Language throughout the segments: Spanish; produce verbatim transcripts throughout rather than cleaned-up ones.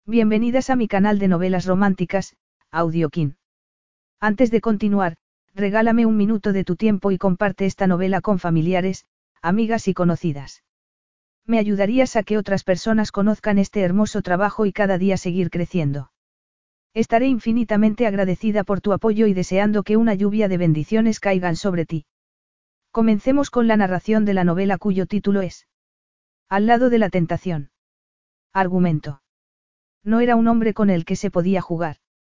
Bienvenidas a mi canal de novelas románticas, Audiokin. Antes de continuar, regálame un minuto de tu tiempo y comparte esta novela con familiares, amigas y conocidas. Me ayudarías a que otras personas conozcan este hermoso trabajo y cada día seguir creciendo. Estaré infinitamente agradecida por tu apoyo y deseando que una lluvia de bendiciones caigan sobre ti. Comencemos con la narración de la novela cuyo título es Al lado de la tentación. Argumento. No era un hombre con el que se podía jugar.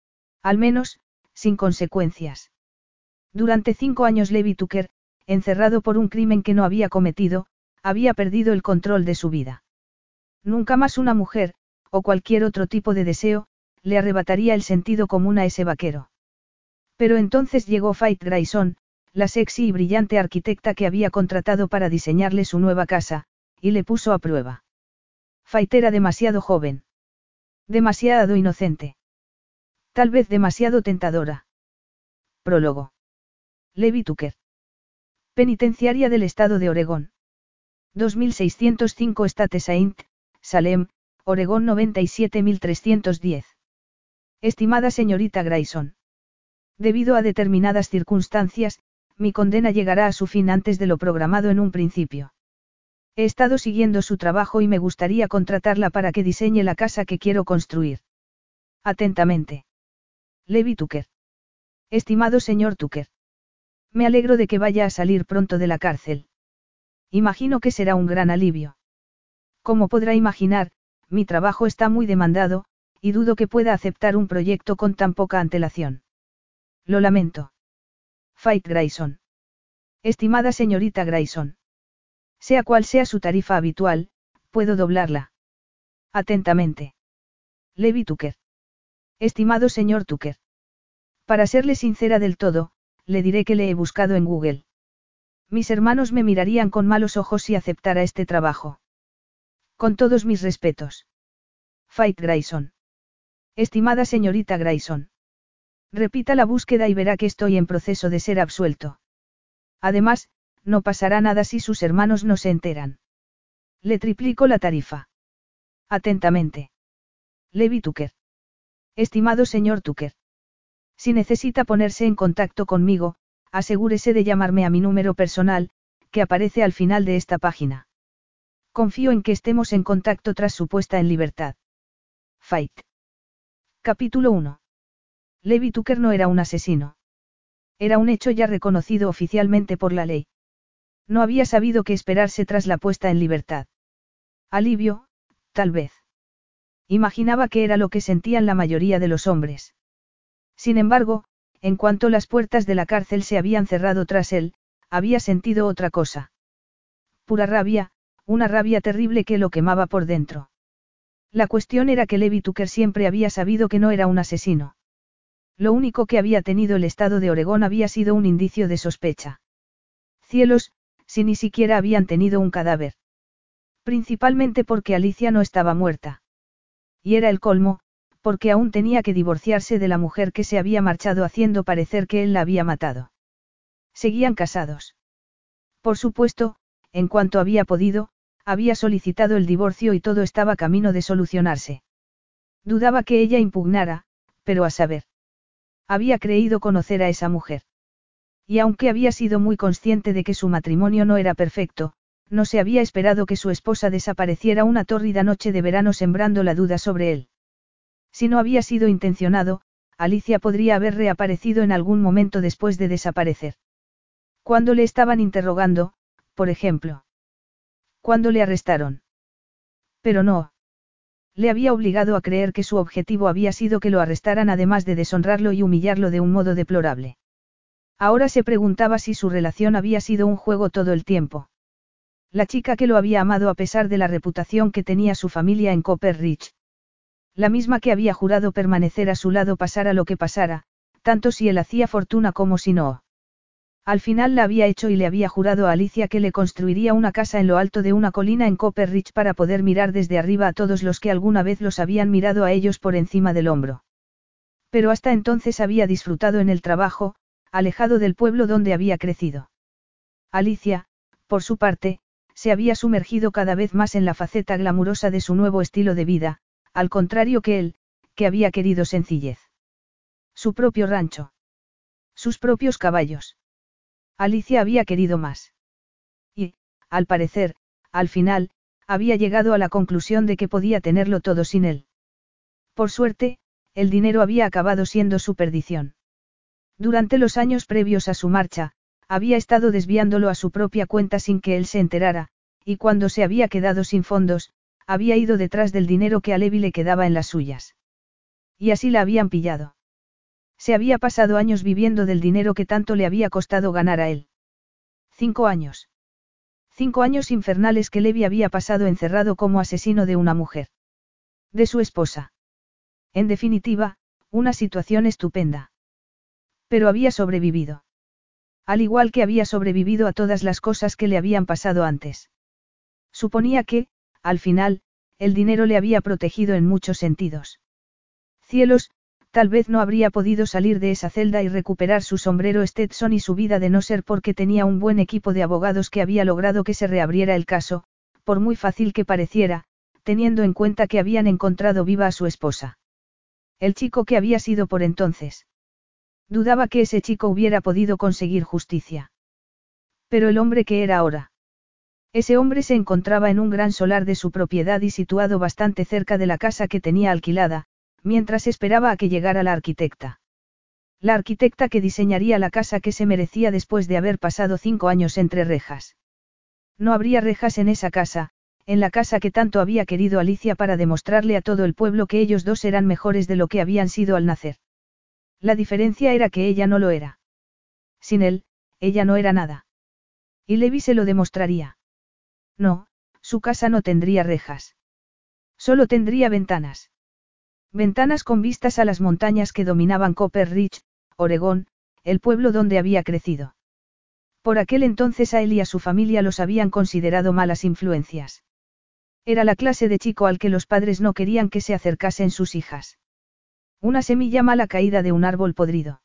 Al menos, sin consecuencias. Durante cinco años Levi Tucker, encerrado por un crimen que no había cometido, había perdido el control de su vida. Nunca más una mujer, o cualquier otro tipo de deseo, le arrebataría el sentido común a ese vaquero. Pero entonces llegó Faith Grayson, la sexy y brillante arquitecta que había contratado para diseñarle su nueva casa, y le puso a prueba. Faith era demasiado joven. Demasiado inocente. Tal vez demasiado tentadora. Prólogo. Levi Tucker. Penitenciaria del Estado de Oregón. dos mil seiscientos cinco State Saint, Salem, Oregón noventa y siete mil trescientos diez. Estimada señorita Grayson. Debido a determinadas circunstancias, mi condena llegará a su fin antes de lo programado en un principio. He estado siguiendo su trabajo y me gustaría contratarla para que diseñe la casa que quiero construir. Atentamente. Levi Tucker. Estimado señor Tucker. Me alegro de que vaya a salir pronto de la cárcel. Imagino que será un gran alivio. Como podrá imaginar, mi trabajo está muy demandado, y dudo que pueda aceptar un proyecto con tan poca antelación. Lo lamento. Faith Grayson. Estimada señorita Grayson. Sea cual sea su tarifa habitual, puedo doblarla. Atentamente. Levi Tucker. Estimado señor Tucker. Para serle sincera del todo, le diré que le he buscado en Google. Mis hermanos me mirarían con malos ojos si aceptara este trabajo. Con todos mis respetos. Faith Grayson. Estimada señorita Grayson. Repita la búsqueda y verá que estoy en proceso de ser absuelto. Además, no pasará nada si sus hermanos no se enteran. Le triplico la tarifa. Atentamente. Levi Tucker. Estimado señor Tucker. Si necesita ponerse en contacto conmigo, asegúrese de llamarme a mi número personal, que aparece al final de esta página. Confío en que estemos en contacto tras su puesta en libertad. Fight. Capítulo uno. Levi Tucker no era un asesino. Era un hecho ya reconocido oficialmente por la ley. No había sabido qué esperarse tras la puesta en libertad. Alivio, tal vez. Imaginaba que era lo que sentían la mayoría de los hombres. Sin embargo, en cuanto las puertas de la cárcel se habían cerrado tras él, había sentido otra cosa. Pura rabia, una rabia terrible que lo quemaba por dentro. La cuestión era que Levi Tucker siempre había sabido que no era un asesino. Lo único que había tenido el estado de Oregón había sido un indicio de sospecha. Cielos, si ni siquiera habían tenido un cadáver. Principalmente porque Alicia no estaba muerta. Y era el colmo, porque aún tenía que divorciarse de la mujer que se había marchado haciendo parecer que él la había matado. Seguían casados. Por supuesto, en cuanto había podido, había solicitado el divorcio y todo estaba camino de solucionarse. Dudaba que ella impugnara, pero a saber. Había creído conocer a esa mujer. Y aunque había sido muy consciente de que su matrimonio no era perfecto, no se había esperado que su esposa desapareciera una tórrida noche de verano sembrando la duda sobre él. Si no había sido intencionado, Alicia podría haber reaparecido en algún momento después de desaparecer. Cuando le estaban interrogando, por ejemplo. Cuando le arrestaron. Pero no. Le había obligado a creer que su objetivo había sido que lo arrestaran además de deshonrarlo y humillarlo de un modo deplorable. Ahora se preguntaba si su relación había sido un juego todo el tiempo. La chica que lo había amado a pesar de la reputación que tenía su familia en Copper Ridge. La misma que había jurado permanecer a su lado pasara lo que pasara, tanto si él hacía fortuna como si no. Al final la había hecho y le había jurado a Alicia que le construiría una casa en lo alto de una colina en Copper Ridge para poder mirar desde arriba a todos los que alguna vez los habían mirado a ellos por encima del hombro. Pero hasta entonces había disfrutado en el trabajo, alejado del pueblo donde había crecido. Alicia, por su parte, se había sumergido cada vez más en la faceta glamurosa de su nuevo estilo de vida, al contrario que él, que había querido sencillez. Su propio rancho. Sus propios caballos. Alicia había querido más. Y, al parecer, al final, había llegado a la conclusión de que podía tenerlo todo sin él. Por suerte, el dinero había acabado siendo su perdición. Durante los años previos a su marcha, había estado desviándolo a su propia cuenta sin que él se enterara, y cuando se había quedado sin fondos, había ido detrás del dinero que a Levi le quedaba en las suyas. Y así la habían pillado. Se había pasado años viviendo del dinero que tanto le había costado ganar a él. Cinco años. Cinco años infernales que Levi había pasado encerrado como asesino de una mujer. De su esposa. En definitiva, una situación estupenda. Pero había sobrevivido. Al igual que había sobrevivido a todas las cosas que le habían pasado antes. Suponía que, al final, el dinero le había protegido en muchos sentidos. Cielos, tal vez no habría podido salir de esa celda y recuperar su sombrero Stetson y su vida de no ser porque tenía un buen equipo de abogados que había logrado que se reabriera el caso, por muy fácil que pareciera, teniendo en cuenta que habían encontrado viva a su esposa. El chico que había sido por entonces. Dudaba que ese chico hubiera podido conseguir justicia. Pero el hombre que era ahora. Ese hombre se encontraba en un gran solar de su propiedad y situado bastante cerca de la casa que tenía alquilada, mientras esperaba a que llegara la arquitecta. La arquitecta que diseñaría la casa que se merecía después de haber pasado cinco años entre rejas. No habría rejas en esa casa, en la casa que tanto había querido Alicia para demostrarle a todo el pueblo que ellos dos eran mejores de lo que habían sido al nacer. La diferencia era que ella no lo era. Sin él, ella no era nada. Y Levi se lo demostraría. No, su casa no tendría rejas. Solo tendría ventanas. Ventanas con vistas a las montañas que dominaban Copper Ridge, Oregón, el pueblo donde había crecido. Por aquel entonces a él y a su familia los habían considerado malas influencias. Era la clase de chico al que los padres no querían que se acercasen sus hijas. Una semilla mala caída de un árbol podrido.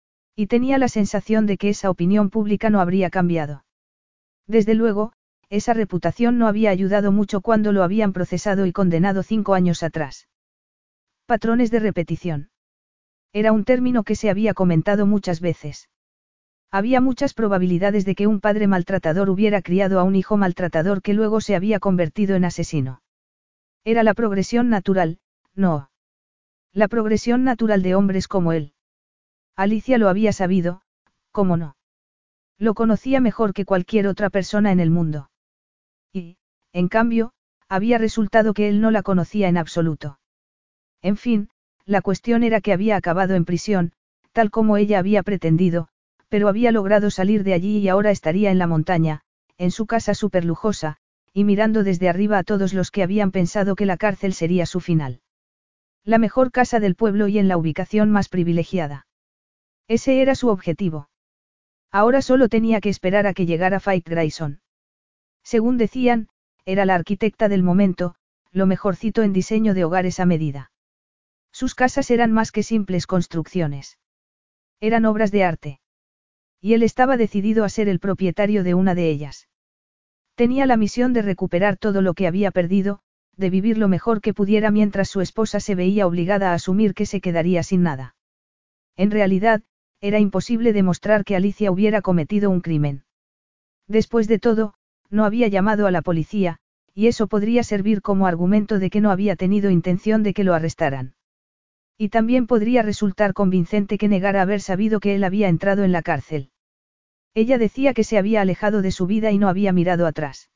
Y tenía la sensación de que esa opinión pública no habría cambiado. Desde luego, esa reputación no había ayudado mucho cuando lo habían procesado y condenado cinco años atrás. Patrones de repetición. Era un término que se había comentado muchas veces. Había muchas probabilidades de que un padre maltratador hubiera criado a un hijo maltratador que luego se había convertido en asesino. Era la progresión natural, no. La progresión natural de hombres como él. Alicia lo había sabido, ¿cómo no? Lo conocía mejor que cualquier otra persona en el mundo. Y, en cambio, había resultado que él no la conocía en absoluto. En fin, la cuestión era que había acabado en prisión, tal como ella había pretendido, pero había logrado salir de allí y ahora estaría en la montaña, en su casa superlujosa, y mirando desde arriba a todos los que habían pensado que la cárcel sería su final. La mejor casa del pueblo y en la ubicación más privilegiada. Ese era su objetivo. Ahora solo tenía que esperar a que llegara Faith Grayson. Según decían, era la arquitecta del momento, lo mejorcito en diseño de hogares a medida. Sus casas eran más que simples construcciones. Eran obras de arte. Y él estaba decidido a ser el propietario de una de ellas. Tenía la misión de recuperar todo lo que había perdido, de vivir lo mejor que pudiera mientras su esposa se veía obligada a asumir que se quedaría sin nada. En realidad, era imposible demostrar que Alicia hubiera cometido un crimen. Después de todo, no había llamado a la policía, y eso podría servir como argumento de que no había tenido intención de que lo arrestaran. Y también podría resultar convincente que negara haber sabido que él había entrado en la cárcel. Ella decía que se había alejado de su vida y no había mirado atrás.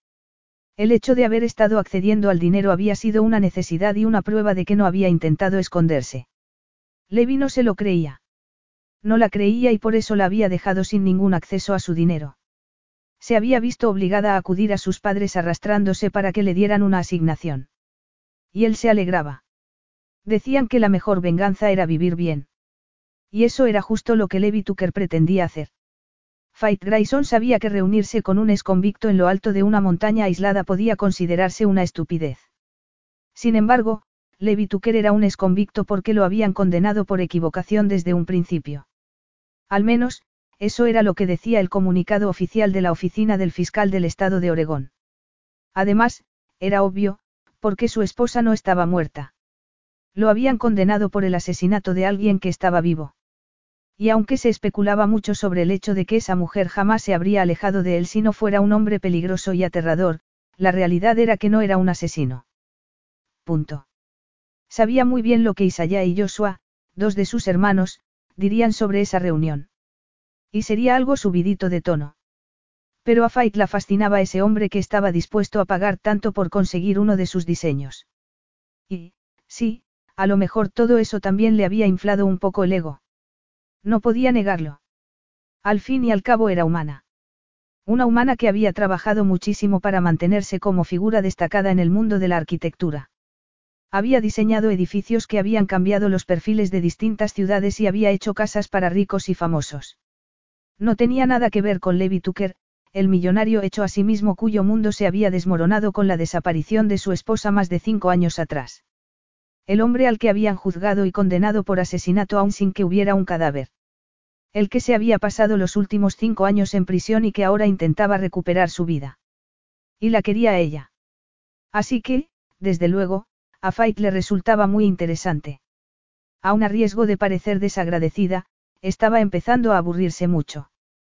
El hecho de haber estado accediendo al dinero había sido una necesidad y una prueba de que no había intentado esconderse. Levi no se lo creía. No la creía y por eso la había dejado sin ningún acceso a su dinero. Se había visto obligada a acudir a sus padres arrastrándose para que le dieran una asignación. Y él se alegraba. Decían que la mejor venganza era vivir bien. Y eso era justo lo que Levi Tucker pretendía hacer. Faith Grayson sabía que reunirse con un exconvicto en lo alto de una montaña aislada podía considerarse una estupidez. Sin embargo, Levi Tucker era un exconvicto porque lo habían condenado por equivocación desde un principio. Al menos, eso era lo que decía el comunicado oficial de la oficina del fiscal del estado de Oregón. Además, era obvio, porque su esposa no estaba muerta. Lo habían condenado por el asesinato de alguien que estaba vivo. Y aunque se especulaba mucho sobre el hecho de que esa mujer jamás se habría alejado de él si no fuera un hombre peligroso y aterrador, la realidad era que no era un asesino. Punto. Sabía muy bien lo que Isaiah y Joshua, dos de sus hermanos, dirían sobre esa reunión. Y sería algo subidito de tono. Pero a Faith la fascinaba ese hombre que estaba dispuesto a pagar tanto por conseguir uno de sus diseños. Y, sí, a lo mejor todo eso también le había inflado un poco el ego. No podía negarlo. Al fin y al cabo era humana. Una humana que había trabajado muchísimo para mantenerse como figura destacada en el mundo de la arquitectura. Había diseñado edificios que habían cambiado los perfiles de distintas ciudades y había hecho casas para ricos y famosos. No tenía nada que ver con Levi Tucker, el millonario hecho a sí mismo cuyo mundo se había desmoronado con la desaparición de su esposa más de cinco años atrás. El hombre al que habían juzgado y condenado por asesinato aún sin que hubiera un cadáver. El que se había pasado los últimos cinco años en prisión y que ahora intentaba recuperar su vida. Y la quería a ella. Así que, desde luego, a Faith le resultaba muy interesante. Aun a riesgo de parecer desagradecida, estaba empezando a aburrirse mucho.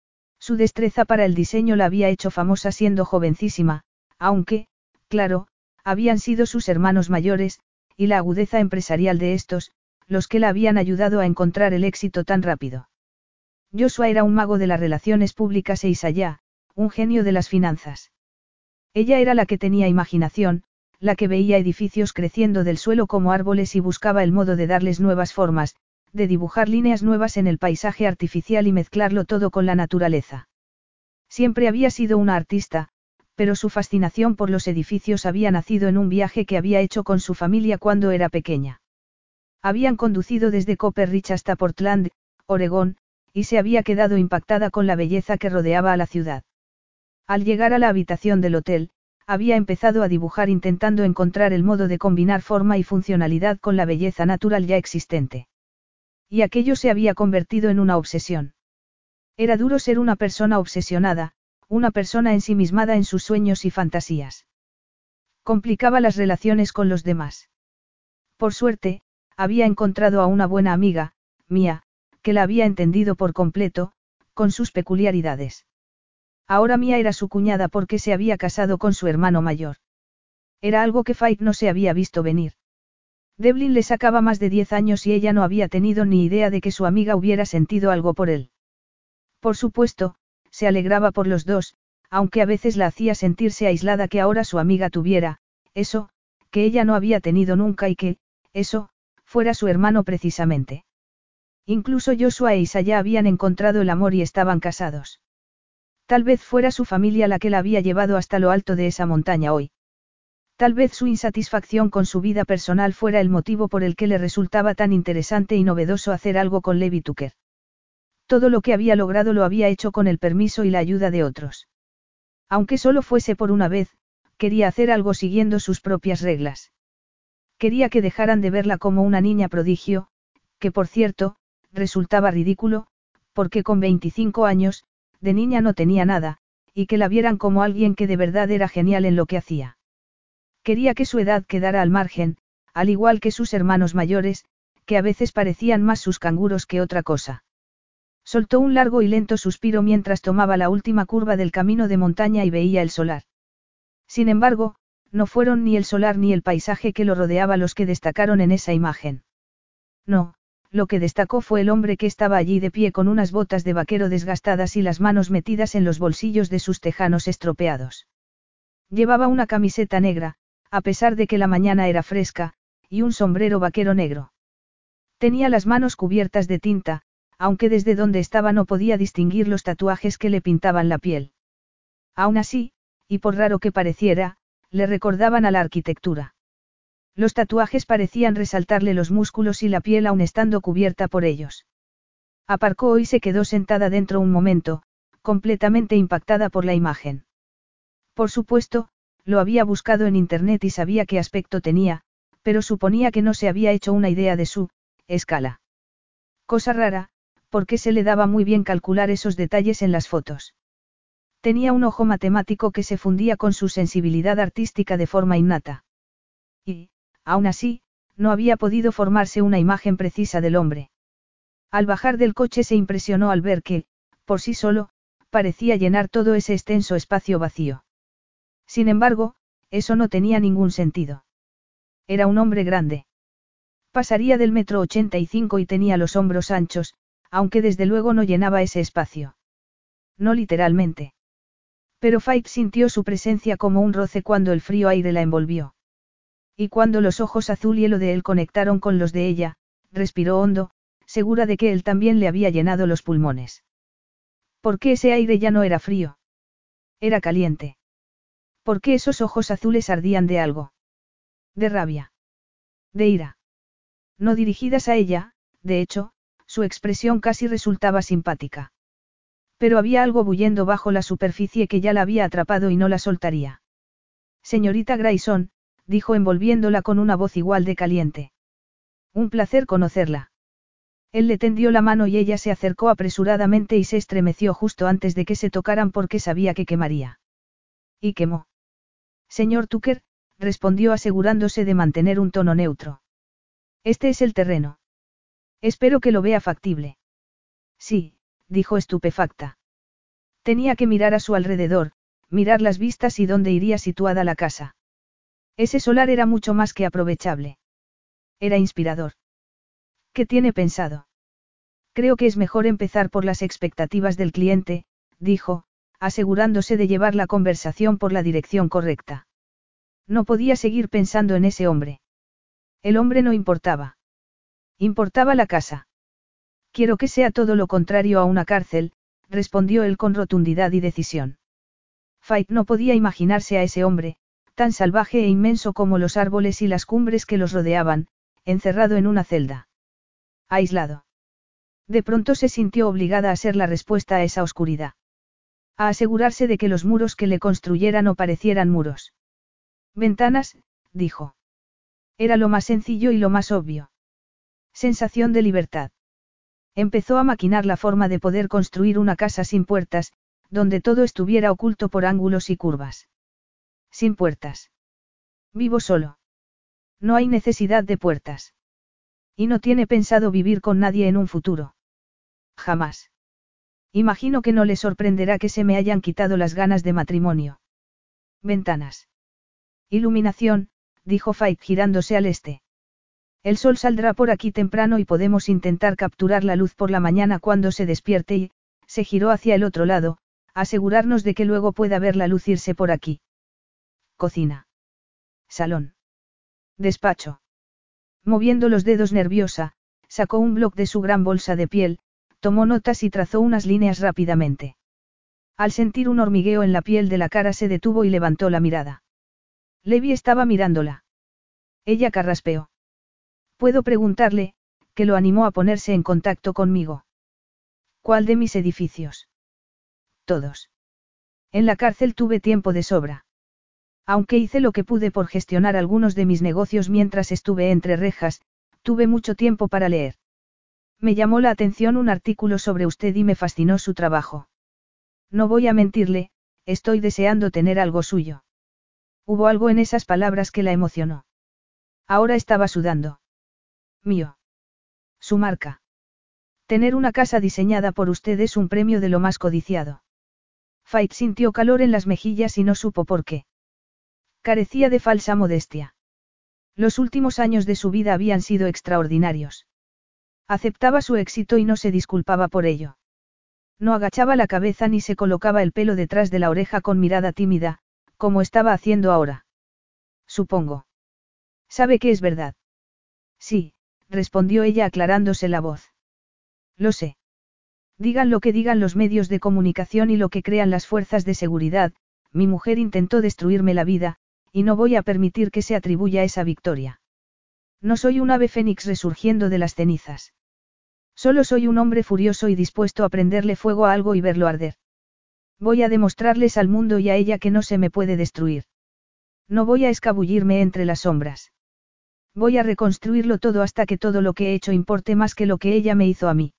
Su destreza para el diseño la había hecho famosa siendo jovencísima, aunque, claro, habían sido sus hermanos mayores, y la agudeza empresarial de estos, los que la habían ayudado a encontrar el éxito tan rápido. Joshua era un mago de las relaciones públicas e Isaiah, un genio de las finanzas. Ella era la que tenía imaginación, la que veía edificios creciendo del suelo como árboles y buscaba el modo de darles nuevas formas, de dibujar líneas nuevas en el paisaje artificial y mezclarlo todo con la naturaleza. Siempre había sido una artista, pero su fascinación por los edificios había nacido en un viaje que había hecho con su familia cuando era pequeña. Habían conducido desde Copper Ridge hasta Portland, Oregón, y se había quedado impactada con la belleza que rodeaba a la ciudad. Al llegar a la habitación del hotel, había empezado a dibujar intentando encontrar el modo de combinar forma y funcionalidad con la belleza natural ya existente. Y aquello se había convertido en una obsesión. Era duro ser una persona obsesionada, una persona ensimismada en sus sueños y fantasías. Complicaba las relaciones con los demás. Por suerte, había encontrado a una buena amiga, Mia, que la había entendido por completo, con sus peculiaridades. Ahora Mia era su cuñada porque se había casado con su hermano mayor. Era algo que Faith no se había visto venir. Devlin le sacaba más de diez años y ella no había tenido ni idea de que su amiga hubiera sentido algo por él. Por supuesto, se alegraba por los dos, aunque a veces la hacía sentirse aislada que ahora su amiga tuviera, eso, que ella no había tenido nunca y que, eso, fuera su hermano precisamente. Incluso Joshua e Isaiah habían encontrado el amor y estaban casados. Tal vez fuera su familia la que la había llevado hasta lo alto de esa montaña hoy. Tal vez su insatisfacción con su vida personal fuera el motivo por el que le resultaba tan interesante y novedoso hacer algo con Levi Tucker. Todo lo que había logrado lo había hecho con el permiso y la ayuda de otros. Aunque solo fuese por una vez, quería hacer algo siguiendo sus propias reglas. Quería que dejaran de verla como una niña prodigio, que por cierto, resultaba ridículo, porque con veinticinco años, de niña no tenía nada, y que la vieran como alguien que de verdad era genial en lo que hacía. Quería que su edad quedara al margen, al igual que sus hermanos mayores, que a veces parecían más sus canguros que otra cosa. Soltó un largo y lento suspiro mientras tomaba la última curva del camino de montaña y veía el solar. Sin embargo, no fueron ni el solar ni el paisaje que lo rodeaba los que destacaron en esa imagen. No, lo que destacó fue el hombre que estaba allí de pie con unas botas de vaquero desgastadas y las manos metidas en los bolsillos de sus tejanos estropeados. Llevaba una camiseta negra, a pesar de que la mañana era fresca, y un sombrero vaquero negro. Tenía las manos cubiertas de tinta, aunque desde donde estaba no podía distinguir los tatuajes que le pintaban la piel. Aún así, y por raro que pareciera, le recordaban a la arquitectura. Los tatuajes parecían resaltarle los músculos y la piel aún estando cubierta por ellos. Aparcó y se quedó sentada dentro un momento, completamente impactada por la imagen. Por supuesto, lo había buscado en internet y sabía qué aspecto tenía, pero suponía que no se había hecho una idea de su escala. Cosa rara, porque se le daba muy bien calcular esos detalles en las fotos. Tenía un ojo matemático que se fundía con su sensibilidad artística de forma innata. Y, aún así, No había podido formarse una imagen precisa del hombre. Al bajar del coche se impresionó al ver que, por sí solo, parecía llenar todo ese extenso espacio vacío. Sin embargo, eso no tenía ningún sentido. Era un hombre grande. Pasaría del metro ochenta y cinco y tenía los hombros anchos, aunque desde luego no llenaba ese espacio. No literalmente. Pero Faith sintió su presencia como un roce cuando el frío aire la envolvió. Y cuando los ojos azul hielo de él conectaron con los de ella, respiró hondo, segura de que él también le había llenado los pulmones. ¿Por qué ese aire ya no era frío? Era caliente. ¿Por qué esos ojos azules ardían de algo? De rabia. De ira. No dirigidas a ella, de hecho, su expresión casi resultaba simpática. Pero había algo bullendo bajo la superficie que ya la había atrapado y no la soltaría. Señorita Grayson, dijo envolviéndola con una voz igual de caliente. Un placer conocerla. Él le tendió la mano y ella se acercó apresuradamente y se estremeció justo antes de que se tocaran porque sabía que quemaría. Y quemó. Señor Tucker, respondió asegurándose de mantener un tono neutro. Este es el terreno. Espero que lo vea factible. Sí, dijo estupefacta. Tenía que mirar a su alrededor, mirar las vistas y dónde iría situada la casa. Ese solar era mucho más que aprovechable. Era inspirador. ¿Qué tiene pensado? Creo que es mejor empezar por las expectativas del cliente, dijo, asegurándose de llevar la conversación por la dirección correcta. No podía seguir pensando en ese hombre. El hombre no importaba. Importaba la casa. Quiero que sea todo lo contrario a una cárcel, respondió él con rotundidad y decisión. Faith no podía imaginarse a ese hombre, tan salvaje e inmenso como los árboles y las cumbres que los rodeaban, encerrado en una celda. Aislado. De pronto se sintió obligada a ser la respuesta a esa oscuridad. A asegurarse de que los muros que le construyeran no parecieran muros. Ventanas, dijo. Era lo más sencillo y lo más obvio. Sensación de libertad. Empezó a maquinar la forma de poder construir una casa sin puertas, donde todo estuviera oculto por ángulos y curvas. Sin puertas. Vivo solo. No hay necesidad de puertas. Y no tiene pensado vivir con nadie en un futuro. Jamás. Imagino que no le sorprenderá que se me hayan quitado las ganas de matrimonio. Ventanas. Iluminación, dijo Faith girándose al este. El sol saldrá por aquí temprano y podemos intentar capturar la luz por la mañana cuando se despierte y, se giró hacia el otro lado, asegurarnos de que luego pueda ver la luz irse por aquí. Cocina. Salón. Despacho. Moviendo los dedos nerviosa, sacó un bloc de su gran bolsa de piel, tomó notas y trazó unas líneas rápidamente. Al sentir un hormigueo en la piel de la cara se detuvo y levantó la mirada. Levi estaba mirándola. Ella carraspeó. Puedo preguntarle, que lo animó a ponerse en contacto conmigo. ¿Cuál de mis edificios? Todos. En la cárcel tuve tiempo de sobra. Aunque hice lo que pude por gestionar algunos de mis negocios mientras estuve entre rejas, tuve mucho tiempo para leer. Me llamó la atención un artículo sobre usted y me fascinó su trabajo. No voy a mentirle, estoy deseando tener algo suyo. Hubo algo en esas palabras que la emocionó. Ahora estaba sudando. Mío. Su marca. Tener una casa diseñada por usted es un premio de lo más codiciado. Faith sintió calor en las mejillas y no supo por qué. Carecía de falsa modestia. Los últimos años de su vida habían sido extraordinarios. Aceptaba su éxito y no se disculpaba por ello. No agachaba la cabeza ni se colocaba el pelo detrás de la oreja con mirada tímida, como estaba haciendo ahora. Supongo. ¿Sabe que es verdad? Sí, respondió ella aclarándose la voz. Lo sé. Digan lo que digan los medios de comunicación y lo que crean las fuerzas de seguridad, mi mujer intentó destruirme la vida, y no voy a permitir que se atribuya esa victoria. No soy un ave fénix resurgiendo de las cenizas. Solo soy un hombre furioso y dispuesto a prenderle fuego a algo y verlo arder. Voy a demostrarles al mundo y a ella que no se me puede destruir. No voy a escabullirme entre las sombras. Voy a reconstruirlo todo hasta que todo lo que he hecho importe más que lo que ella me hizo a mí.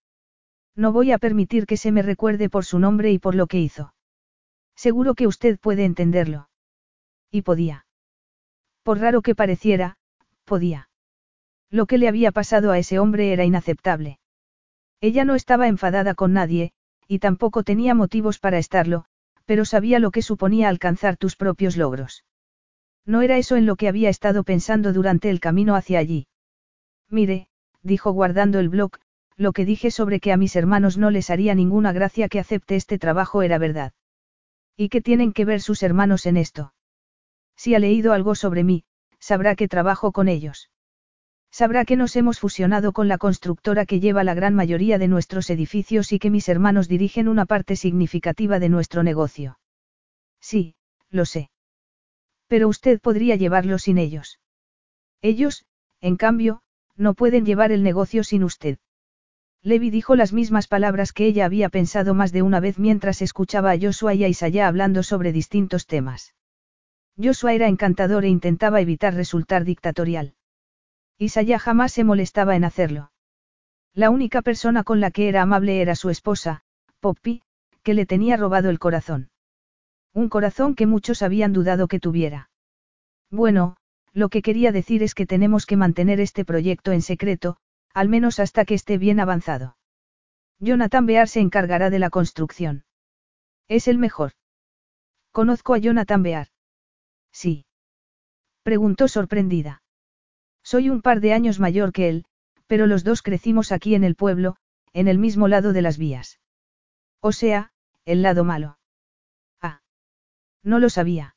No voy a permitir que se me recuerde por su nombre y por lo que hizo. Seguro que usted puede entenderlo. Y podía. Por raro que pareciera, podía. Lo que le había pasado a ese hombre era inaceptable. Ella no estaba enfadada con nadie, y tampoco tenía motivos para estarlo, pero sabía lo que suponía alcanzar tus propios logros. No era eso en lo que había estado pensando durante el camino hacia allí. Mire, dijo guardando el bloc, lo que dije sobre que a mis hermanos no les haría ninguna gracia que acepte este trabajo era verdad. ¿Y qué tienen que ver sus hermanos en esto? Si ha leído algo sobre mí, sabrá que trabajo con ellos. Sabrá que nos hemos fusionado con la constructora que lleva la gran mayoría de nuestros edificios y que mis hermanos dirigen una parte significativa de nuestro negocio. Sí, lo sé. Pero usted podría llevarlo sin ellos. Ellos, en cambio, no pueden llevar el negocio sin usted. Levi dijo las mismas palabras que ella había pensado más de una vez mientras escuchaba a Joshua y a Isaiah hablando sobre distintos temas. Joshua era encantador e intentaba evitar resultar dictatorial. Isaiah jamás se molestaba en hacerlo. La única persona con la que era amable era su esposa, Poppy, que le tenía robado el corazón. Un corazón que muchos habían dudado que tuviera. Bueno, lo que quería decir es que tenemos que mantener este proyecto en secreto, al menos hasta que esté bien avanzado. Jonathan Bear se encargará de la construcción. Es el mejor. ¿Conozco a Jonathan Bear? Sí. Preguntó sorprendida. Soy un par de años mayor que él, pero los dos crecimos aquí en el pueblo, en el mismo lado de las vías. O sea, el lado malo. Ah. No lo sabía.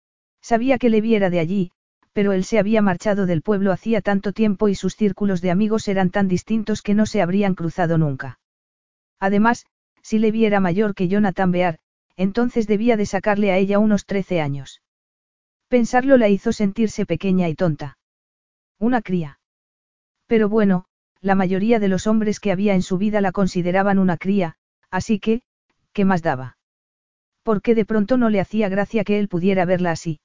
Sabía que Levi era de allí, pero él se había marchado del pueblo hacía tanto tiempo y sus círculos de amigos eran tan distintos que no se habrían cruzado nunca. Además, si Levi era mayor que Jonathan Bear, entonces debía de sacarle a ella unos trece años. Pensarlo la hizo sentirse pequeña y tonta. Una cría. Pero bueno, la mayoría de los hombres que había en su vida la consideraban una cría, así que, ¿qué más daba? Porque de pronto no le hacía gracia que él pudiera verla así.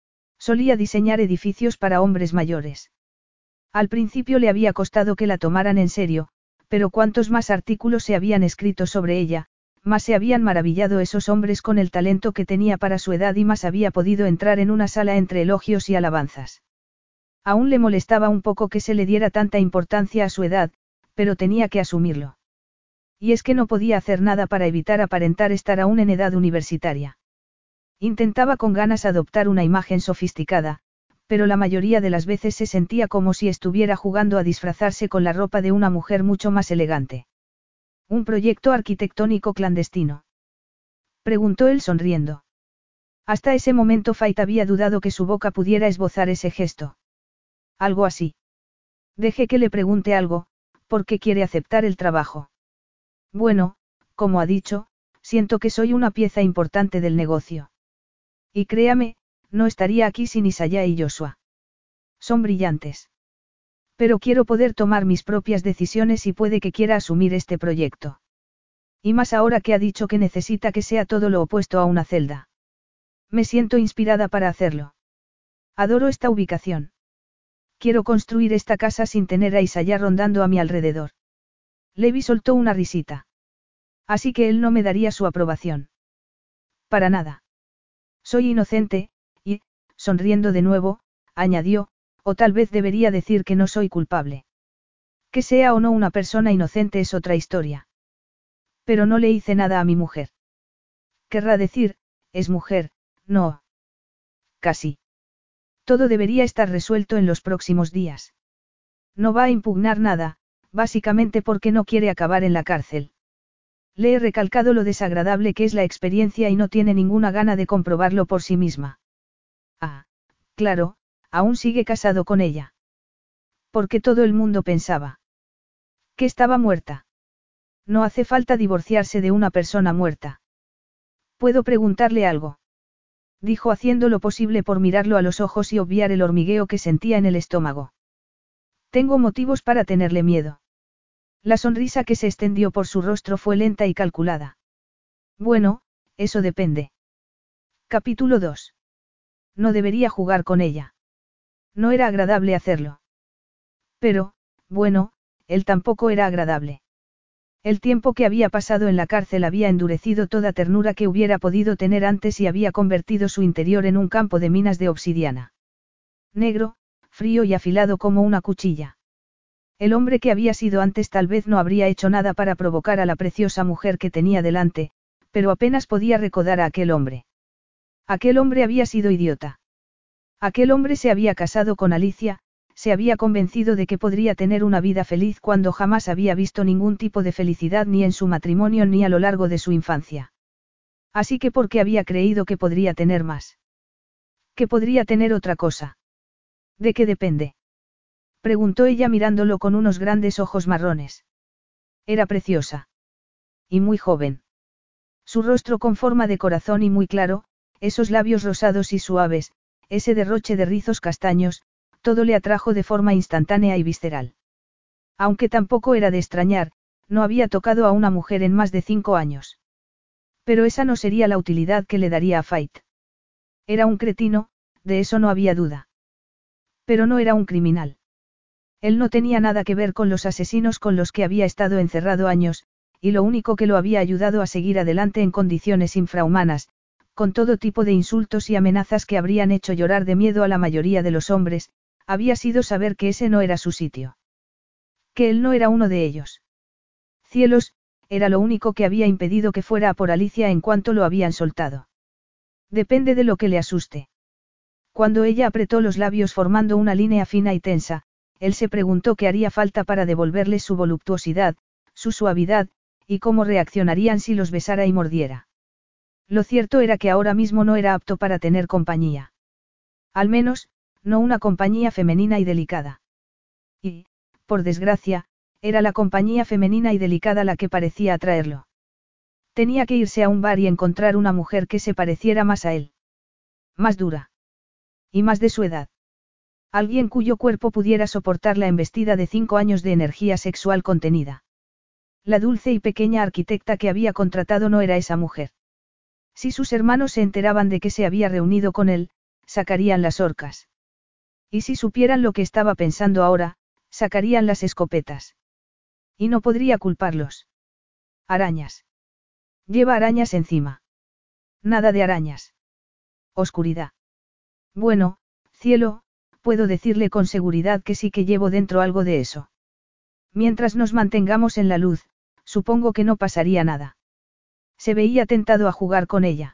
Solía diseñar edificios para hombres mayores. Al principio le había costado que la tomaran en serio, pero cuantos más artículos se habían escrito sobre ella, más se habían maravillado esos hombres con el talento que tenía para su edad y más había podido entrar en una sala entre elogios y alabanzas. Aún le molestaba un poco que se le diera tanta importancia a su edad, pero tenía que asumirlo. Y es que no podía hacer nada para evitar aparentar estar aún en edad universitaria. Intentaba con ganas adoptar una imagen sofisticada, pero la mayoría de las veces se sentía como si estuviera jugando a disfrazarse con la ropa de una mujer mucho más elegante. ¿Un proyecto arquitectónico clandestino?, preguntó él sonriendo. Hasta ese momento Fait había dudado que su boca pudiera esbozar ese gesto. Algo así. Deje que le pregunte algo, ¿por qué quiere aceptar el trabajo? Bueno, como ha dicho, siento que soy una pieza importante del negocio. Y créame, no estaría aquí sin Isaiah y Joshua. Son brillantes. Pero quiero poder tomar mis propias decisiones y puede que quiera asumir este proyecto. Y más ahora que ha dicho que necesita que sea todo lo opuesto a una celda. Me siento inspirada para hacerlo. Adoro esta ubicación. Quiero construir esta casa sin tener a Isaiah rondando a mi alrededor. Levi soltó una risita. Así que él no me daría su aprobación. Para nada. Soy inocente, y, sonriendo de nuevo, añadió, o tal vez debería decir que no soy culpable. Que sea o no una persona inocente es otra historia. Pero no le hice nada a mi mujer. Querrá decir, es mujer, no. Casi. Todo debería estar resuelto en los próximos días. No va a impugnar nada, básicamente porque no quiere acabar en la cárcel. Le he recalcado lo desagradable que es la experiencia y no tiene ninguna gana de comprobarlo por sí misma. Ah, claro, aún sigue casado con ella. Porque todo el mundo pensaba que estaba muerta. No hace falta divorciarse de una persona muerta. ¿Puedo preguntarle algo?, dijo haciendo lo posible por mirarlo a los ojos y obviar el hormigueo que sentía en el estómago. Tengo motivos para tenerle miedo. La sonrisa que se extendió por su rostro fue lenta y calculada. Bueno, eso depende. Capítulo dos. No debería jugar con ella. No era agradable hacerlo. Pero, bueno, él tampoco era agradable. El tiempo que había pasado en la cárcel había endurecido toda ternura que hubiera podido tener antes y había convertido su interior en un campo de minas de obsidiana. Negro, frío y afilado como una cuchilla. El hombre que había sido antes tal vez no habría hecho nada para provocar a la preciosa mujer que tenía delante, pero apenas podía recordar a aquel hombre. Aquel hombre había sido idiota. Aquel hombre se había casado con Alicia, se había convencido de que podría tener una vida feliz cuando jamás había visto ningún tipo de felicidad ni en su matrimonio ni a lo largo de su infancia. Así que ¿por qué había creído que podría tener más? ¿Que podría tener otra cosa? ¿De qué depende? Preguntó ella mirándolo con unos grandes ojos marrones. Era preciosa. Y muy joven. Su rostro con forma de corazón y muy claro, esos labios rosados y suaves, ese derroche de rizos castaños, todo le atrajo de forma instantánea y visceral. Aunque tampoco era de extrañar, no había tocado a una mujer en más de cinco años. Pero esa no sería la utilidad que le daría a Fait. Era un cretino, de eso no había duda. Pero no era un criminal. Él no tenía nada que ver con los asesinos con los que había estado encerrado años, y lo único que lo había ayudado a seguir adelante en condiciones infrahumanas, con todo tipo de insultos y amenazas que habrían hecho llorar de miedo a la mayoría de los hombres, había sido saber que ese no era su sitio. Que él no era uno de ellos. Cielos, era lo único que había impedido que fuera a por Alicia en cuanto lo habían soltado. Depende de lo que le asuste. Cuando ella apretó los labios formando una línea fina y tensa, él se preguntó qué haría falta para devolverle su voluptuosidad, su suavidad, y cómo reaccionarían si los besara y mordiera. Lo cierto era que ahora mismo no era apto para tener compañía. Al menos, no una compañía femenina y delicada. Y, por desgracia, era la compañía femenina y delicada la que parecía atraerlo. Tenía que irse a un bar y encontrar una mujer que se pareciera más a él. Más dura. Y más de su edad. Alguien cuyo cuerpo pudiera soportar la embestida de cinco años de energía sexual contenida. La dulce y pequeña arquitecta que había contratado no era esa mujer. Si sus hermanos se enteraban de que se había reunido con él, sacarían las horcas. Y si supieran lo que estaba pensando ahora, sacarían las escopetas. Y no podría culparlos. Arañas. Lleva arañas encima. Nada de arañas. Oscuridad. Bueno, cielo, puedo decirle con seguridad que sí que llevo dentro algo de eso. Mientras nos mantengamos en la luz, supongo que no pasaría nada. Se veía tentado a jugar con ella.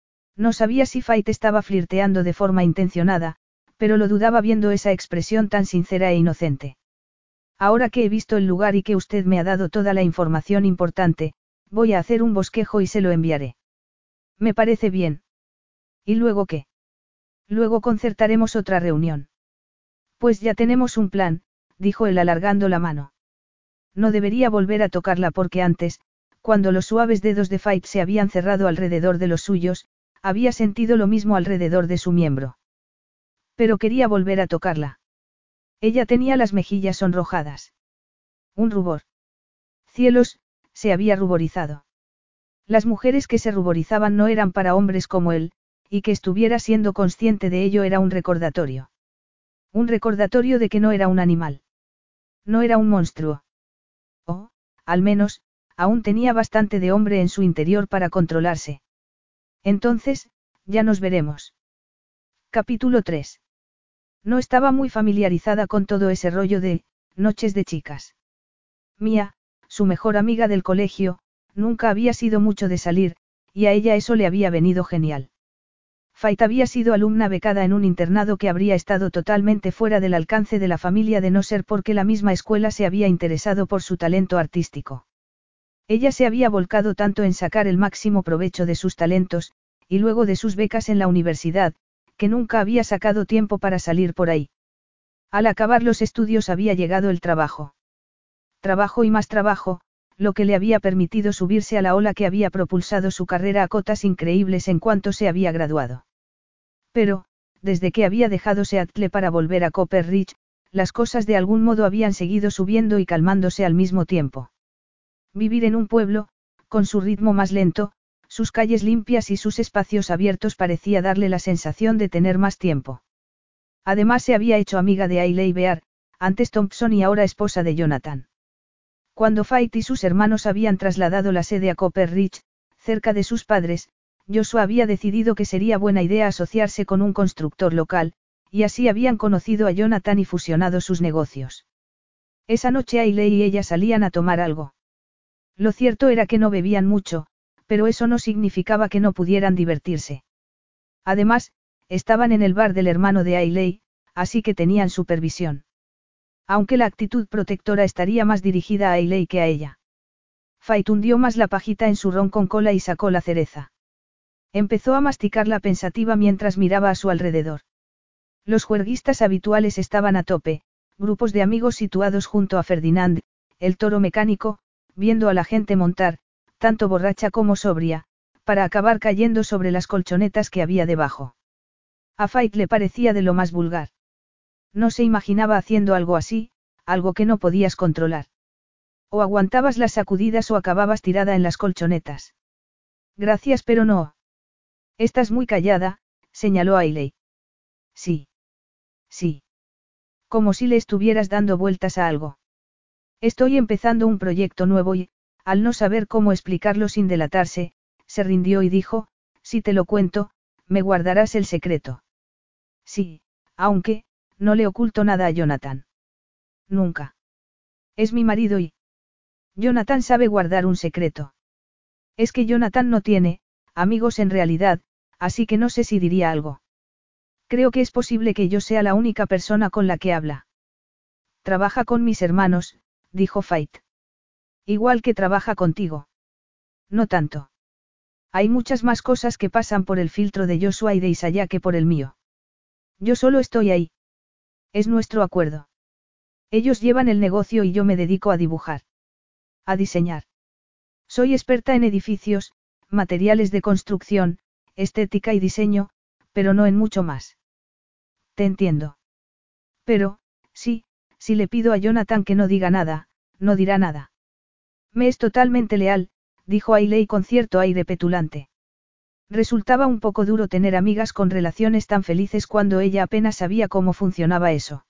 No sabía si Fait estaba flirteando de forma intencionada, pero lo dudaba viendo esa expresión tan sincera e inocente. Ahora que he visto el lugar y que usted me ha dado toda la información importante, voy a hacer un bosquejo y se lo enviaré. Me parece bien. ¿Y luego qué? Luego concertaremos otra reunión. Pues ya tenemos un plan, dijo él alargando la mano. No debería volver a tocarla porque antes, cuando los suaves dedos de Fait se habían cerrado alrededor de los suyos, había sentido lo mismo alrededor de su miembro. Pero quería volver a tocarla. Ella tenía las mejillas sonrojadas. Un rubor. Cielos, se había ruborizado. Las mujeres que se ruborizaban no eran para hombres como él, y que estuviera siendo consciente de ello era un recordatorio. Un recordatorio de que no era un animal. No era un monstruo. O, al menos, aún tenía bastante de hombre en su interior para controlarse. Entonces, ya nos veremos. Capítulo tres. No estaba muy familiarizada con todo ese rollo de noches de chicas. Mía, su mejor amiga del colegio, nunca había sido mucho de salir, y a ella eso le había venido genial. Fait había sido alumna becada en un internado que habría estado totalmente fuera del alcance de la familia de no ser porque la misma escuela se había interesado por su talento artístico. Ella se había volcado tanto en sacar el máximo provecho de sus talentos, y luego de sus becas en la universidad, que nunca había sacado tiempo para salir por ahí. Al acabar los estudios había llegado el trabajo. Trabajo y más trabajo, lo que le había permitido subirse a la ola que había propulsado su carrera a cotas increíbles en cuanto se había graduado. Pero, desde que había dejado Seattle para volver a Copper Ridge, las cosas de algún modo habían seguido subiendo y calmándose al mismo tiempo. Vivir en un pueblo, con su ritmo más lento, sus calles limpias y sus espacios abiertos parecía darle la sensación de tener más tiempo. Además se había hecho amiga de Hailey Bear, antes Thompson y ahora esposa de Jonathan. Cuando Fait y sus hermanos habían trasladado la sede a Copper Ridge, cerca de sus padres, Joshua había decidido que sería buena idea asociarse con un constructor local, y así habían conocido a Jonathan y fusionado sus negocios. Esa noche Ailey y ella salían a tomar algo. Lo cierto era que no bebían mucho, pero eso no significaba que no pudieran divertirse. Además, estaban en el bar del hermano de Ailey, así que tenían supervisión. Aunque la actitud protectora estaría más dirigida a Ailey que a ella. Fait hundió más la pajita en su ron con cola y sacó la cereza. Empezó a masticarla pensativa mientras miraba a su alrededor. Los juerguistas habituales estaban a tope, grupos de amigos situados junto a Ferdinand, el toro mecánico, viendo a la gente montar, tanto borracha como sobria, para acabar cayendo sobre las colchonetas que había debajo. A Fait le parecía de lo más vulgar. No se imaginaba haciendo algo así, algo que no podías controlar. O aguantabas las sacudidas o acababas tirada en las colchonetas. Gracias, pero no. Estás muy callada, señaló Ailey. Sí. Sí. Como si le estuvieras dando vueltas a algo. Estoy empezando un proyecto nuevo y, al no saber cómo explicarlo sin delatarse, se rindió y dijo, si te lo cuento, me guardarás el secreto. Sí, aunque, no le oculto nada a Jonathan. Nunca. Es mi marido y... Jonathan sabe guardar un secreto. Es que Jonathan no tiene, amigos en realidad, así que no sé si diría algo. Creo que es posible que yo sea la única persona con la que habla. Trabaja con mis hermanos, dijo Fait. Igual que trabaja contigo. No tanto. Hay muchas más cosas que pasan por el filtro de Joshua y de Isaiah que por el mío. Yo solo estoy ahí. Es nuestro acuerdo. Ellos llevan el negocio y yo me dedico a dibujar. A diseñar. Soy experta en edificios, materiales de construcción, estética y diseño, pero no en mucho más. Te entiendo. Pero, sí, si le pido a Jonathan que no diga nada, no dirá nada. Me es totalmente leal, dijo Ailey con cierto aire petulante. Resultaba un poco duro tener amigas con relaciones tan felices cuando ella apenas sabía cómo funcionaba eso.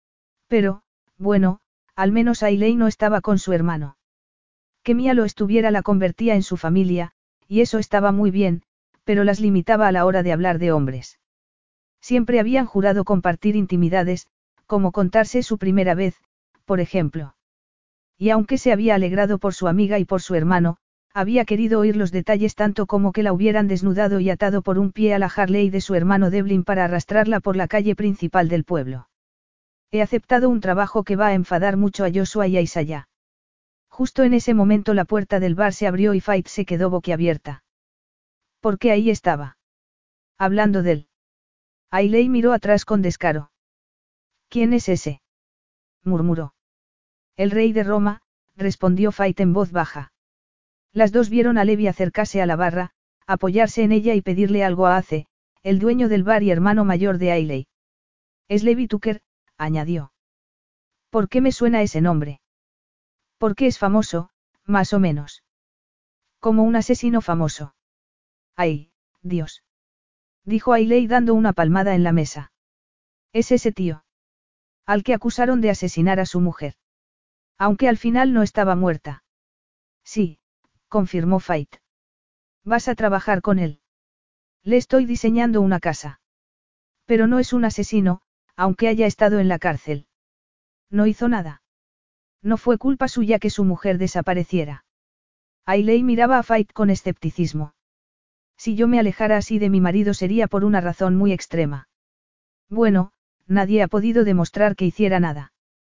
Pero, bueno, al menos Ailey no estaba con su hermano. Que Mia lo estuviera la convertía en su familia, y eso estaba muy bien, pero las limitaba a la hora de hablar de hombres. Siempre habían jurado compartir intimidades, como contarse su primera vez, por ejemplo. Y aunque se había alegrado por su amiga y por su hermano, había querido oír los detalles tanto como que la hubieran desnudado y atado por un pie a la Harley de su hermano Devlin para arrastrarla por la calle principal del pueblo. He aceptado un trabajo que va a enfadar mucho a Joshua y a Isaiah. Justo en ese momento la puerta del bar se abrió y Fait se quedó boquiabierta. ¿Por qué ahí estaba? Hablando de él. Ailey miró atrás con descaro. ¿Quién es ese? Murmuró. El rey de Roma, respondió Fait en voz baja. Las dos vieron a Levi acercarse a la barra, apoyarse en ella y pedirle algo a Ace, el dueño del bar y hermano mayor de Ailey. Es Levi Tucker, añadió. ¿Por qué me suena ese nombre? Porque es famoso, más o menos. Como un asesino famoso. ¡Ay, Dios! Dijo Ailey dando una palmada en la mesa. Es ese tío. Al que acusaron de asesinar a su mujer. Aunque al final no estaba muerta. Sí, confirmó Fait. Vas a trabajar con él. Le estoy diseñando una casa. Pero no es un asesino, aunque haya estado en la cárcel. No hizo nada. No fue culpa suya que su mujer desapareciera. Ailey miraba a Fait con escepticismo. Si yo me alejara así de mi marido sería por una razón muy extrema. Bueno, nadie ha podido demostrar que hiciera nada.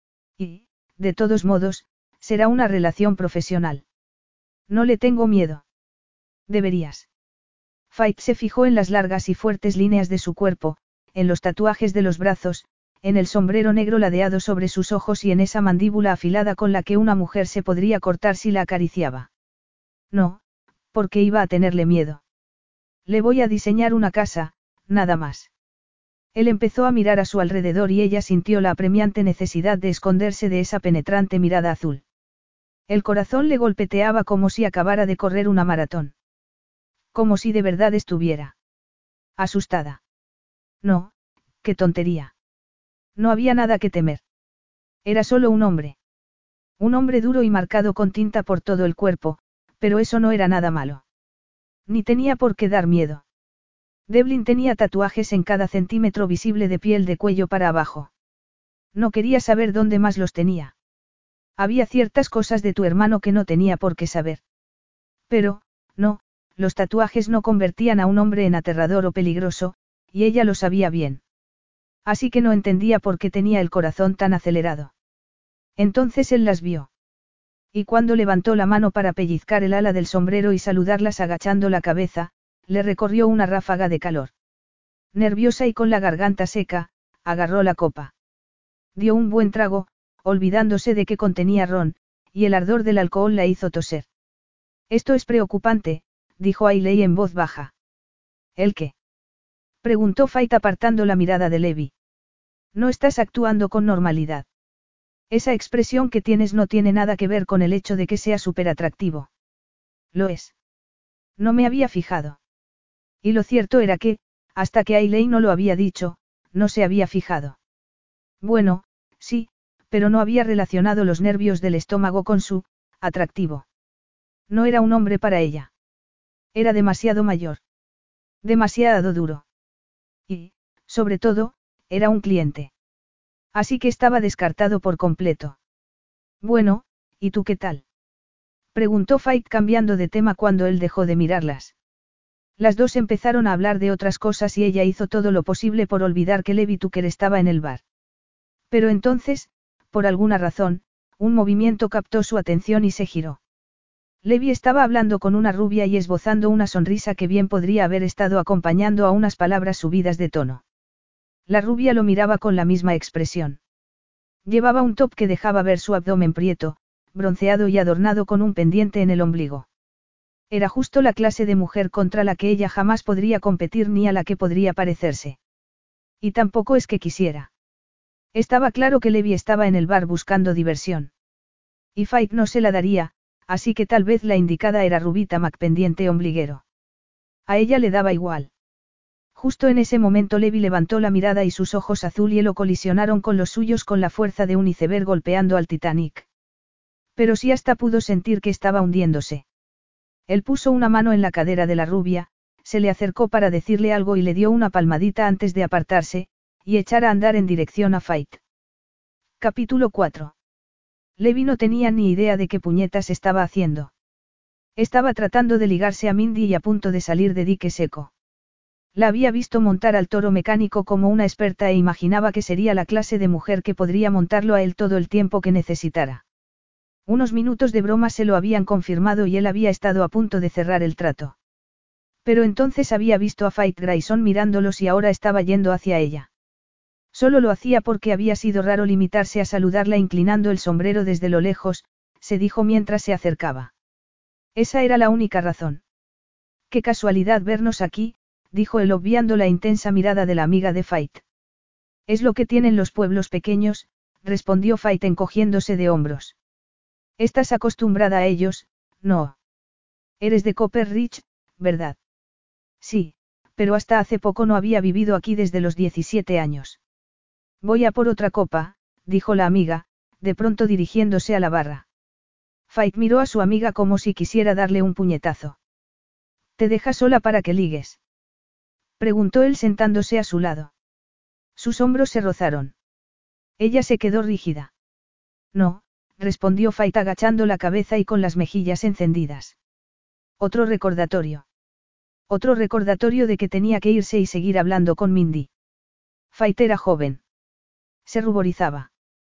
Y, de todos modos, será una relación profesional. No le tengo miedo. Deberías. Fait se fijó en las largas y fuertes líneas de su cuerpo, en los tatuajes de los brazos, en el sombrero negro ladeado sobre sus ojos y en esa mandíbula afilada con la que una mujer se podría cortar si la acariciaba. No, porque iba a tenerle miedo. Le voy a diseñar una casa, nada más. Él empezó a mirar a su alrededor y ella sintió la apremiante necesidad de esconderse de esa penetrante mirada azul. El corazón le golpeteaba como si acabara de correr una maratón. Como si de verdad estuviera asustada. No, qué tontería. No había nada que temer. Era solo un hombre. Un hombre duro y marcado con tinta por todo el cuerpo, pero eso no era nada malo. Ni tenía por qué dar miedo. Devlin tenía tatuajes en cada centímetro visible de piel de cuello para abajo. No quería saber dónde más los tenía. Había ciertas cosas de tu hermano que no tenía por qué saber. Pero, no, los tatuajes no convertían a un hombre en aterrador o peligroso, y ella lo sabía bien. Así que no entendía por qué tenía el corazón tan acelerado. Entonces él las vio. Y cuando levantó la mano para pellizcar el ala del sombrero y saludarlas agachando la cabeza, le recorrió una ráfaga de calor. Nerviosa y con la garganta seca, agarró la copa. Dio un buen trago, olvidándose de que contenía ron, y el ardor del alcohol la hizo toser. Esto es preocupante, dijo Ailey en voz baja. ¿El qué? Preguntó Fait apartando la mirada de Levi. No estás actuando con normalidad. Esa expresión que tienes no tiene nada que ver con el hecho de que sea súper atractivo. Lo es. No me había fijado. Y lo cierto era que, hasta que Ailey no lo había dicho, no se había fijado. Bueno, sí, pero no había relacionado los nervios del estómago con su atractivo. No era un hombre para ella. Era demasiado mayor. Demasiado duro. Y, sobre todo, era un cliente. Así que estaba descartado por completo. Bueno, ¿y tú qué tal? Preguntó Fait cambiando de tema cuando él dejó de mirarlas. Las dos empezaron a hablar de otras cosas y ella hizo todo lo posible por olvidar que Levi Tucker estaba en el bar. Pero entonces, por alguna razón, un movimiento captó su atención y se giró. Levi estaba hablando con una rubia y esbozando una sonrisa que bien podría haber estado acompañando a unas palabras subidas de tono. La rubia lo miraba con la misma expresión. Llevaba un top que dejaba ver su abdomen prieto, bronceado y adornado con un pendiente en el ombligo. Era justo la clase de mujer contra la que ella jamás podría competir ni a la que podría parecerse. Y tampoco es que quisiera. Estaba claro que Levi estaba en el bar buscando diversión. Y Fait no se la daría, así que tal vez la indicada era Rubita McPendiente ombliguero. A ella le daba igual. Justo en ese momento Levi levantó la mirada y sus ojos azul hielo colisionaron con los suyos con la fuerza de un iceberg golpeando al Titanic. Pero sí hasta pudo sentir que estaba hundiéndose. Él puso una mano en la cadera de la rubia, se le acercó para decirle algo y le dio una palmadita antes de apartarse, y echar a andar en dirección a Fait. Capítulo cuatro. Levi no tenía ni idea de qué puñetas estaba haciendo. Estaba tratando de ligarse a Mindy y a punto de salir de dique seco. La había visto montar al toro mecánico como una experta e imaginaba que sería la clase de mujer que podría montarlo a él todo el tiempo que necesitara. Unos minutos de broma se lo habían confirmado y él había estado a punto de cerrar el trato. Pero entonces había visto a Fait Grayson mirándolos y ahora estaba yendo hacia ella. Solo lo hacía porque había sido raro limitarse a saludarla inclinando el sombrero desde lo lejos, se dijo mientras se acercaba. Esa era la única razón. Qué casualidad vernos aquí, dijo él obviando la intensa mirada de la amiga de Fait. Es lo que tienen los pueblos pequeños, respondió Fait encogiéndose de hombros. Estás acostumbrada a ellos, no. Eres de Copper Ridge, ¿verdad? Sí, pero hasta hace poco no había vivido aquí desde los diecisiete años. Voy a por otra copa, dijo la amiga, de pronto dirigiéndose a la barra. Fait miró a su amiga como si quisiera darle un puñetazo. ¿Te deja sola para que ligues? Preguntó él sentándose a su lado. Sus hombros se rozaron. Ella se quedó rígida. No, respondió Fait agachando la cabeza y con las mejillas encendidas. Otro recordatorio. Otro recordatorio de que tenía que irse y seguir hablando con Mindy. Fait era joven. Se ruborizaba.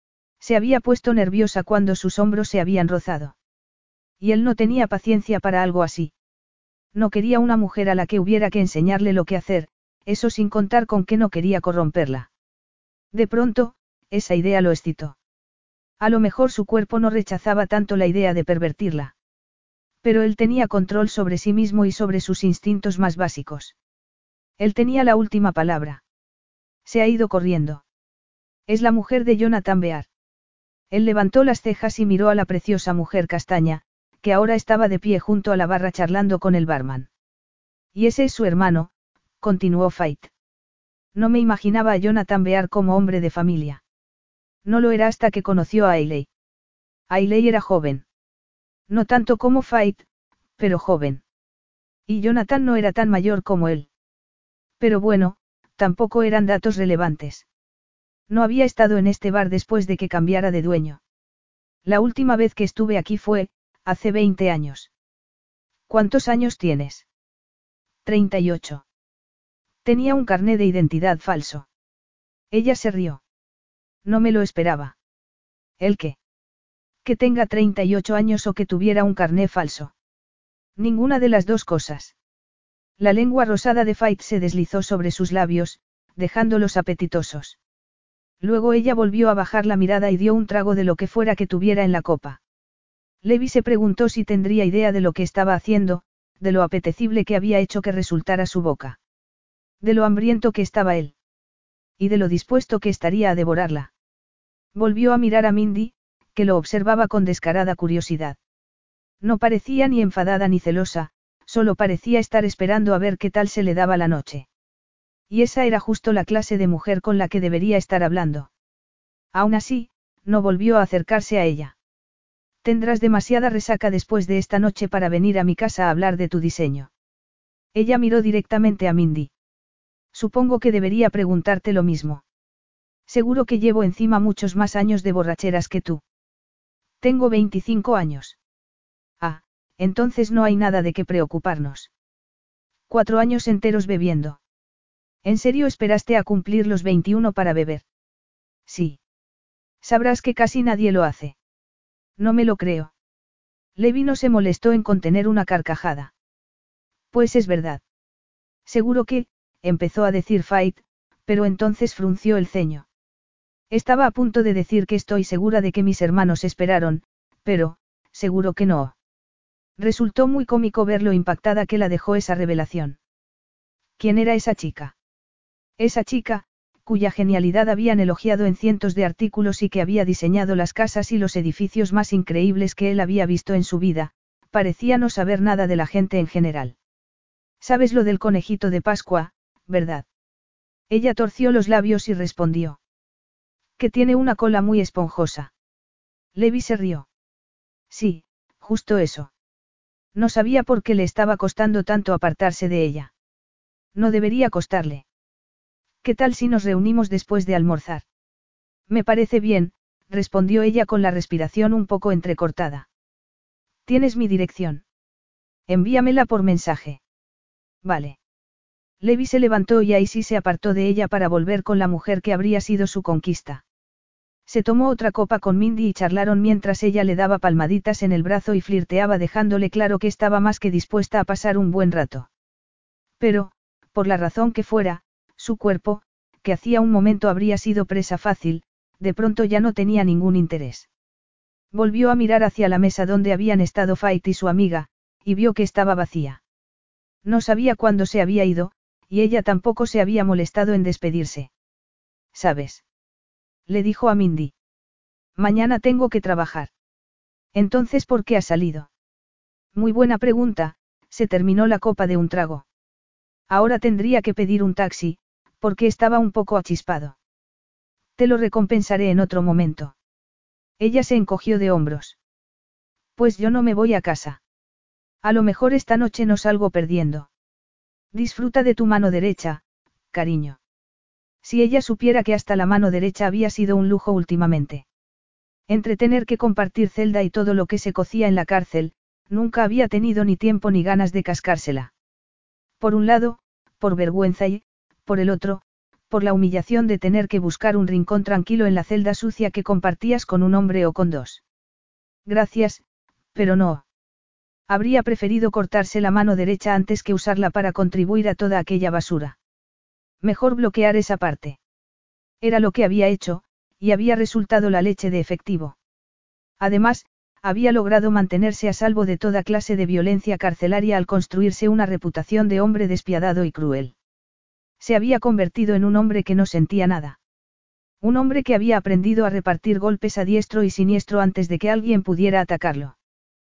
Se había puesto nerviosa cuando sus hombros se habían rozado. Y él no tenía paciencia para algo así. No quería una mujer a la que hubiera que enseñarle lo que hacer, eso sin contar con que no quería corromperla. De pronto, esa idea lo excitó. A lo mejor su cuerpo no rechazaba tanto la idea de pervertirla. Pero él tenía control sobre sí mismo y sobre sus instintos más básicos. Él tenía la última palabra. Se ha ido corriendo. Es la mujer de Jonathan Bear. Él levantó las cejas y miró a la preciosa mujer castaña, que ahora estaba de pie junto a la barra charlando con el barman. Y ese es su hermano, continuó Fait. No me imaginaba a Jonathan Bear como hombre de familia. No lo era hasta que conoció a Ailey. Ailey era joven. No tanto como Fait, pero joven. Y Jonathan no era tan mayor como él. Pero bueno, tampoco eran datos relevantes. No había estado en este bar después de que cambiara de dueño. La última vez que estuve aquí fue, hace veinte años. ¿Cuántos años tienes? Treinta y ocho. Tenía un carné de identidad falso. Ella se rió. No me lo esperaba. ¿El qué? Que tenga treinta y ocho años o que tuviera un carné falso. Ninguna de las dos cosas. La lengua rosada de Fait se deslizó sobre sus labios, dejándolos apetitosos. Luego ella volvió a bajar la mirada y dio un trago de lo que fuera que tuviera en la copa. Levi se preguntó si tendría idea de lo que estaba haciendo, de lo apetecible que había hecho que resultara su boca. De lo hambriento que estaba él. Y de lo dispuesto que estaría a devorarla. Volvió a mirar a Mindy, que lo observaba con descarada curiosidad. No parecía ni enfadada ni celosa, solo parecía estar esperando a ver qué tal se le daba la noche. Y esa era justo la clase de mujer con la que debería estar hablando. Aún así, no volvió a acercarse a ella. Tendrás demasiada resaca después de esta noche para venir a mi casa a hablar de tu diseño. Ella miró directamente a Mindy. Supongo que debería preguntarte lo mismo. Seguro que llevo encima muchos más años de borracheras que tú. Tengo veinticinco años. Ah, entonces no hay nada de qué preocuparnos. Cuatro años enteros bebiendo. ¿En serio esperaste a cumplir los veintiuno para beber? Sí. Sabrás que casi nadie lo hace. No me lo creo. Levi no se molestó en contener una carcajada. Pues es verdad. Seguro que, empezó a decir Fait, pero entonces frunció el ceño. Estaba a punto de decir que estoy segura de que mis hermanos esperaron, pero, seguro que no. Resultó muy cómico ver lo impactada que la dejó esa revelación. ¿Quién era esa chica? Esa chica, cuya genialidad habían elogiado en cientos de artículos y que había diseñado las casas y los edificios más increíbles que él había visto en su vida, parecía no saber nada de la gente en general. ¿Sabes lo del conejito de Pascua, verdad? Ella torció los labios y respondió. Que tiene una cola muy esponjosa. Levi se rió. Sí, justo eso. No sabía por qué le estaba costando tanto apartarse de ella. No debería costarle. ¿Qué tal si nos reunimos después de almorzar? Me parece bien, respondió ella con la respiración un poco entrecortada. ¿Tienes mi dirección? Envíamela por mensaje. Vale. Levi se levantó y Aisy se apartó de ella para volver con la mujer que habría sido su conquista. Se tomó otra copa con Mindy y charlaron mientras ella le daba palmaditas en el brazo y flirteaba dejándole claro que estaba más que dispuesta a pasar un buen rato. Pero, por la razón que fuera, su cuerpo, que hacía un momento habría sido presa fácil, de pronto ya no tenía ningún interés. Volvió a mirar hacia la mesa donde habían estado Fait y su amiga, y vio que estaba vacía. No sabía cuándo se había ido, y ella tampoco se había molestado en despedirse. ¿Sabes? Le dijo a Mindy. Mañana tengo que trabajar. Entonces, ¿por qué has salido? Muy buena pregunta, se terminó la copa de un trago. Ahora tendría que pedir un taxi, porque estaba un poco achispado. Te lo recompensaré en otro momento. Ella se encogió de hombros. Pues yo no me voy a casa. A lo mejor esta noche no salgo perdiendo. Disfruta de tu mano derecha, cariño. Si ella supiera que hasta la mano derecha había sido un lujo últimamente. Entre tener que compartir celda y todo lo que se cocía en la cárcel, nunca había tenido ni tiempo ni ganas de cascársela. Por un lado, por vergüenza y, por el otro, por la humillación de tener que buscar un rincón tranquilo en la celda sucia que compartías con un hombre o con dos. Gracias, pero no. Habría preferido cortarse la mano derecha antes que usarla para contribuir a toda aquella basura. Mejor bloquear esa parte. Era lo que había hecho, y había resultado la leche de efectivo. Además, había logrado mantenerse a salvo de toda clase de violencia carcelaria al construirse una reputación de hombre despiadado y cruel. Se había convertido en un hombre que no sentía nada. Un hombre que había aprendido a repartir golpes a diestro y siniestro antes de que alguien pudiera atacarlo.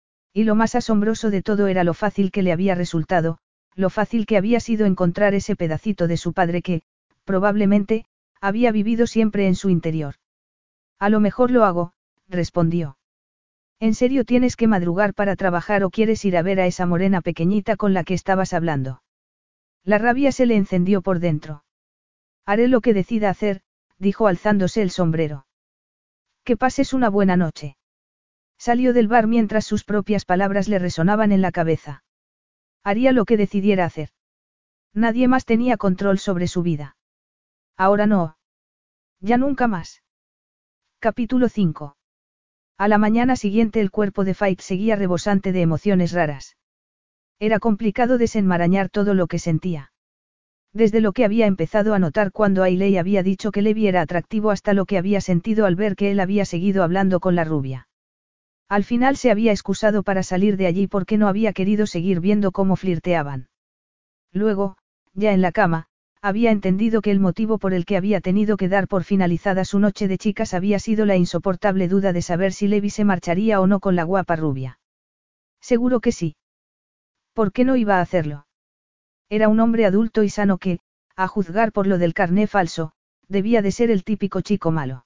Y lo más asombroso de todo era lo fácil que le había resultado, lo fácil que había sido encontrar ese pedacito de su padre que, probablemente, había vivido siempre en su interior. A lo mejor lo hago, respondió. ¿En serio tienes que madrugar para trabajar o quieres ir a ver a esa morena pequeñita con la que estabas hablando? La rabia se le encendió por dentro. Haré lo que decida hacer, dijo alzándose el sombrero. Que pases una buena noche. Salió del bar mientras sus propias palabras le resonaban en la cabeza. Haría lo que decidiera hacer. Nadie más tenía control sobre su vida. Ahora no. Ya nunca más. Capítulo cinco. A la mañana siguiente el cuerpo de Faith seguía rebosante de emociones raras. Era complicado desenmarañar todo lo que sentía. Desde lo que había empezado a notar cuando Ailey había dicho que Levi era atractivo hasta lo que había sentido al ver que él había seguido hablando con la rubia. Al final se había excusado para salir de allí porque no había querido seguir viendo cómo flirteaban. Luego, ya en la cama, había entendido que el motivo por el que había tenido que dar por finalizada su noche de chicas había sido la insoportable duda de saber si Levi se marcharía o no con la guapa rubia. Seguro que sí. ¿Por qué no iba a hacerlo? Era un hombre adulto y sano que, a juzgar por lo del carné falso, debía de ser el típico chico malo.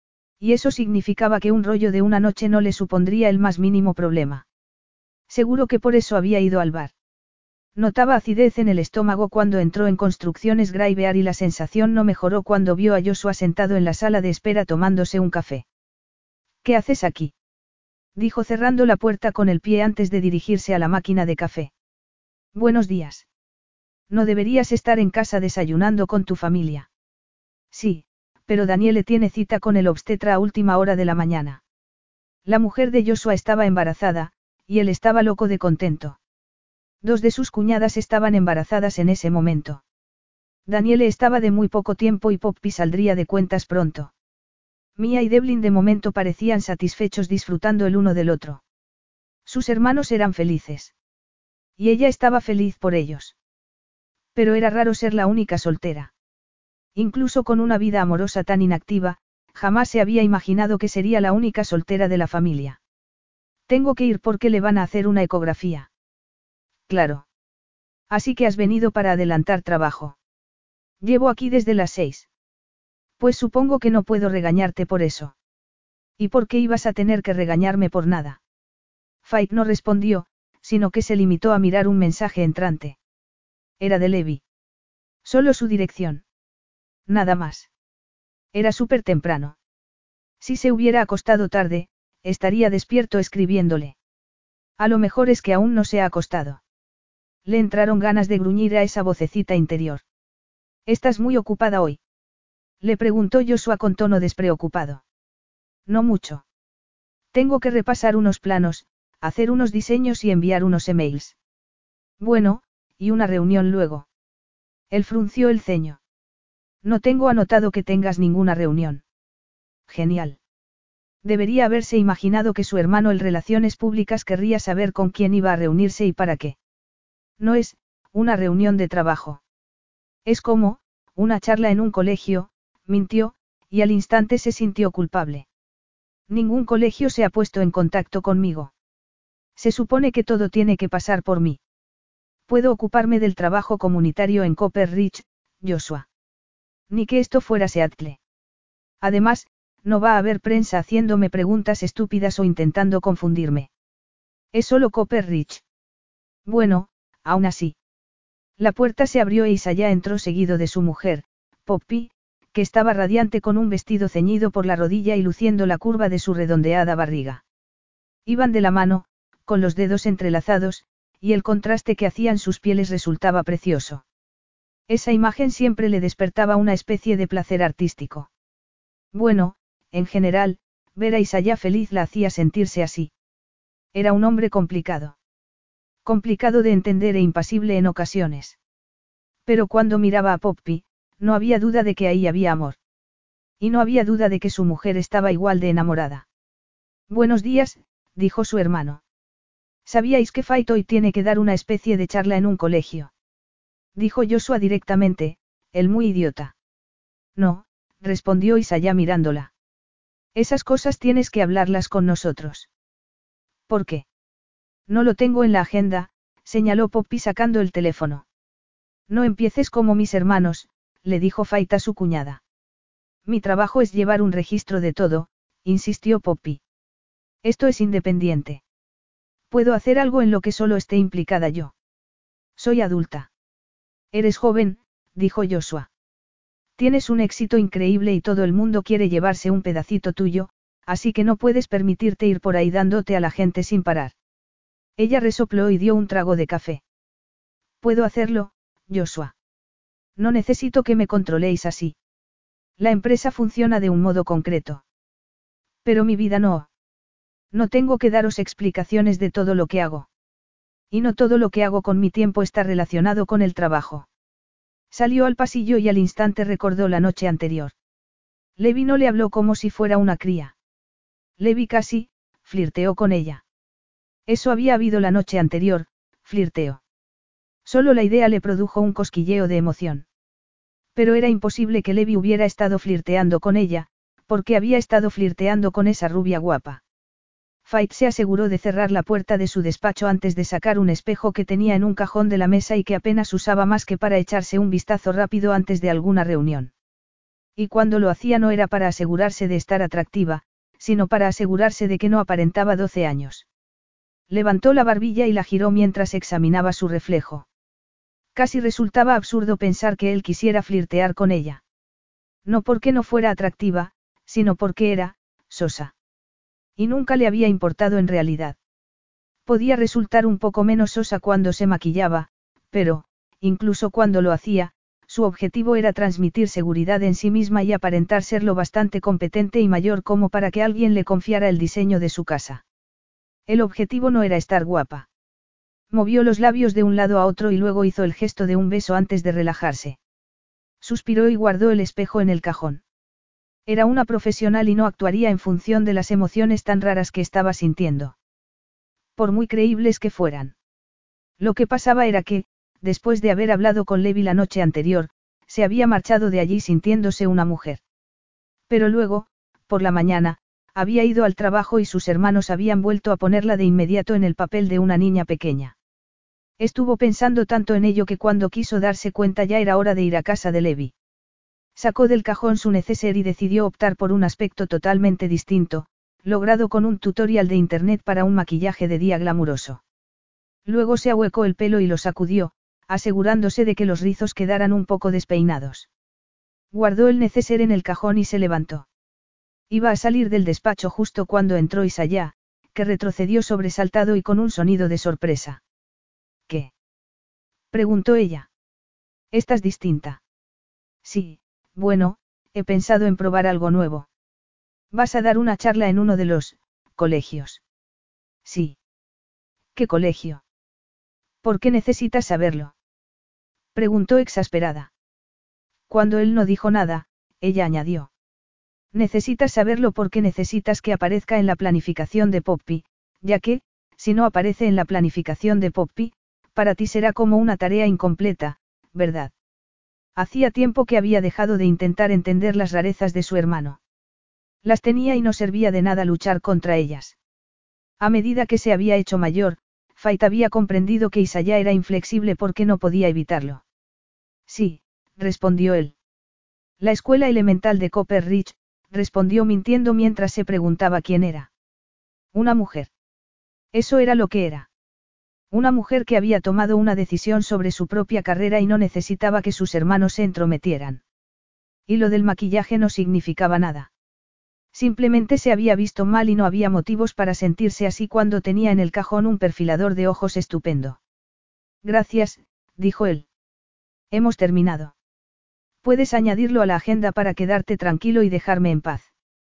Y eso significaba que un rollo de una noche no le supondría el más mínimo problema. Seguro que por eso había ido al bar. Notaba acidez en el estómago cuando entró en Construcciones Graveyard y la sensación no mejoró cuando vio a Joshua sentado en la sala de espera tomándose un café. ¿Qué haces aquí?, dijo cerrando la puerta con el pie antes de dirigirse a la máquina de café. Buenos días. No deberías estar en casa desayunando con tu familia. Sí, pero Daniele tiene cita con el obstetra a última hora de la mañana. La mujer de Joshua estaba embarazada, y él estaba loco de contento. Dos de sus cuñadas estaban embarazadas en ese momento. Daniele estaba de muy poco tiempo y Poppy saldría de cuentas pronto. Mia y Devlin de momento parecían satisfechos disfrutando el uno del otro. Sus hermanos eran felices. Y ella estaba feliz por ellos. Pero era raro ser la única soltera. Incluso con una vida amorosa tan inactiva, jamás se había imaginado que sería la única soltera de la familia. Tengo que ir porque le van a hacer una ecografía. Claro. Así que has venido para adelantar trabajo. Llevo aquí desde las seis. Pues supongo que no puedo regañarte por eso. ¿Y por qué ibas a tener que regañarme por nada? Faith no respondió, sino que se limitó a mirar un mensaje entrante. Era de Levi. Solo su dirección. Nada más. Era súper temprano. Si se hubiera acostado tarde, estaría despierto escribiéndole. A lo mejor es que aún no se ha acostado. Le entraron ganas de gruñir a esa vocecita interior. ¿Estás muy ocupada hoy?, le preguntó Joshua con tono despreocupado. No mucho. Tengo que repasar unos planos, hacer unos diseños y enviar unos emails. Bueno, y una reunión luego. Él frunció el ceño. No tengo anotado que tengas ninguna reunión. Genial. Debería haberse imaginado que su hermano el Relaciones Públicas querría saber con quién iba a reunirse y para qué. No es una reunión de trabajo. Es como una charla en un colegio, mintió, y al instante se sintió culpable. Ningún colegio se ha puesto en contacto conmigo. Se supone que todo tiene que pasar por mí. Puedo ocuparme del trabajo comunitario en Copper Ridge, Joshua. Ni que esto fuera Seattle. Además, no va a haber prensa haciéndome preguntas estúpidas o intentando confundirme. Es solo Copper Ridge. Bueno, aún así. La puerta se abrió e Isaiah entró seguido de su mujer, Poppy, que estaba radiante con un vestido ceñido por la rodilla y luciendo la curva de su redondeada barriga. Iban de la mano, con los dedos entrelazados, y el contraste que hacían sus pieles resultaba precioso. Esa imagen siempre le despertaba una especie de placer artístico. Bueno, en general, ver a Isaiah feliz la hacía sentirse así. Era un hombre complicado. Complicado de entender e impasible en ocasiones. Pero cuando miraba a Poppy, no había duda de que ahí había amor. Y no había duda de que su mujer estaba igual de enamorada. Buenos días, dijo su hermano. ¿Sabíais que Faith hoy tiene que dar una especie de charla en un colegio? Dijo Joshua directamente, el muy idiota. No, respondió Isaiah mirándola. Esas cosas tienes que hablarlas con nosotros. ¿Por qué? No lo tengo en la agenda, señaló Poppy sacando el teléfono. No empieces como mis hermanos, le dijo Faith a su cuñada. Mi trabajo es llevar un registro de todo, insistió Poppy. Esto es independiente. Puedo hacer algo en lo que solo esté implicada yo. Soy adulta. Eres joven, dijo Joshua. Tienes un éxito increíble y todo el mundo quiere llevarse un pedacito tuyo, así que no puedes permitirte ir por ahí dándote a la gente sin parar. Ella resopló y dio un trago de café. Puedo hacerlo, Joshua. No necesito que me controléis así. La empresa funciona de un modo concreto. Pero mi vida no. No tengo que daros explicaciones de todo lo que hago. Y no todo lo que hago con mi tiempo está relacionado con el trabajo. Salió al pasillo y al instante recordó la noche anterior. Levi no le habló como si fuera una cría. Levi casi, flirteó con ella. Eso había habido la noche anterior, flirteo. Solo la idea le produjo un cosquilleo de emoción. Pero era imposible que Levi hubiera estado flirteando con ella, porque había estado flirteando con esa rubia guapa. Fait se aseguró de cerrar la puerta de su despacho antes de sacar un espejo que tenía en un cajón de la mesa y que apenas usaba más que para echarse un vistazo rápido antes de alguna reunión. Y cuando lo hacía no era para asegurarse de estar atractiva, sino para asegurarse de que no aparentaba doce años. Levantó la barbilla y la giró mientras examinaba su reflejo. Casi resultaba absurdo pensar que él quisiera flirtear con ella. No porque no fuera atractiva, sino porque era, sosa. Y nunca le había importado en realidad. Podía resultar un poco menos sosa cuando se maquillaba, pero, incluso cuando lo hacía, su objetivo era transmitir seguridad en sí misma y aparentar ser lo bastante competente y mayor como para que alguien le confiara el diseño de su casa. El objetivo no era estar guapa. Movió los labios de un lado a otro y luego hizo el gesto de un beso antes de relajarse. Suspiró y guardó el espejo en el cajón. Era una profesional y no actuaría en función de las emociones tan raras que estaba sintiendo. Por muy creíbles que fueran. Lo que pasaba era que, después de haber hablado con Levi la noche anterior, se había marchado de allí sintiéndose una mujer. Pero luego, por la mañana, había ido al trabajo y sus hermanos habían vuelto a ponerla de inmediato en el papel de una niña pequeña. Estuvo pensando tanto en ello que cuando quiso darse cuenta ya era hora de ir a casa de Levi. Sacó del cajón su neceser y decidió optar por un aspecto totalmente distinto, logrado con un tutorial de internet para un maquillaje de día glamuroso. Luego se ahuecó el pelo y lo sacudió, asegurándose de que los rizos quedaran un poco despeinados. Guardó el neceser en el cajón y se levantó. Iba a salir del despacho justo cuando entró Isayá, que retrocedió sobresaltado y con un sonido de sorpresa. ¿Qué? Preguntó ella. ¿Estás distinta? Sí, bueno, he pensado en probar algo nuevo. ¿Vas a dar una charla en uno de los colegios? Sí. ¿Qué colegio? ¿Por qué necesitas saberlo? Preguntó exasperada. Cuando él no dijo nada, ella añadió. Necesitas saberlo porque necesitas que aparezca en la planificación de Poppy, ya que, si no aparece en la planificación de Poppy, para ti será como una tarea incompleta, ¿verdad? Hacía tiempo que había dejado de intentar entender las rarezas de su hermano. Las tenía y no servía de nada luchar contra ellas. A medida que se había hecho mayor, Fait había comprendido que Isayá era inflexible porque no podía evitarlo. Sí, respondió él. La escuela elemental de Copper Ridge, respondió mintiendo mientras se preguntaba quién era. Una mujer. Eso era lo que era. Una mujer que había tomado una decisión sobre su propia carrera y no necesitaba que sus hermanos se entrometieran. Y lo del maquillaje no significaba nada. Simplemente se había visto mal y no había motivos para sentirse así cuando tenía en el cajón un perfilador de ojos estupendo. Gracias, dijo él. Hemos terminado. Puedes añadirlo a la agenda para quedarte tranquilo y dejarme en paz.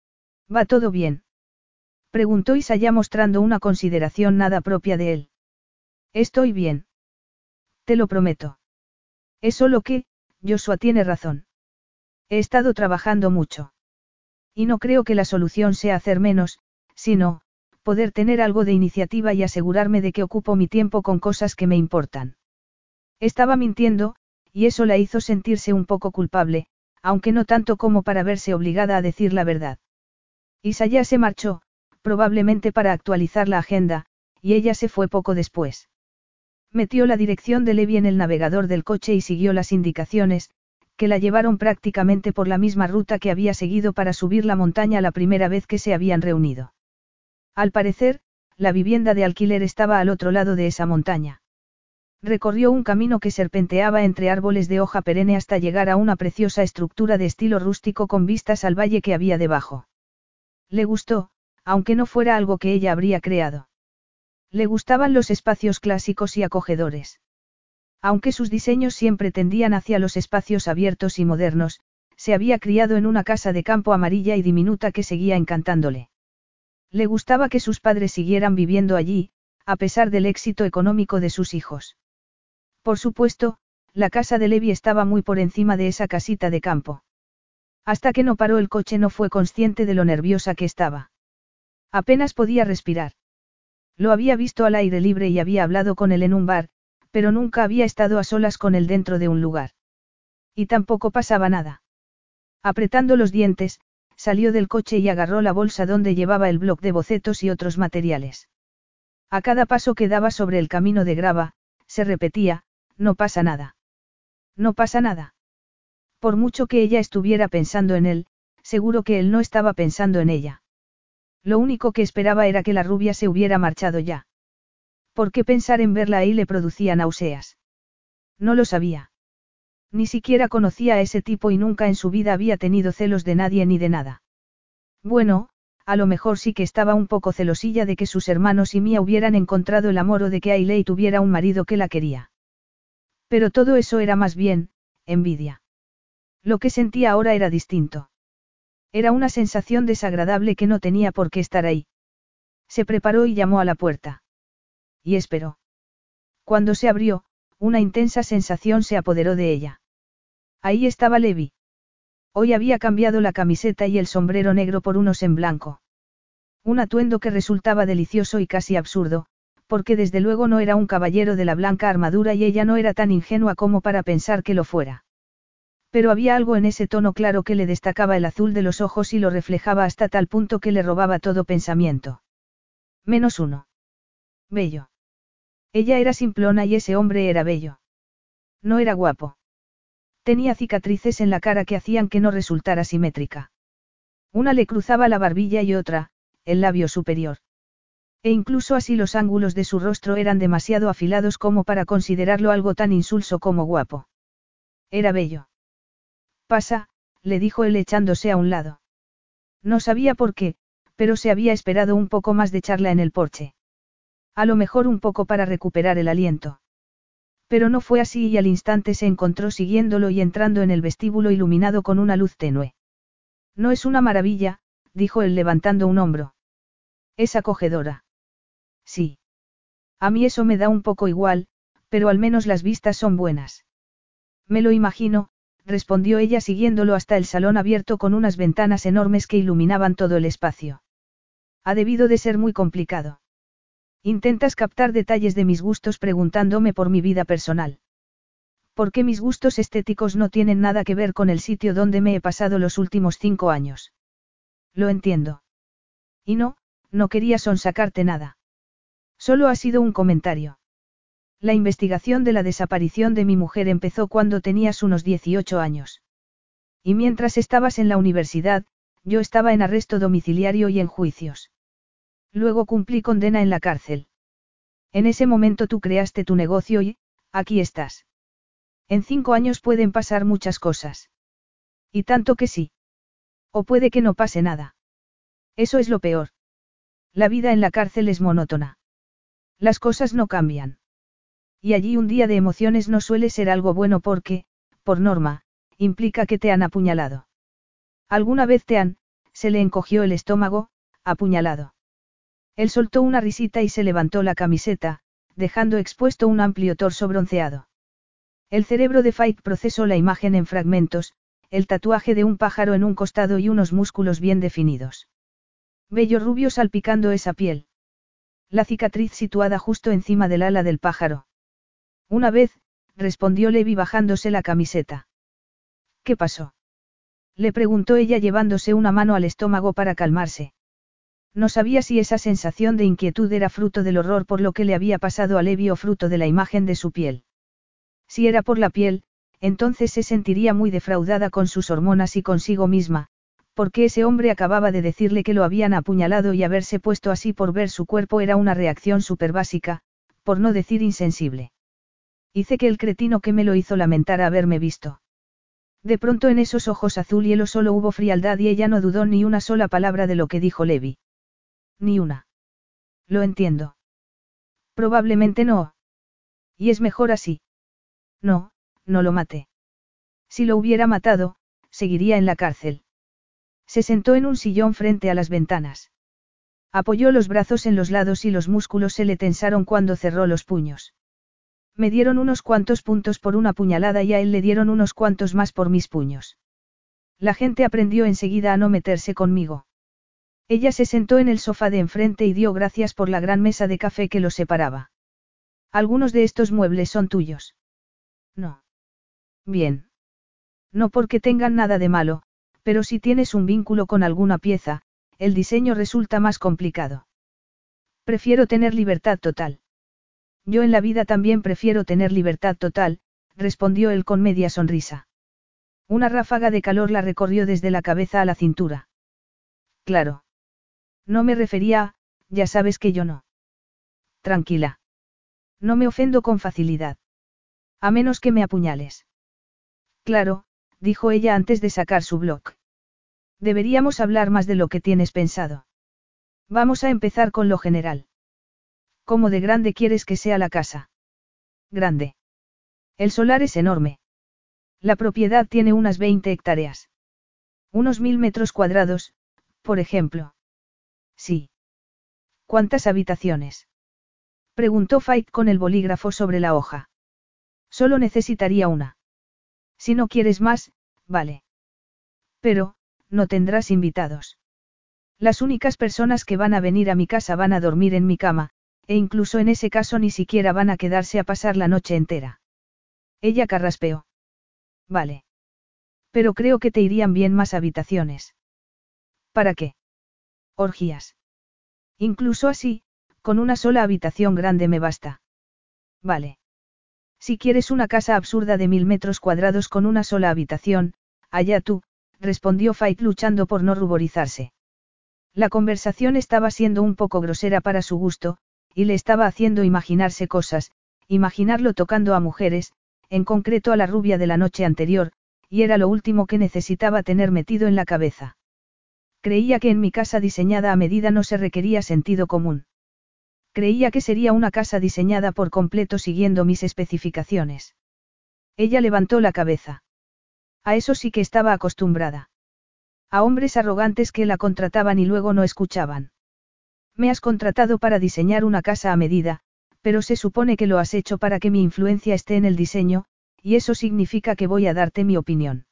¿Va todo bien? Preguntó Isayá mostrando una consideración nada propia de él. Estoy bien. Te lo prometo. Es solo que, Joshua tiene razón. He estado trabajando mucho. Y no creo que la solución sea hacer menos, sino, poder tener algo de iniciativa y asegurarme de que ocupo mi tiempo con cosas que me importan. Estaba mintiendo, y eso la hizo sentirse un poco culpable, aunque no tanto como para verse obligada a decir la verdad. Isayá se marchó, probablemente para actualizar la agenda, y ella se fue poco después. Metió la dirección de Levi en el navegador del coche y siguió las indicaciones, que la llevaron prácticamente por la misma ruta que había seguido para subir la montaña la primera vez que se habían reunido. Al parecer, la vivienda de alquiler estaba al otro lado de esa montaña. Recorrió un camino que serpenteaba entre árboles de hoja perenne hasta llegar a una preciosa estructura de estilo rústico con vistas al valle que había debajo. Le gustó, aunque no fuera algo que ella habría creado. Le gustaban los espacios clásicos y acogedores. Aunque sus diseños siempre tendían hacia los espacios abiertos y modernos, se había criado en una casa de campo amarilla y diminuta que seguía encantándole. Le gustaba que sus padres siguieran viviendo allí, a pesar del éxito económico de sus hijos. Por supuesto, la casa de Levi estaba muy por encima de esa casita de campo. Hasta que no paró el coche no fue consciente de lo nerviosa que estaba. Apenas podía respirar. Lo había visto al aire libre y había hablado con él en un bar, pero nunca había estado a solas con él dentro de un lugar. Y tampoco pasaba nada. Apretando los dientes, salió del coche y agarró la bolsa donde llevaba el bloc de bocetos y otros materiales. A cada paso que daba sobre el camino de grava, se repetía, no pasa nada. No pasa nada. Por mucho que ella estuviera pensando en él, seguro que él no estaba pensando en ella. Lo único que esperaba era que la rubia se hubiera marchado ya. ¿Por qué pensar en verla ahí le producía náuseas? No lo sabía. Ni siquiera conocía a ese tipo y nunca en su vida había tenido celos de nadie ni de nada. Bueno, a lo mejor sí que estaba un poco celosilla de que sus hermanos y Mía hubieran encontrado el amor o de que Ailey tuviera un marido que la quería. Pero todo eso era más bien, envidia. Lo que sentía ahora era distinto. Era una sensación desagradable que no tenía por qué estar ahí. Se preparó y llamó a la puerta. Y esperó. Cuando se abrió, una intensa sensación se apoderó de ella. Ahí estaba Levi. Hoy había cambiado la camiseta y el sombrero negro por unos en blanco. Un atuendo que resultaba delicioso y casi absurdo, porque desde luego no era un caballero de la blanca armadura y ella no era tan ingenua como para pensar que lo fuera. Pero había algo en ese tono claro que le destacaba el azul de los ojos y lo reflejaba hasta tal punto que le robaba todo pensamiento. Menos uno. Bello. Ella era simplona y ese hombre era bello. No era guapo. Tenía cicatrices en la cara que hacían que no resultara simétrica. Una le cruzaba la barbilla y otra, el labio superior. E incluso así los ángulos de su rostro eran demasiado afilados como para considerarlo algo tan insulso como guapo. Era bello. Pasa, le dijo él echándose a un lado. No sabía por qué, pero se había esperado un poco más de charla en el porche. A lo mejor un poco para recuperar el aliento. Pero no fue así y al instante se encontró siguiéndolo y entrando en el vestíbulo iluminado con una luz tenue. No es una maravilla, dijo él levantando un hombro. Es acogedora. Sí. A mí eso me da un poco igual, pero al menos las vistas son buenas. Me lo imagino, respondió ella siguiéndolo hasta el salón abierto con unas ventanas enormes que iluminaban todo el espacio. Ha debido de ser muy complicado. Intentas captar detalles de mis gustos preguntándome por mi vida personal. Porque mis gustos estéticos no tienen nada que ver con el sitio donde me he pasado los últimos cinco años. Lo entiendo. Y no, no quería sonsacarte nada. Solo ha sido un comentario. La investigación de la desaparición de mi mujer empezó cuando tenías unos dieciocho años. Y mientras estabas en la universidad, yo estaba en arresto domiciliario y en juicios. Luego cumplí condena en la cárcel. En ese momento tú creaste tu negocio y, aquí estás. En cinco años pueden pasar muchas cosas. Y tanto que sí. O puede que no pase nada. Eso es lo peor. La vida en la cárcel es monótona. Las cosas no cambian. Y allí un día de emociones no suele ser algo bueno porque, por norma, implica que te han apuñalado. ¿Alguna vez te han, se le encogió el estómago, apuñalado? Él soltó una risita y se levantó la camiseta, dejando expuesto un amplio torso bronceado. El cerebro de Faith procesó la imagen en fragmentos, el tatuaje de un pájaro en un costado y unos músculos bien definidos. Bello rubio salpicando esa piel. La cicatriz situada justo encima del ala del pájaro. Una vez, respondió Levi bajándose la camiseta. ¿Qué pasó? Le preguntó ella llevándose una mano al estómago para calmarse. No sabía si esa sensación de inquietud era fruto del horror por lo que le había pasado a Levi o fruto de la imagen de su piel. Si era por la piel, entonces se sentiría muy defraudada con sus hormonas y consigo misma, porque ese hombre acababa de decirle que lo habían apuñalado y haberse puesto así por ver su cuerpo era una reacción súper básica, por no decir insensible. Hice que el cretino que me lo hizo lamentara haberme visto. De pronto en esos ojos azul hielo solo hubo frialdad y ella no dudó ni una sola palabra de lo que dijo Levi. Ni una. Lo entiendo. Probablemente no. Y es mejor así. No, no lo maté. Si lo hubiera matado, seguiría en la cárcel. Se sentó en un sillón frente a las ventanas. Apoyó los brazos en los lados y los músculos se le tensaron cuando cerró los puños. Me dieron unos cuantos puntos por una puñalada y a él le dieron unos cuantos más por mis puños. La gente aprendió enseguida a no meterse conmigo. Ella se sentó en el sofá de enfrente y dio gracias por la gran mesa de café que los separaba. Algunos de estos muebles son tuyos. No. Bien. No porque tengan nada de malo, pero si tienes un vínculo con alguna pieza, el diseño resulta más complicado. Prefiero tener libertad total. Yo en la vida también prefiero tener libertad total, respondió él con media sonrisa. Una ráfaga de calor la recorrió desde la cabeza a la cintura. Claro. No me refería a, ya sabes que yo no. Tranquila. No me ofendo con facilidad. A menos que me apuñales. Claro, dijo ella antes de sacar su blog. Deberíamos hablar más de lo que tienes pensado. Vamos a empezar con lo general. ¿Cómo de grande quieres que sea la casa? Grande. El solar es enorme. La propiedad tiene unas veinte hectáreas. Unos mil metros cuadrados, por ejemplo. Sí. ¿Cuántas habitaciones? Preguntó Fait con el bolígrafo sobre la hoja. Solo necesitaría una. Si no quieres más, vale. Pero, no tendrás invitados. Las únicas personas que van a venir a mi casa van a dormir en mi cama, e incluso en ese caso ni siquiera van a quedarse a pasar la noche entera. Ella carraspeó. Vale. Pero creo que te irían bien más habitaciones. ¿Para qué? Orgías. Incluso así, con una sola habitación grande me basta. Vale. Si quieres una casa absurda de mil metros cuadrados con una sola habitación, allá tú, respondió Fait luchando por no ruborizarse. La conversación estaba siendo un poco grosera para su gusto, y le estaba haciendo imaginarse cosas, imaginarlo tocando a mujeres, en concreto a la rubia de la noche anterior, y era lo último que necesitaba tener metido en la cabeza. Creía que en mi casa diseñada a medida no se requería sentido común. Creía que sería una casa diseñada por completo siguiendo mis especificaciones. Ella levantó la cabeza. A eso sí que estaba acostumbrada. A hombres arrogantes que la contrataban y luego no escuchaban. Me has contratado para diseñar una casa a medida, pero se supone que lo has hecho para que mi influencia esté en el diseño, y eso significa que voy a darte mi opinión.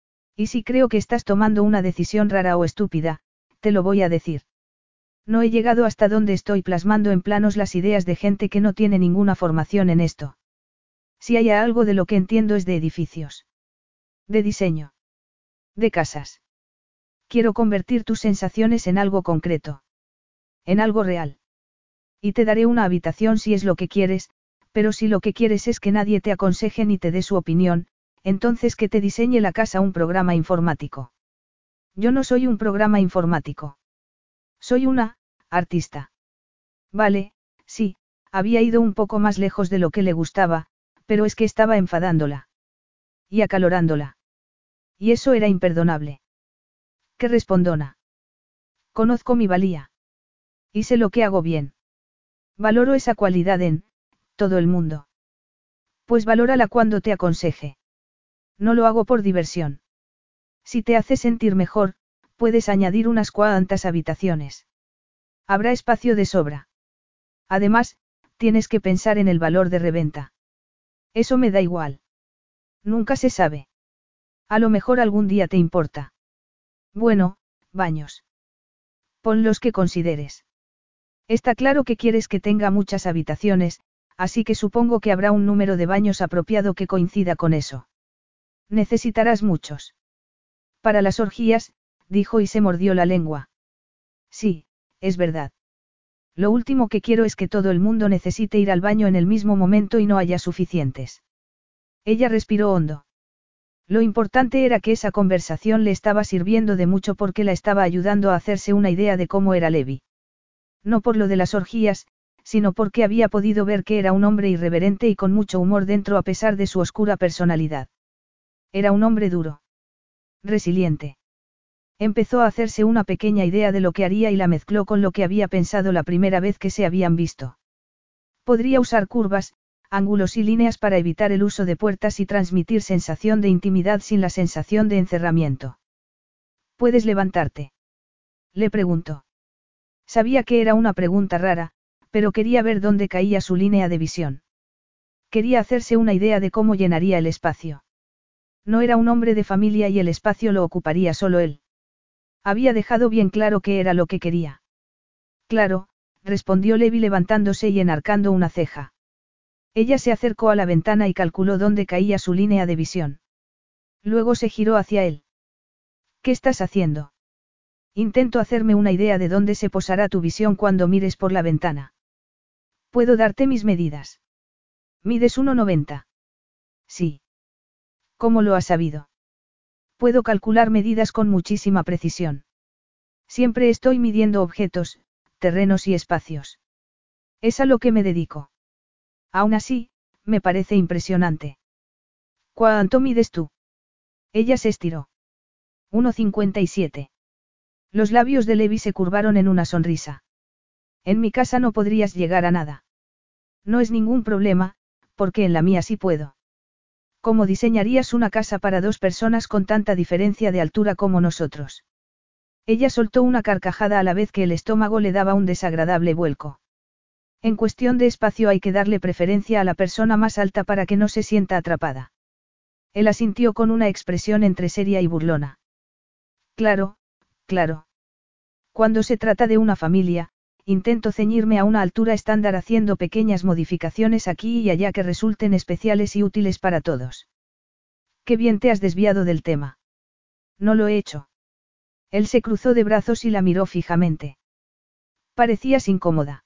Y si creo que estás tomando una decisión rara o estúpida, te lo voy a decir. No he llegado hasta donde estoy plasmando en planos las ideas de gente que no tiene ninguna formación en esto. Si hay algo de lo que entiendo es de edificios. De diseño. De casas. Quiero convertir tus sensaciones en algo concreto. En algo real. Y te daré una habitación si es lo que quieres, pero si lo que quieres es que nadie te aconseje ni te dé su opinión, entonces que te diseñe la casa un programa informático. Yo no soy un programa informático. Soy una, artista. Vale, sí, había ido un poco más lejos de lo que le gustaba, pero es que estaba enfadándola. Y acalorándola. Y eso era imperdonable. ¿Qué respondona? Conozco mi valía. Y sé lo que hago bien. Valoro esa cualidad en, todo el mundo. Pues valórala cuando te aconseje. No lo hago por diversión. Si te hace sentir mejor, puedes añadir unas cuantas habitaciones. Habrá espacio de sobra. Además, tienes que pensar en el valor de reventa. Eso me da igual. Nunca se sabe. A lo mejor algún día te importa. Bueno, baños. Pon los que consideres. Está claro que quieres que tenga muchas habitaciones, así que supongo que habrá un número de baños apropiado que coincida con eso. Necesitarás muchos. Para las orgías, dijo y se mordió la lengua. Sí, es verdad. Lo último que quiero es que todo el mundo necesite ir al baño en el mismo momento y no haya suficientes. Ella respiró hondo. Lo importante era que esa conversación le estaba sirviendo de mucho porque la estaba ayudando a hacerse una idea de cómo era Levi. No por lo de las orgías, sino porque había podido ver que era un hombre irreverente y con mucho humor dentro a pesar de su oscura personalidad. Era un hombre duro. Resiliente. Empezó a hacerse una pequeña idea de lo que haría y la mezcló con lo que había pensado la primera vez que se habían visto. Podría usar curvas, ángulos y líneas para evitar el uso de puertas y transmitir sensación de intimidad sin la sensación de encerramiento. ¿Puedes levantarte?, le preguntó. Sabía que era una pregunta rara, pero quería ver dónde caía su línea de visión. Quería hacerse una idea de cómo llenaría el espacio. No era un hombre de familia y el espacio lo ocuparía solo él. Había dejado bien claro qué era lo que quería. Claro, respondió Levi levantándose y enarcando una ceja. Ella se acercó a la ventana y calculó dónde caía su línea de visión. Luego se giró hacia él. ¿Qué estás haciendo? Intento hacerme una idea de dónde se posará tu visión cuando mires por la ventana. ¿Puedo darte mis medidas? ¿Mides uno noventa? Sí. ¿Cómo lo has sabido? Puedo calcular medidas con muchísima precisión. Siempre estoy midiendo objetos, terrenos y espacios. Es a lo que me dedico. Aún así, me parece impresionante. ¿Cuánto mides tú? Ella se estiró. uno cincuenta y siete. Los labios de Levi se curvaron en una sonrisa. En mi casa no podrías llegar a nada. No es ningún problema, porque en la mía sí puedo. ¿Cómo diseñarías una casa para dos personas con tanta diferencia de altura como nosotros? Ella soltó una carcajada a la vez que el estómago le daba un desagradable vuelco. En cuestión de espacio hay que darle preferencia a la persona más alta para que no se sienta atrapada. Él asintió con una expresión entre seria y burlona. Claro, claro. Cuando se trata de una familia, intento ceñirme a una altura estándar haciendo pequeñas modificaciones aquí y allá que resulten especiales y útiles para todos. Qué bien te has desviado del tema. No lo he hecho. Él se cruzó de brazos y la miró fijamente. Parecías incómoda.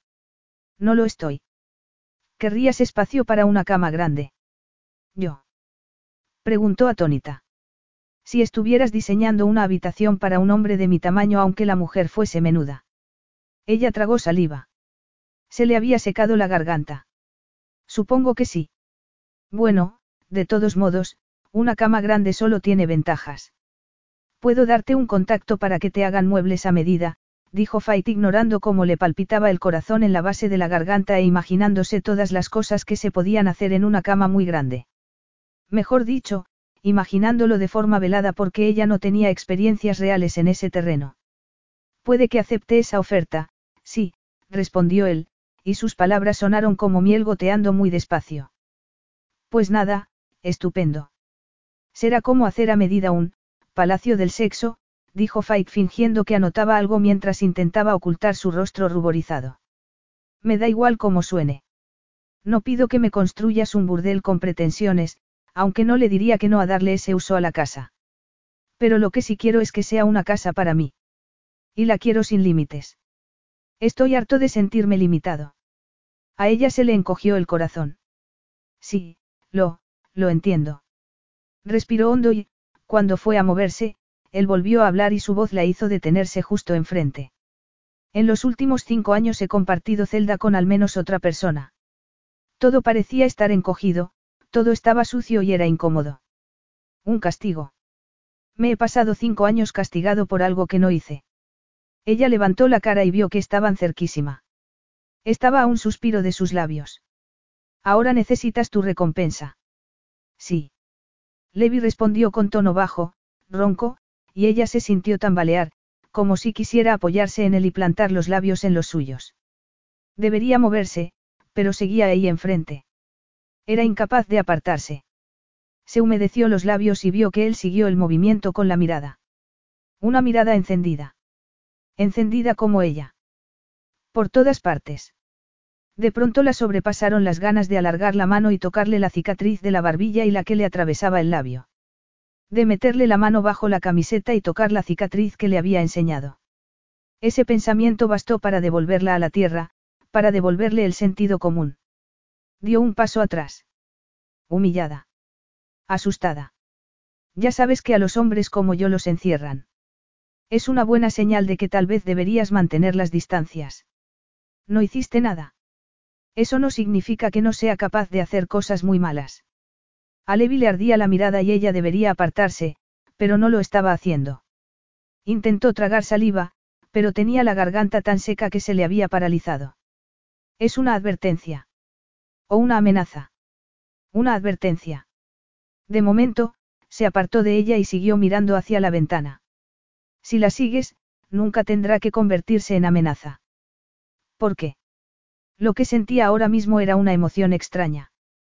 No lo estoy. ¿Querrías espacio para una cama grande? ¿Yo? Preguntó atónita. Si estuvieras diseñando una habitación para un hombre de mi tamaño aunque la mujer fuese menuda. Ella tragó saliva. Se le había secado la garganta. Supongo que sí. Bueno, de todos modos, una cama grande solo tiene ventajas. Puedo darte un contacto para que te hagan muebles a medida, dijo Fait ignorando cómo le palpitaba el corazón en la base de la garganta e imaginándose todas las cosas que se podían hacer en una cama muy grande. Mejor dicho, imaginándolo de forma velada porque ella no tenía experiencias reales en ese terreno. Puede que acepte esa oferta, sí, respondió él, y sus palabras sonaron como miel goteando muy despacio. Pues nada, estupendo. Será como hacer a medida un palacio del sexo, dijo Fait fingiendo que anotaba algo mientras intentaba ocultar su rostro ruborizado. Me da igual cómo suene. No pido que me construyas un burdel con pretensiones, aunque no le diría que no a darle ese uso a la casa. Pero lo que sí quiero es que sea una casa para mí. Y la quiero sin límites. Estoy harto de sentirme limitado. A ella se le encogió el corazón. Sí, lo, lo entiendo. Respiró hondo y, cuando fue a moverse, él volvió a hablar y su voz la hizo detenerse justo enfrente. En los últimos cinco años he compartido celda con al menos otra persona. Todo parecía estar encogido, todo estaba sucio y era incómodo. Un castigo. Me he pasado cinco años castigado por algo que no hice. Ella levantó la cara y vio que estaban cerquísima. Estaba a un suspiro de sus labios. Ahora necesitas tu recompensa. Sí. Levi respondió con tono bajo, ronco, y ella se sintió tambalear, como si quisiera apoyarse en él y plantar los labios en los suyos. Debería moverse, pero seguía ahí enfrente. Era incapaz de apartarse. Se humedeció los labios y vio que él siguió el movimiento con la mirada. Una mirada encendida. Encendida como ella. Por todas partes. De pronto la sobrepasaron las ganas de alargar la mano y tocarle la cicatriz de la barbilla y la que le atravesaba el labio. De meterle la mano bajo la camiseta y tocar la cicatriz que le había enseñado. Ese pensamiento bastó para devolverla a la tierra, para devolverle el sentido común. Dio un paso atrás. Humillada. Asustada. Ya sabes que a los hombres como yo los encierran. Es una buena señal de que tal vez deberías mantener las distancias. No hiciste nada. Eso no significa que no sea capaz de hacer cosas muy malas. A Levi le ardía la mirada y ella debería apartarse, pero no lo estaba haciendo. Intentó tragar saliva, pero tenía la garganta tan seca que se le había paralizado. ¿Es una advertencia? ¿O una amenaza? Una advertencia. De momento, se apartó de ella y siguió mirando hacia la ventana. Si la sigues, nunca tendrá que convertirse en amenaza. ¿Por qué? Lo que sentía ahora mismo era una emoción extraña.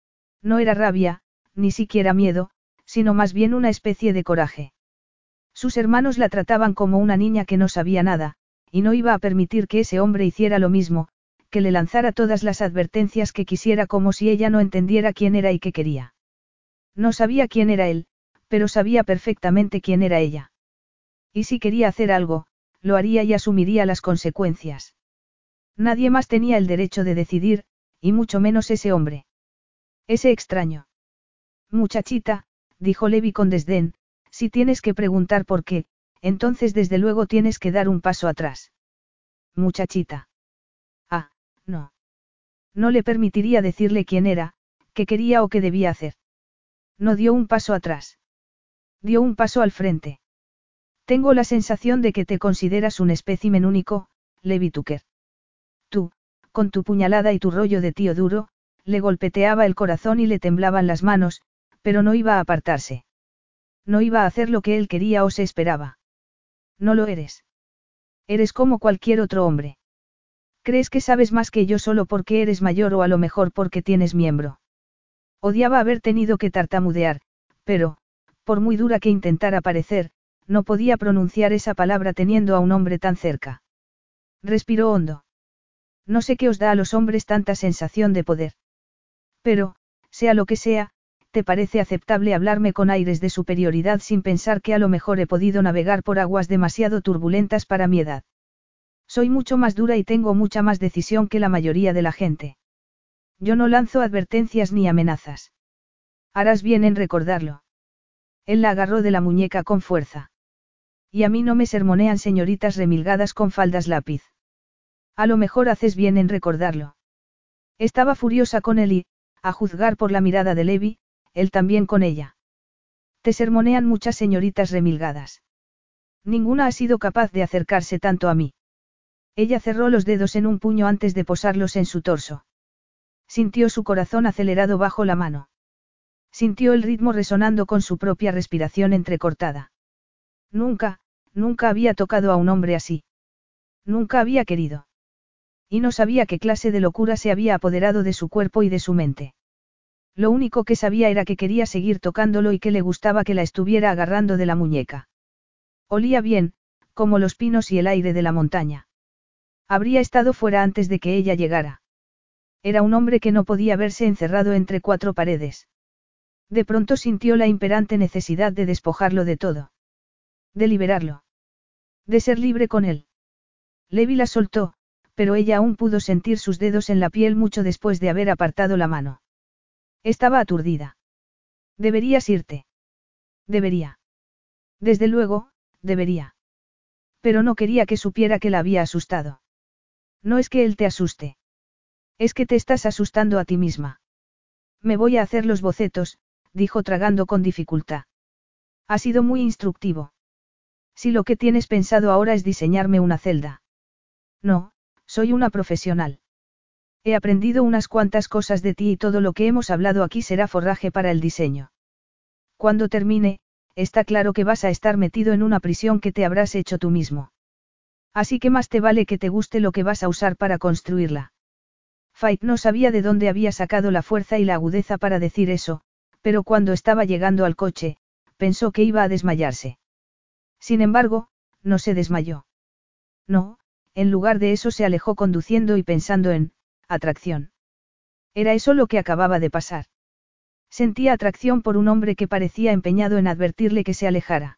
No era rabia, ni siquiera miedo, sino más bien una especie de coraje. Sus hermanos la trataban como una niña que no sabía nada, y no iba a permitir que ese hombre hiciera lo mismo, que le lanzara todas las advertencias que quisiera como si ella no entendiera quién era y qué quería. No sabía quién era él, pero sabía perfectamente quién era ella. Y si quería hacer algo, lo haría y asumiría las consecuencias. Nadie más tenía el derecho de decidir, y mucho menos ese hombre. Ese extraño. Muchachita, dijo Levi con desdén, si tienes que preguntar por qué, entonces desde luego tienes que dar un paso atrás. Muchachita. Ah, no. No le permitiría decirle quién era, qué quería o qué debía hacer. No dio un paso atrás. Dio un paso al frente. Tengo la sensación de que te consideras un espécimen único, Levi Tucker. Tú, con tu puñalada y tu rollo de tío duro, le golpeteaba el corazón y le temblaban las manos, pero no iba a apartarse. No iba a hacer lo que él quería o se esperaba. No lo eres. Eres como cualquier otro hombre. ¿Crees que sabes más que yo solo porque eres mayor o a lo mejor porque tienes miembro? Odiaba haber tenido que tartamudear, pero, por muy dura que intentara parecer, no podía pronunciar esa palabra teniendo a un hombre tan cerca. Respiró hondo. No sé qué os da a los hombres tanta sensación de poder. Pero, sea lo que sea, ¿te parece aceptable hablarme con aires de superioridad sin pensar que a lo mejor he podido navegar por aguas demasiado turbulentas para mi edad? Soy mucho más dura y tengo mucha más decisión que la mayoría de la gente. Yo no lanzo advertencias ni amenazas. Harás bien en recordarlo. Él la agarró de la muñeca con fuerza. Y a mí no me sermonean señoritas remilgadas con faldas lápiz. A lo mejor haces bien en recordarlo. Estaba furiosa con él y, a juzgar por la mirada de Levi, él también con ella. Te sermonean muchas señoritas remilgadas. Ninguna ha sido capaz de acercarse tanto a mí. Ella cerró los dedos en un puño antes de posarlos en su torso. Sintió su corazón acelerado bajo la mano. Sintió el ritmo resonando con su propia respiración entrecortada. Nunca, nunca había tocado a un hombre así. Nunca había querido. Y no sabía qué clase de locura se había apoderado de su cuerpo y de su mente. Lo único que sabía era que quería seguir tocándolo y que le gustaba que la estuviera agarrando de la muñeca. Olía bien, como los pinos y el aire de la montaña. Habría estado fuera antes de que ella llegara. Era un hombre que no podía verse encerrado entre cuatro paredes. De pronto sintió la imperante necesidad de despojarlo de todo. De liberarlo. De ser libre con él. Levi la soltó, pero ella aún pudo sentir sus dedos en la piel mucho después de haber apartado la mano. Estaba aturdida. Deberías irte. Debería. Desde luego, debería. Pero no quería que supiera que la había asustado. No es que él te asuste. Es que te estás asustando a ti misma. Me voy a hacer los bocetos, dijo tragando con dificultad. Ha sido muy instructivo. Si lo que tienes pensado ahora es diseñarme una celda. No, soy una profesional. He aprendido unas cuantas cosas de ti y todo lo que hemos hablado aquí será forraje para el diseño. Cuando termine, está claro que vas a estar metido en una prisión que te habrás hecho tú mismo. Así que más te vale que te guste lo que vas a usar para construirla. Fait no sabía de dónde había sacado la fuerza y la agudeza para decir eso, pero cuando estaba llegando al coche, pensó que iba a desmayarse. Sin embargo, no se desmayó. No, en lugar de eso se alejó conduciendo y pensando en, atracción. Era eso lo que acababa de pasar. Sentía atracción por un hombre que parecía empeñado en advertirle que se alejara.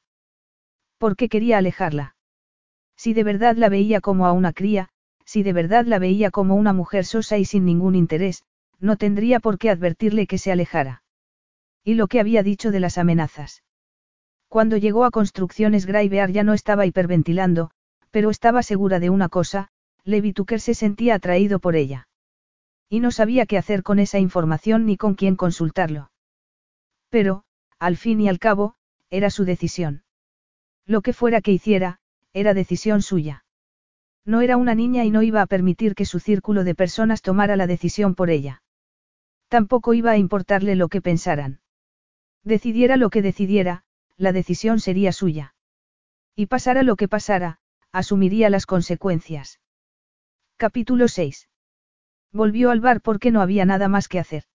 ¿Por qué quería alejarla? Si de verdad la veía como a una cría, si de verdad la veía como una mujer sosa y sin ningún interés, no tendría por qué advertirle que se alejara. Y lo que había dicho de las amenazas. Cuando llegó a Construcciones Graivear ya no estaba hiperventilando, pero estaba segura de una cosa, Levi Tucker se sentía atraído por ella. Y no sabía qué hacer con esa información ni con quién consultarlo. Pero, al fin y al cabo, era su decisión. Lo que fuera que hiciera, era decisión suya. No era una niña y no iba a permitir que su círculo de personas tomara la decisión por ella. Tampoco iba a importarle lo que pensaran. Decidiera lo que decidiera, la decisión sería suya. Y pasara lo que pasara, asumiría las consecuencias. Capítulo seis. Volvió al bar porque no había nada más que hacer.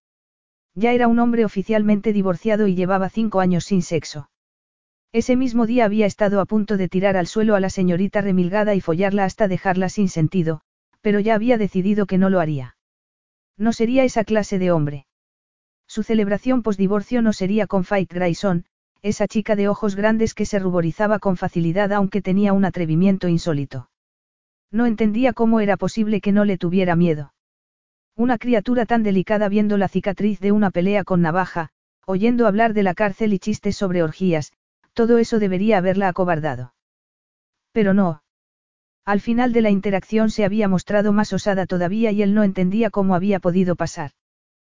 Ya era un hombre oficialmente divorciado y llevaba cinco años sin sexo. Ese mismo día había estado a punto de tirar al suelo a la señorita remilgada y follarla hasta dejarla sin sentido, pero ya había decidido que no lo haría. No sería esa clase de hombre. Su celebración posdivorcio no sería con Faith Grayson, esa chica de ojos grandes que se ruborizaba con facilidad aunque tenía un atrevimiento insólito. No entendía cómo era posible que no le tuviera miedo. Una criatura tan delicada viendo la cicatriz de una pelea con navaja, oyendo hablar de la cárcel y chistes sobre orgías, todo eso debería haberla acobardado. Pero no. Al final de la interacción se había mostrado más osada todavía y él no entendía cómo había podido pasar.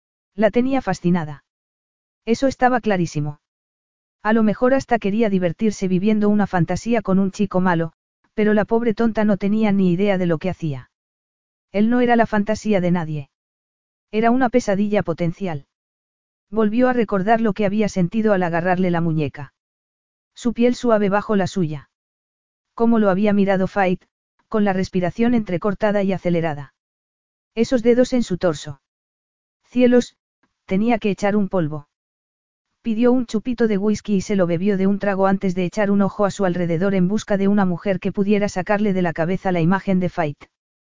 La tenía fascinada. Eso estaba clarísimo. A lo mejor hasta quería divertirse viviendo una fantasía con un chico malo, pero la pobre tonta no tenía ni idea de lo que hacía. Él no era la fantasía de nadie. Era una pesadilla potencial. Volvió a recordar lo que había sentido al agarrarle la muñeca. Su piel suave bajo la suya. Cómo lo había mirado Faith, con la respiración entrecortada y acelerada. Esos dedos en su torso. Cielos, tenía que echar un polvo. Pidió un chupito de whisky y se lo bebió de un trago antes de echar un ojo a su alrededor en busca de una mujer que pudiera sacarle de la cabeza la imagen de Faith.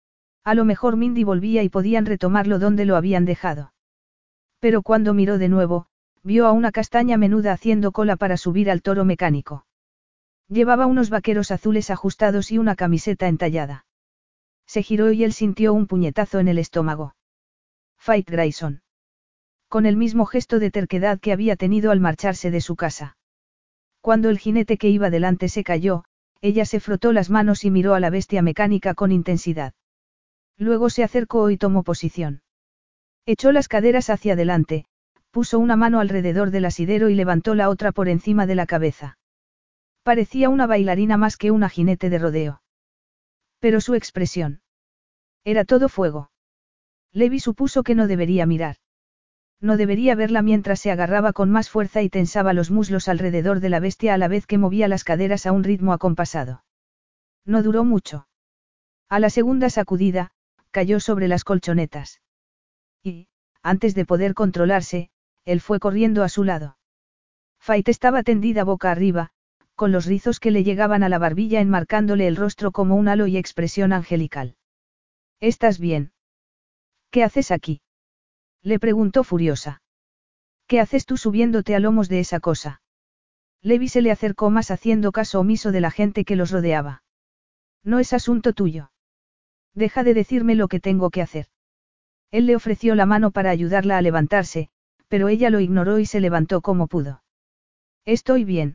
A lo mejor Mindy volvía y podían retomarlo donde lo habían dejado. Pero cuando miró de nuevo, vio a una castaña menuda haciendo cola para subir al toro mecánico. Llevaba unos vaqueros azules ajustados y una camiseta entallada. Se giró y él sintió un puñetazo en el estómago. Faith Grayson. Con el mismo gesto de terquedad que había tenido al marcharse de su casa. Cuando el jinete que iba delante se cayó, ella se frotó las manos y miró a la bestia mecánica con intensidad. Luego se acercó y tomó posición. Echó las caderas hacia adelante, puso una mano alrededor del asidero y levantó la otra por encima de la cabeza. Parecía una bailarina más que una jinete de rodeo. Pero su expresión. Era todo fuego. Levi supuso que no debería mirar. No debería verla mientras se agarraba con más fuerza y tensaba los muslos alrededor de la bestia a la vez que movía las caderas a un ritmo acompasado. No duró mucho. A la segunda sacudida, cayó sobre las colchonetas. Y, antes de poder controlarse, él fue corriendo a su lado. Faith estaba tendida boca arriba, con los rizos que le llegaban a la barbilla enmarcándole el rostro como un halo y expresión angelical. ¿Estás bien? ¿Qué haces aquí? Le preguntó furiosa. ¿Qué haces tú subiéndote a lomos de esa cosa? Levi se le acercó más haciendo caso omiso de la gente que los rodeaba. No es asunto tuyo. Deja de decirme lo que tengo que hacer. Él le ofreció la mano para ayudarla a levantarse, pero ella lo ignoró y se levantó como pudo. Estoy bien.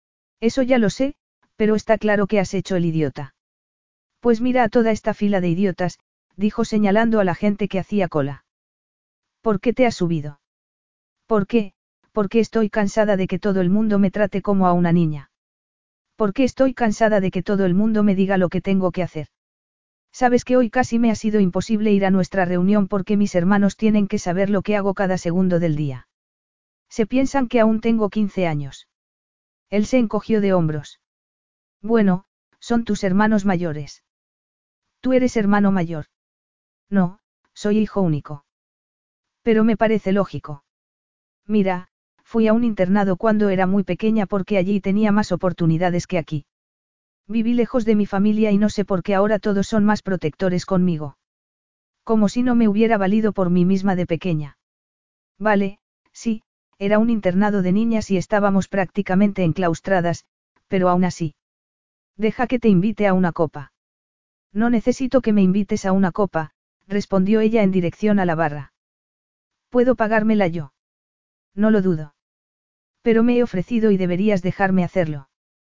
Eso ya lo sé, pero está claro que has hecho el idiota. Pues mira a toda esta fila de idiotas, dijo señalando a la gente que hacía cola. ¿Por qué te has subido? ¿Por qué? Porque estoy cansada de que todo el mundo me trate como a una niña. Porque estoy cansada de que todo el mundo me diga lo que tengo que hacer. Sabes que hoy casi me ha sido imposible ir a nuestra reunión porque mis hermanos tienen que saber lo que hago cada segundo del día. Se piensan que aún tengo quince años. Él se encogió de hombros. Bueno, son tus hermanos mayores. ¿Tú eres hermano mayor? No, soy hijo único. Pero me parece lógico. Mira, fui a un internado cuando era muy pequeña porque allí tenía más oportunidades que aquí. Viví lejos de mi familia y no sé por qué ahora todos son más protectores conmigo. Como si no me hubiera valido por mí misma de pequeña. Vale, sí, era un internado de niñas y estábamos prácticamente enclaustradas, pero aún así. Deja que te invite a una copa. No necesito que me invites a una copa, respondió ella en dirección a la barra. Puedo pagármela yo. No lo dudo. Pero me he ofrecido y deberías dejarme hacerlo.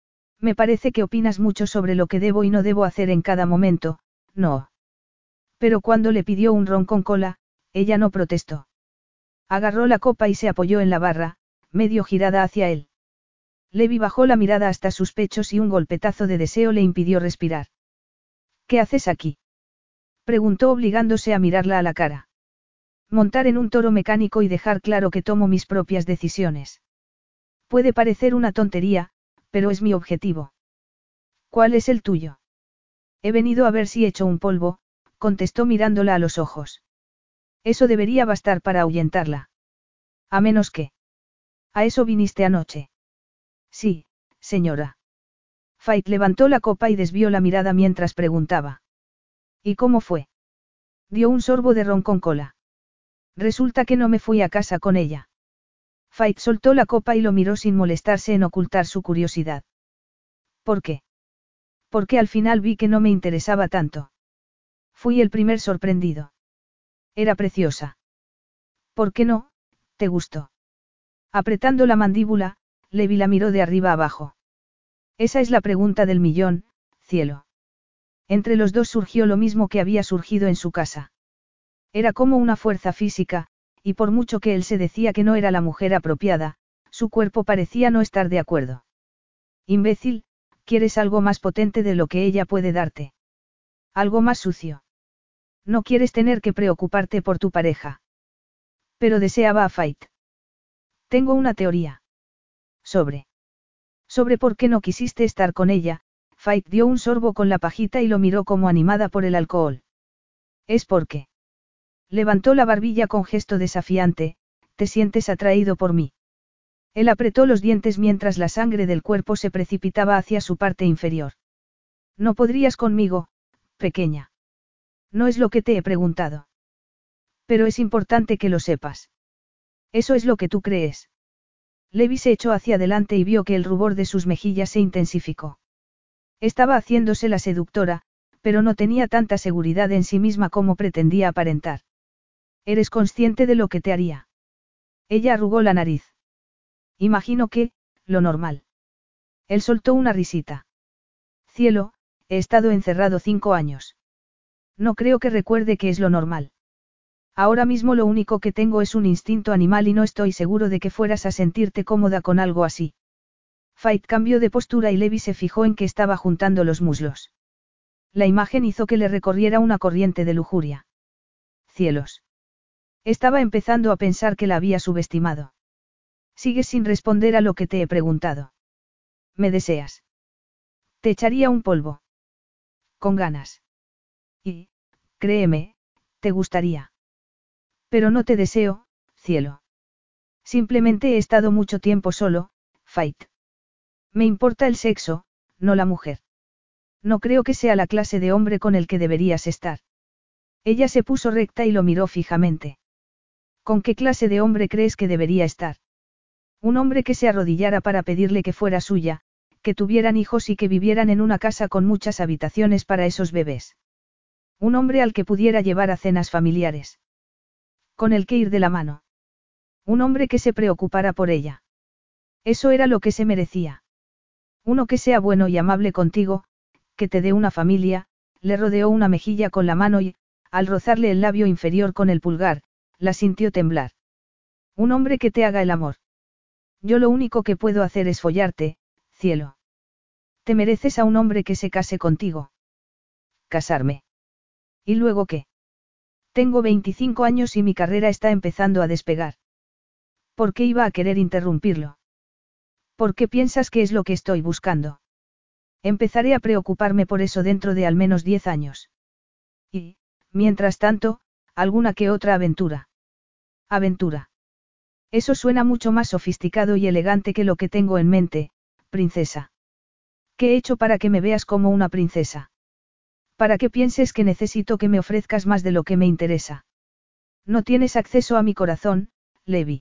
Me parece que opinas mucho sobre lo que debo y no debo hacer en cada momento, no. Pero cuando le pidió un ron con cola, ella no protestó. Agarró la copa y se apoyó en la barra, medio girada hacia él. Levi bajó la mirada hasta sus pechos y un golpetazo de deseo le impidió respirar. ¿Qué haces aquí?, preguntó obligándose a mirarla a la cara. Montar en un toro mecánico y dejar claro que tomo mis propias decisiones. Puede parecer una tontería, pero es mi objetivo. ¿Cuál es el tuyo? He venido a ver si echo un polvo, contestó mirándola a los ojos. Eso debería bastar para ahuyentarla. A menos que. ¿A eso viniste anoche? Sí, señora. Fait levantó la copa y desvió la mirada mientras preguntaba. ¿Y cómo fue? Dio un sorbo de ron con cola. Resulta que no me fui a casa con ella. Fait soltó la copa y lo miró sin molestarse en ocultar su curiosidad. ¿Por qué? Porque al final vi que no me interesaba tanto. Fui el primer sorprendido. Era preciosa. ¿Por qué no? ¿Te gustó? Apretando la mandíbula, Levi la miró de arriba abajo. Esa es la pregunta del millón, cielo. Entre los dos surgió lo mismo que había surgido en su casa. Era como una fuerza física, y por mucho que él se decía que no era la mujer apropiada, su cuerpo parecía no estar de acuerdo. Imbécil, quieres algo más potente de lo que ella puede darte. Algo más sucio. No quieres tener que preocuparte por tu pareja. Pero deseaba a Fait. Tengo una teoría. Sobre. Sobre por qué no quisiste estar con ella. Fait dio un sorbo con la pajita y lo miró como animada por el alcohol. Es porque. Levantó la barbilla con gesto desafiante, ¿te sientes atraído por mí? Él apretó los dientes mientras la sangre del cuerpo se precipitaba hacia su parte inferior. No podrías conmigo, pequeña. No es lo que te he preguntado. Pero es importante que lo sepas. Eso es lo que tú crees. Levi se echó hacia adelante y vio que el rubor de sus mejillas se intensificó. Estaba haciéndose la seductora, pero no tenía tanta seguridad en sí misma como pretendía aparentar. ¿Eres consciente de lo que te haría? Ella arrugó la nariz. Imagino que, lo normal. Él soltó una risita. Cielo, he estado encerrado cinco años. No creo que recuerde que es lo normal. Ahora mismo lo único que tengo es un instinto animal y no estoy seguro de que fueras a sentirte cómoda con algo así. Fait cambió de postura y Levi se fijó en que estaba juntando los muslos. La imagen hizo que le recorriera una corriente de lujuria. Cielos. Estaba empezando a pensar que la había subestimado. Sigues sin responder a lo que te he preguntado. ¿Me deseas? Te echaría un polvo. Con ganas. Y, créeme, te gustaría. Pero no te deseo, cielo. Simplemente he estado mucho tiempo solo, Fait. Me importa el sexo, no la mujer. No creo que sea la clase de hombre con el que deberías estar. Ella se puso recta y lo miró fijamente. ¿Con qué clase de hombre crees que debería estar? Un hombre que se arrodillara para pedirle que fuera suya, que tuvieran hijos y que vivieran en una casa con muchas habitaciones para esos bebés. Un hombre al que pudiera llevar a cenas familiares. Con el que ir de la mano. Un hombre que se preocupara por ella. Eso era lo que se merecía. Uno que sea bueno y amable contigo, que te dé una familia. Le rodeó una mejilla con la mano y, al rozarle el labio inferior con el pulgar, la sintió temblar. Un hombre que te haga el amor. Yo lo único que puedo hacer es follarte, cielo. Te mereces a un hombre que se case contigo. ¿Casarme? ¿Y luego qué? Tengo veinticinco años y mi carrera está empezando a despegar. ¿Por qué iba a querer interrumpirlo? ¿Por qué piensas que es lo que estoy buscando? Empezaré a preocuparme por eso dentro de al menos diez años. Y, mientras tanto, alguna que otra aventura. Aventura. Eso suena mucho más sofisticado y elegante que lo que tengo en mente, princesa. ¿Qué he hecho para que me veas como una princesa? Para que pienses que necesito que me ofrezcas más de lo que me interesa. No tienes acceso a mi corazón, Levi.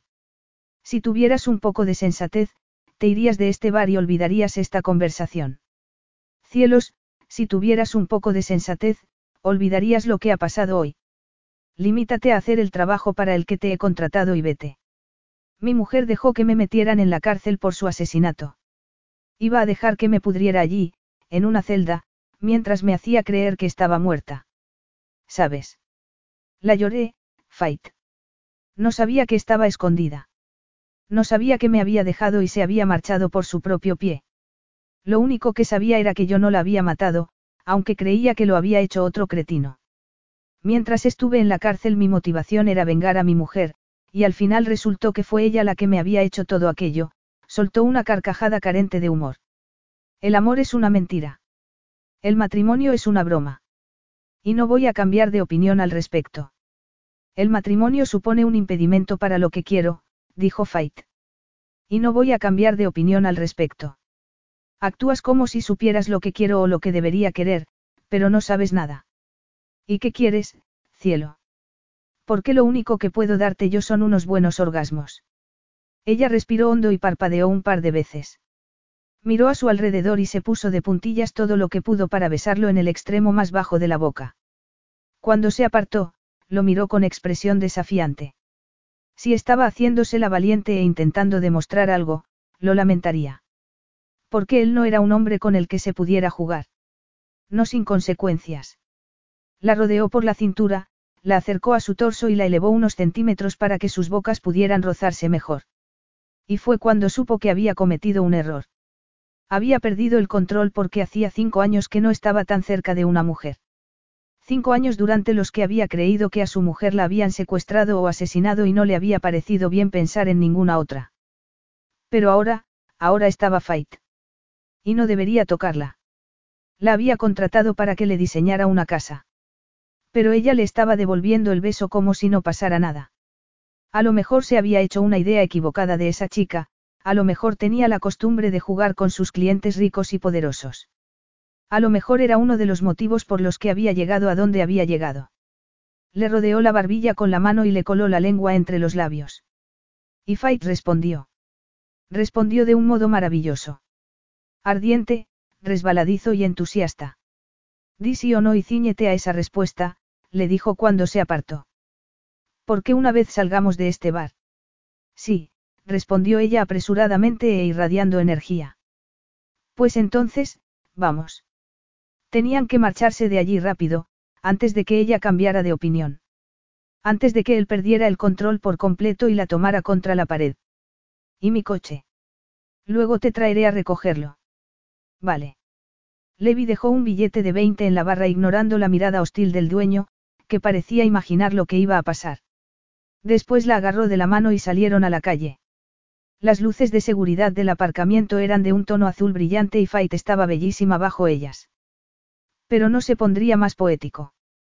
Si tuvieras un poco de sensatez, te irías de este bar y olvidarías esta conversación. Cielos, si tuvieras un poco de sensatez, olvidarías lo que ha pasado hoy. Limítate a hacer el trabajo para el que te he contratado y vete. Mi mujer dejó que me metieran en la cárcel por su asesinato. Iba a dejar que me pudriera allí, en una celda, mientras me hacía creer que estaba muerta. ¿Sabes? La lloré, Fait. No sabía que estaba escondida. No sabía que me había dejado y se había marchado por su propio pie. Lo único que sabía era que yo no la había matado, aunque creía que lo había hecho otro cretino. Mientras estuve en la cárcel mi motivación era vengar a mi mujer, y al final resultó que fue ella la que me había hecho todo aquello, soltó una carcajada carente de humor. El amor es una mentira. El matrimonio es una broma. Y no voy a cambiar de opinión al respecto. El matrimonio supone un impedimento para lo que quiero, dijo Fait. Y no voy a cambiar de opinión al respecto. Actúas como si supieras lo que quiero o lo que debería querer, pero no sabes nada. ¿Y qué quieres, cielo? Porque lo único que puedo darte yo son unos buenos orgasmos. Ella respiró hondo y parpadeó un par de veces. Miró a su alrededor y se puso de puntillas todo lo que pudo para besarlo en el extremo más bajo de la boca. Cuando se apartó, lo miró con expresión desafiante. Si estaba haciéndose la valiente e intentando demostrar algo, lo lamentaría. Porque él no era un hombre con el que se pudiera jugar. No sin consecuencias. La rodeó por la cintura, la acercó a su torso y la elevó unos centímetros para que sus bocas pudieran rozarse mejor. Y fue cuando supo que había cometido un error. Había perdido el control porque hacía cinco años que no estaba tan cerca de una mujer. Cinco años durante los que había creído que a su mujer la habían secuestrado o asesinado y no le había parecido bien pensar en ninguna otra. Pero ahora, ahora estaba Fait. Y no debería tocarla. La había contratado para que le diseñara una casa. Pero ella le estaba devolviendo el beso como si no pasara nada. A lo mejor se había hecho una idea equivocada de esa chica, a lo mejor tenía la costumbre de jugar con sus clientes ricos y poderosos. A lo mejor era uno de los motivos por los que había llegado a donde había llegado. Le rodeó la barbilla con la mano y le coló la lengua entre los labios. Y Fait respondió. Respondió de un modo maravilloso. Ardiente, resbaladizo y entusiasta. Di sí o no y cíñete a esa respuesta, le dijo cuando se apartó. ¿Por qué una vez salgamos de este bar? Sí, respondió ella apresuradamente e irradiando energía. Pues entonces, vamos. Tenían que marcharse de allí rápido, antes de que ella cambiara de opinión. Antes de que él perdiera el control por completo y la tomara contra la pared. ¿Y mi coche? Luego te traeré a recogerlo. Vale. Levi dejó un billete de veinte en la barra ignorando la mirada hostil del dueño, que parecía imaginar lo que iba a pasar. Después la agarró de la mano y salieron a la calle. Las luces de seguridad del aparcamiento eran de un tono azul brillante y Fait estaba bellísima bajo ellas. Pero no se pondría más poético.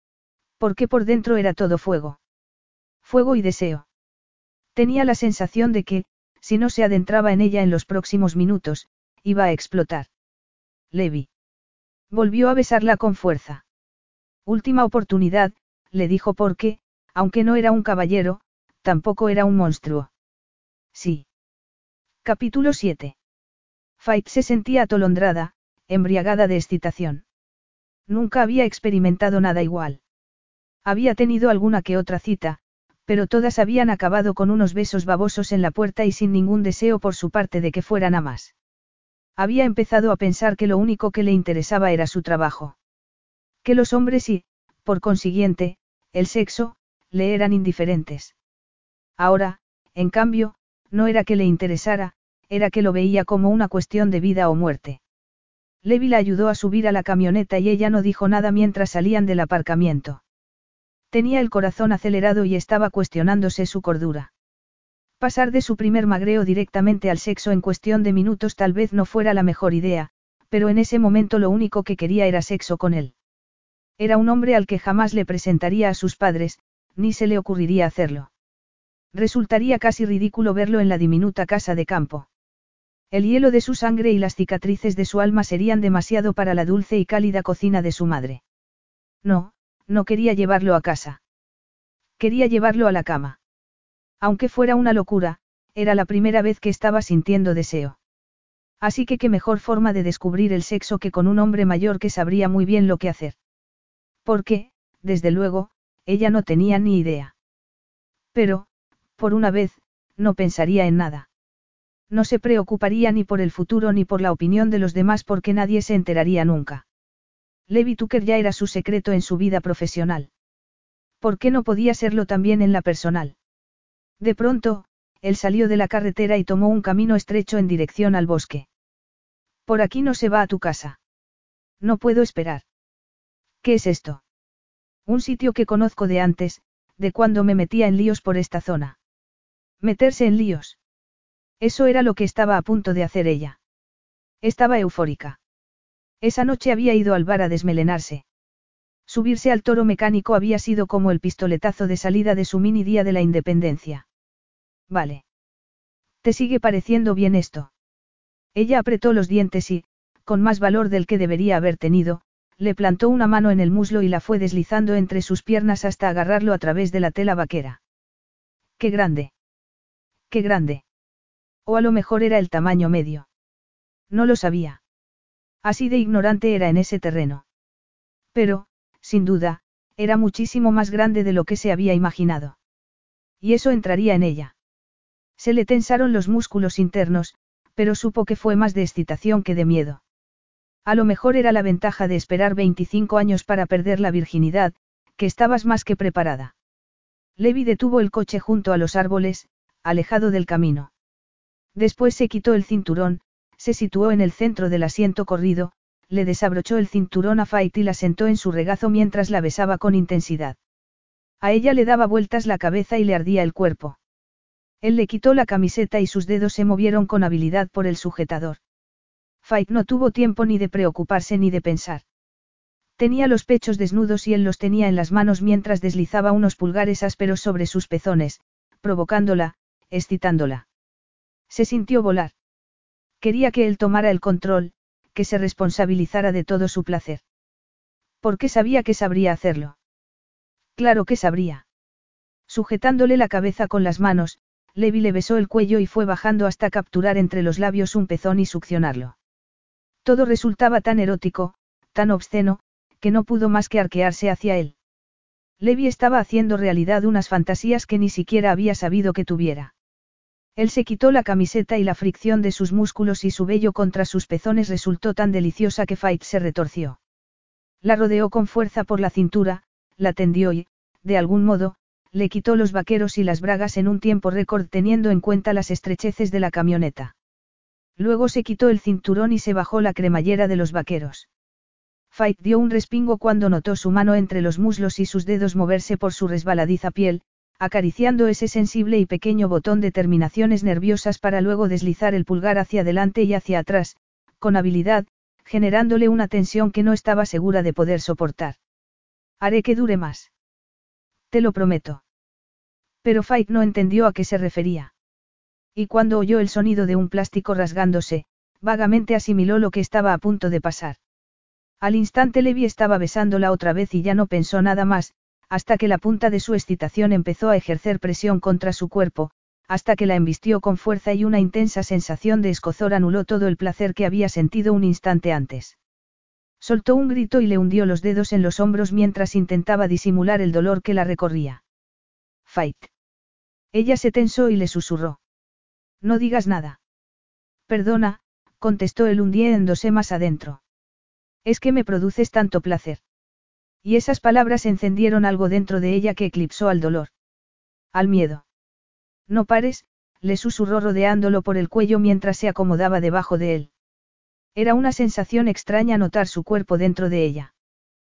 Porque por dentro era todo fuego. Fuego y deseo. Tenía la sensación de que, si no se adentraba en ella en los próximos minutos, iba a explotar. Levi. Volvió a besarla con fuerza. Última oportunidad, le dijo porque, aunque no era un caballero, tampoco era un monstruo. Sí. Capítulo siete. Fait se sentía atolondrada, embriagada de excitación. Nunca había experimentado nada igual. Había tenido alguna que otra cita, pero todas habían acabado con unos besos babosos en la puerta y sin ningún deseo por su parte de que fueran a más. Había empezado a pensar que lo único que le interesaba era su trabajo. Que los hombres y, por consiguiente, el sexo, le eran indiferentes. Ahora, en cambio, no era que le interesara, era que lo veía como una cuestión de vida o muerte. Levi la ayudó a subir a la camioneta y ella no dijo nada mientras salían del aparcamiento. Tenía el corazón acelerado y estaba cuestionándose su cordura. Pasar de su primer magreo directamente al sexo en cuestión de minutos tal vez no fuera la mejor idea, pero en ese momento lo único que quería era sexo con él. Era un hombre al que jamás le presentaría a sus padres, ni se le ocurriría hacerlo. Resultaría casi ridículo verlo en la diminuta casa de campo. El hielo de su sangre y las cicatrices de su alma serían demasiado para la dulce y cálida cocina de su madre. No, no quería llevarlo a casa. Quería llevarlo a la cama. Aunque fuera una locura, era la primera vez que estaba sintiendo deseo. Así que qué mejor forma de descubrir el sexo que con un hombre mayor que sabría muy bien lo que hacer. Porque, desde luego, ella no tenía ni idea. Pero, por una vez, no pensaría en nada. No se preocuparía ni por el futuro ni por la opinión de los demás porque nadie se enteraría nunca. Levi Tucker ya era su secreto en su vida profesional. ¿Por qué no podía serlo también en la personal? De pronto, él salió de la carretera y tomó un camino estrecho en dirección al bosque. Por aquí no se va a tu casa. No puedo esperar. ¿Qué es esto? Un sitio que conozco de antes, de cuando me metía en líos por esta zona. Meterse en líos. Eso era lo que estaba a punto de hacer ella. Estaba eufórica. Esa noche había ido al bar a desmelenarse. Subirse al toro mecánico había sido como el pistoletazo de salida de su mini día de la independencia. Vale. ¿Te sigue pareciendo bien esto? Ella apretó los dientes y, con más valor del que debería haber tenido, le plantó una mano en el muslo y la fue deslizando entre sus piernas hasta agarrarlo a través de la tela vaquera. ¡Qué grande! ¡Qué grande! O a lo mejor era el tamaño medio. No lo sabía. Así de ignorante era en ese terreno. Pero, sin duda, era muchísimo más grande de lo que se había imaginado. Y eso entraría en ella. Se le tensaron los músculos internos, pero supo que fue más de excitación que de miedo. A lo mejor era la ventaja de esperar veinticinco años para perder la virginidad, que estabas más que preparada. Levi detuvo el coche junto a los árboles, alejado del camino. Después se quitó el cinturón, se situó en el centro del asiento corrido, le desabrochó el cinturón a Faith y la sentó en su regazo mientras la besaba con intensidad. A ella le daba vueltas la cabeza y le ardía el cuerpo. Él le quitó la camiseta y sus dedos se movieron con habilidad por el sujetador. Faith no tuvo tiempo ni de preocuparse ni de pensar. Tenía los pechos desnudos y él los tenía en las manos mientras deslizaba unos pulgares ásperos sobre sus pezones, provocándola, excitándola. Se sintió volar. Quería que él tomara el control, que se responsabilizara de todo su placer. ¿Por qué sabía que sabría hacerlo? Claro que sabría. Sujetándole la cabeza con las manos, Levi le besó el cuello y fue bajando hasta capturar entre los labios un pezón y succionarlo. Todo resultaba tan erótico, tan obsceno, que no pudo más que arquearse hacia él. Levi estaba haciendo realidad unas fantasías que ni siquiera había sabido que tuviera. Él se quitó la camiseta y la fricción de sus músculos y su vello contra sus pezones resultó tan deliciosa que Faith se retorció. La rodeó con fuerza por la cintura, la tendió y, de algún modo, le quitó los vaqueros y las bragas en un tiempo récord teniendo en cuenta las estrecheces de la camioneta. Luego se quitó el cinturón y se bajó la cremallera de los vaqueros. Faith dio un respingo cuando notó su mano entre los muslos y sus dedos moverse por su resbaladiza piel, acariciando ese sensible y pequeño botón de terminaciones nerviosas para luego deslizar el pulgar hacia adelante y hacia atrás, con habilidad, generándole una tensión que no estaba segura de poder soportar. Haré que dure más. Te lo prometo. Pero Faith no entendió a qué se refería. Y cuando oyó el sonido de un plástico rasgándose, vagamente asimiló lo que estaba a punto de pasar. Al instante Levi estaba besándola otra vez y ya no pensó nada más, hasta que la punta de su excitación empezó a ejercer presión contra su cuerpo, hasta que la embistió con fuerza y una intensa sensación de escozor anuló todo el placer que había sentido un instante antes. Soltó un grito y le hundió los dedos en los hombros mientras intentaba disimular el dolor que la recorría. Faith. Ella se tensó y le susurró. No digas nada. Perdona, contestó él hundiéndose más adentro. Es que me produces tanto placer. Y esas palabras encendieron algo dentro de ella que eclipsó al dolor. Al miedo. No pares, le susurró rodeándolo por el cuello mientras se acomodaba debajo de él. Era una sensación extraña notar su cuerpo dentro de ella.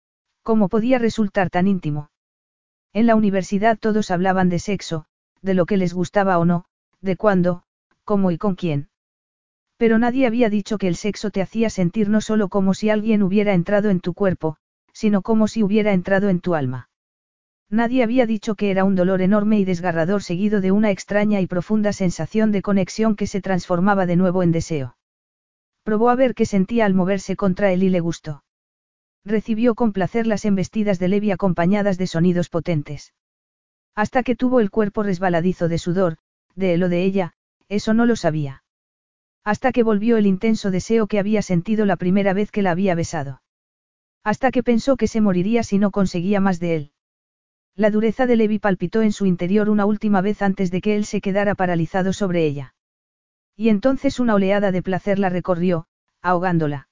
¿Cómo podía resultar tan íntimo? En la universidad todos hablaban de sexo, de lo que les gustaba o no, de cuándo, cómo y con quién. Pero nadie había dicho que el sexo te hacía sentir no solo como si alguien hubiera entrado en tu cuerpo, sino como si hubiera entrado en tu alma. Nadie había dicho que era un dolor enorme y desgarrador seguido de una extraña y profunda sensación de conexión que se transformaba de nuevo en deseo. Probó a ver qué sentía al moverse contra él y le gustó. Recibió con placer las embestidas de Levi acompañadas de sonidos potentes. Hasta que tuvo el cuerpo resbaladizo de sudor, de él o de ella, eso no lo sabía. Hasta que volvió el intenso deseo que había sentido la primera vez que la había besado. Hasta que pensó que se moriría si no conseguía más de él. La dureza de Levi palpitó en su interior una última vez antes de que él se quedara paralizado sobre ella. Y entonces una oleada de placer la recorrió, ahogándola.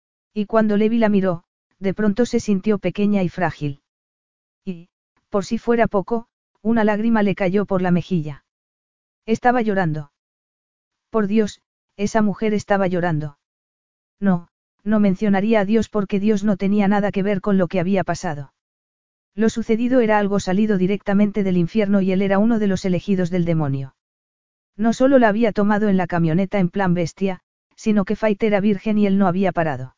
Y cuando Levi la miró, de pronto se sintió pequeña y frágil. Y, por si fuera poco, una lágrima le cayó por la mejilla. Estaba llorando. Por Dios, esa mujer estaba llorando. No, no mencionaría a Dios porque Dios no tenía nada que ver con lo que había pasado. Lo sucedido era algo salido directamente del infierno y él era uno de los elegidos del demonio. No solo la había tomado en la camioneta en plan bestia, sino que Fait era virgen y él no había parado.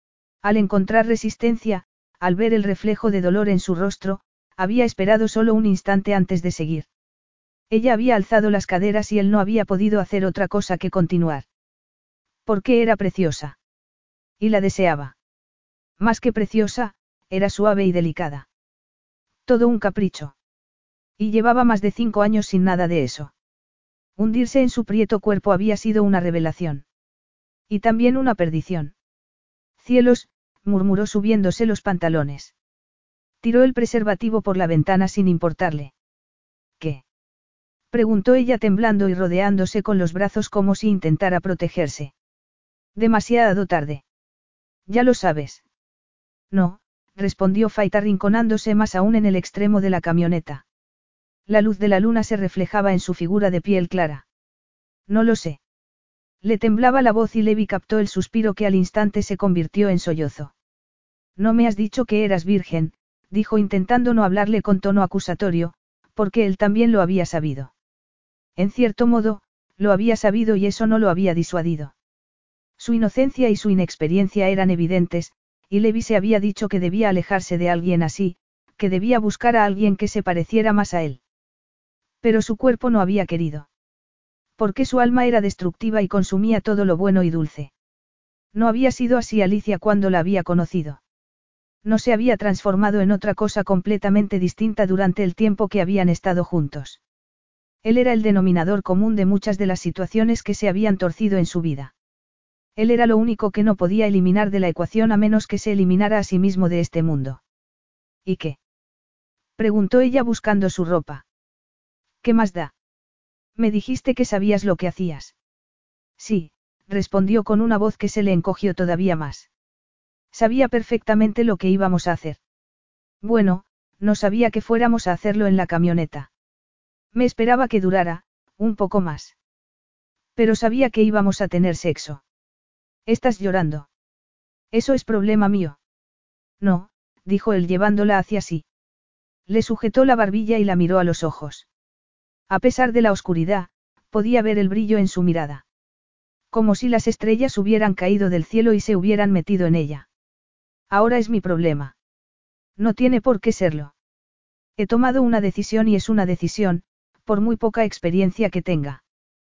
Al encontrar resistencia, al ver el reflejo de dolor en su rostro, había esperado solo un instante antes de seguir. Ella había alzado las caderas y él no había podido hacer otra cosa que continuar. Porque era preciosa. Y la deseaba. Más que preciosa, era suave y delicada. Todo un capricho. Y llevaba más de cinco años sin nada de eso. Hundirse en su prieto cuerpo había sido una revelación. Y también una perdición. Cielos, murmuró subiéndose los pantalones. Tiró el preservativo por la ventana sin importarle. ¿Qué? Preguntó ella temblando y rodeándose con los brazos como si intentara protegerse. Demasiado tarde. Ya lo sabes. No, respondió Fait arrinconándose más aún en el extremo de la camioneta. La luz de la luna se reflejaba en su figura de piel clara. No lo sé. Le temblaba la voz y Levi captó el suspiro que al instante se convirtió en sollozo. No me has dicho que eras virgen, dijo intentando no hablarle con tono acusatorio, porque él también lo había sabido. En cierto modo, lo había sabido y eso no lo había disuadido. Su inocencia y su inexperiencia eran evidentes, y Levi se había dicho que debía alejarse de alguien así, que debía buscar a alguien que se pareciera más a él. Pero su cuerpo no había querido. Porque su alma era destructiva y consumía todo lo bueno y dulce. No había sido así Alicia cuando la había conocido. No se había transformado en otra cosa completamente distinta durante el tiempo que habían estado juntos. Él era el denominador común de muchas de las situaciones que se habían torcido en su vida. Él era lo único que no podía eliminar de la ecuación a menos que se eliminara a sí mismo de este mundo. ¿Y qué? Preguntó ella buscando su ropa. ¿Qué más da? Me dijiste que sabías lo que hacías. Sí, respondió con una voz que se le encogió todavía más. Sabía perfectamente lo que íbamos a hacer. Bueno, no sabía que fuéramos a hacerlo en la camioneta. Me esperaba que durara, un poco más. Pero sabía que íbamos a tener sexo. ¿Estás llorando? Eso es problema mío. No, dijo él llevándola hacia sí. Le sujetó la barbilla y la miró a los ojos. A pesar de la oscuridad, podía ver el brillo en su mirada. Como si las estrellas hubieran caído del cielo y se hubieran metido en ella. Ahora es mi problema. No tiene por qué serlo. He tomado una decisión y es una decisión, por muy poca experiencia que tenga.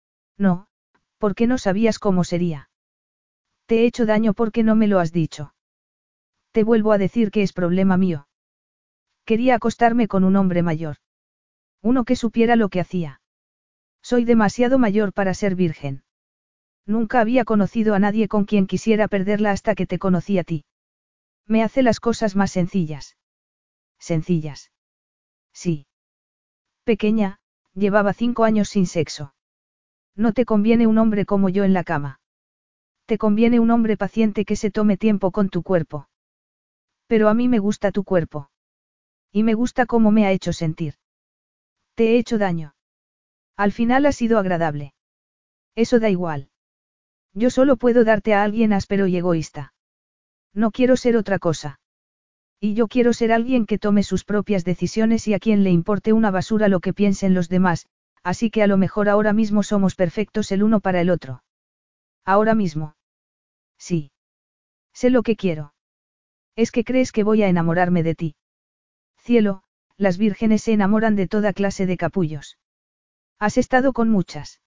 No, porque no sabías cómo sería. Te he hecho daño porque no me lo has dicho. Te vuelvo a decir que es problema mío. Quería acostarme con un hombre mayor. Uno que supiera lo que hacía. Soy demasiado mayor para ser virgen. Nunca había conocido a nadie con quien quisiera perderla hasta que te conocí a ti. Me hace las cosas más sencillas. ¿Sencillas? Sí. Pequeña, llevaba cinco años sin sexo. No te conviene un hombre como yo en la cama. Te conviene un hombre paciente que se tome tiempo con tu cuerpo. Pero a mí me gusta tu cuerpo. Y me gusta cómo me ha hecho sentir. Te he hecho daño. Al final ha sido agradable. Eso da igual. Yo solo puedo darte a alguien áspero y egoísta. No quiero ser otra cosa. Y yo quiero ser alguien que tome sus propias decisiones y a quien le importe una basura lo que piensen los demás, así que a lo mejor ahora mismo somos perfectos el uno para el otro. Ahora mismo. Sí. Sé lo que quiero. Es que crees que voy a enamorarme de ti. Cielo, las vírgenes se enamoran de toda clase de capullos. ¿Has estado con muchas?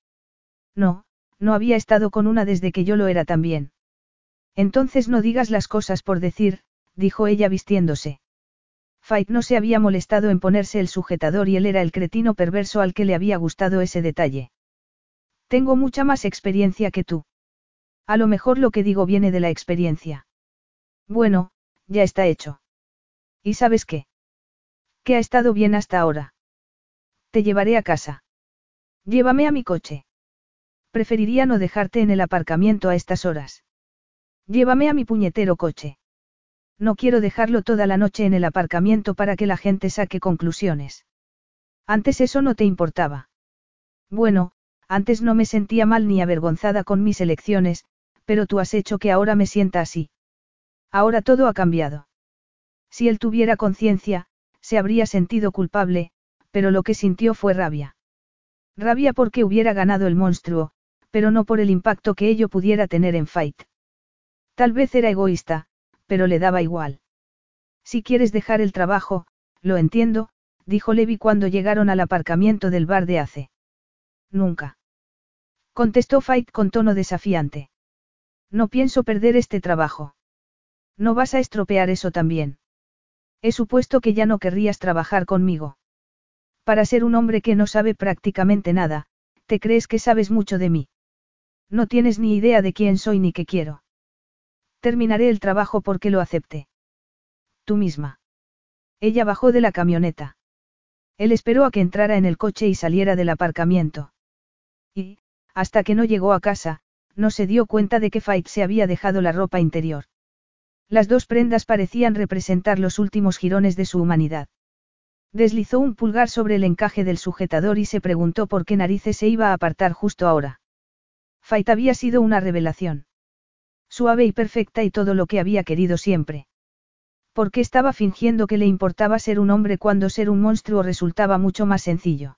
No, no había estado con una desde que yo lo era también. Entonces no digas las cosas por decir, dijo ella vistiéndose. Fait no se había molestado en ponerse el sujetador y él era el cretino perverso al que le había gustado ese detalle. Tengo mucha más experiencia que tú. A lo mejor lo que digo viene de la experiencia. Bueno, ya está hecho. ¿Y sabes qué? Que ha estado bien hasta ahora. Te llevaré a casa. Llévame a mi coche. Preferiría no dejarte en el aparcamiento a estas horas. Llévame a mi puñetero coche. No quiero dejarlo toda la noche en el aparcamiento para que la gente saque conclusiones. Antes eso no te importaba. Bueno, Antes no me sentía mal ni avergonzada con mis elecciones, pero tú has hecho que ahora me sienta así. Ahora todo ha cambiado. Si él tuviera conciencia, se habría sentido culpable, pero lo que sintió fue rabia. Rabia porque hubiera ganado el monstruo, pero no por el impacto que ello pudiera tener en Fight. Tal vez era egoísta, pero le daba igual. Si quieres dejar el trabajo, lo entiendo, dijo Levi cuando llegaron al aparcamiento del bar de Ace. Nunca. Contestó Fight con tono desafiante. No pienso perder este trabajo. No vas a estropear eso también. He supuesto que ya no querrías trabajar conmigo. Para ser un hombre que no sabe prácticamente nada, te crees que sabes mucho de mí. No tienes ni idea de quién soy ni qué quiero. Terminaré el trabajo porque lo acepté. Tú misma. Ella bajó de la camioneta. Él esperó a que entrara en el coche y saliera del aparcamiento. Y, hasta que no llegó a casa, no se dio cuenta de que Fight se había dejado la ropa interior. Las dos prendas parecían representar los últimos jirones de su humanidad. Deslizó un pulgar sobre el encaje del sujetador y se preguntó por qué narices se iba a apartar justo ahora. Fight había sido una revelación. Suave y perfecta y todo lo que había querido siempre. ¿Por qué estaba fingiendo que le importaba ser un hombre cuando ser un monstruo resultaba mucho más sencillo?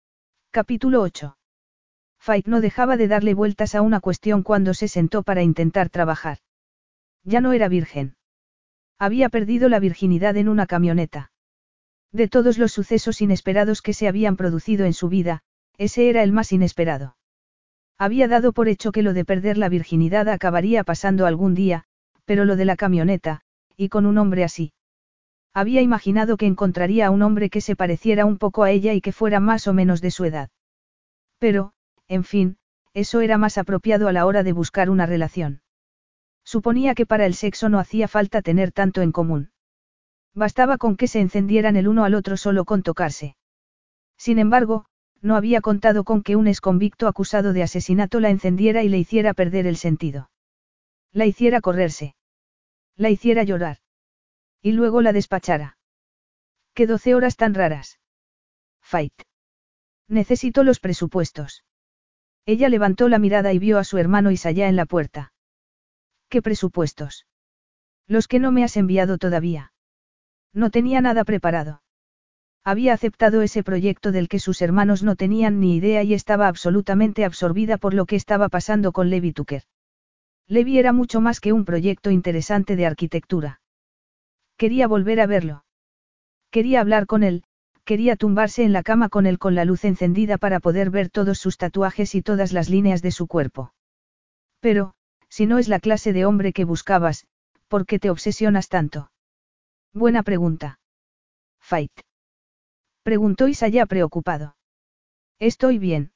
Capítulo ocho. Fight no dejaba de darle vueltas a una cuestión cuando se sentó para intentar trabajar. Ya no era virgen. Había perdido la virginidad en una camioneta. De todos los sucesos inesperados que se habían producido en su vida, ese era el más inesperado. Había dado por hecho que lo de perder la virginidad acabaría pasando algún día, pero lo de la camioneta, y con un hombre así. Había imaginado que encontraría a un hombre que se pareciera un poco a ella y que fuera más o menos de su edad. Pero, en fin, eso era más apropiado a la hora de buscar una relación. Suponía que para el sexo no hacía falta tener tanto en común. Bastaba con que se encendieran el uno al otro solo con tocarse. Sin embargo, no había contado con que un exconvicto acusado de asesinato la encendiera y le hiciera perder el sentido. La hiciera correrse. La hiciera llorar. Y luego la despachara. ¡Qué doce horas tan raras! Fight. Necesito los presupuestos. Ella levantó la mirada y vio a su hermano Isaiah en la puerta. ¿Qué presupuestos? Los que no me has enviado todavía. No tenía nada preparado. Había aceptado ese proyecto del que sus hermanos no tenían ni idea y estaba absolutamente absorbida por lo que estaba pasando con Levi Tucker. Levi era mucho más que un proyecto interesante de arquitectura. Quería volver a verlo. Quería hablar con él, quería tumbarse en la cama con él con la luz encendida para poder ver todos sus tatuajes y todas las líneas de su cuerpo. Pero, si no es la clase de hombre que buscabas, ¿por qué te obsesionas tanto? Buena pregunta. Fight. Preguntó Isaiah preocupado. Estoy bien.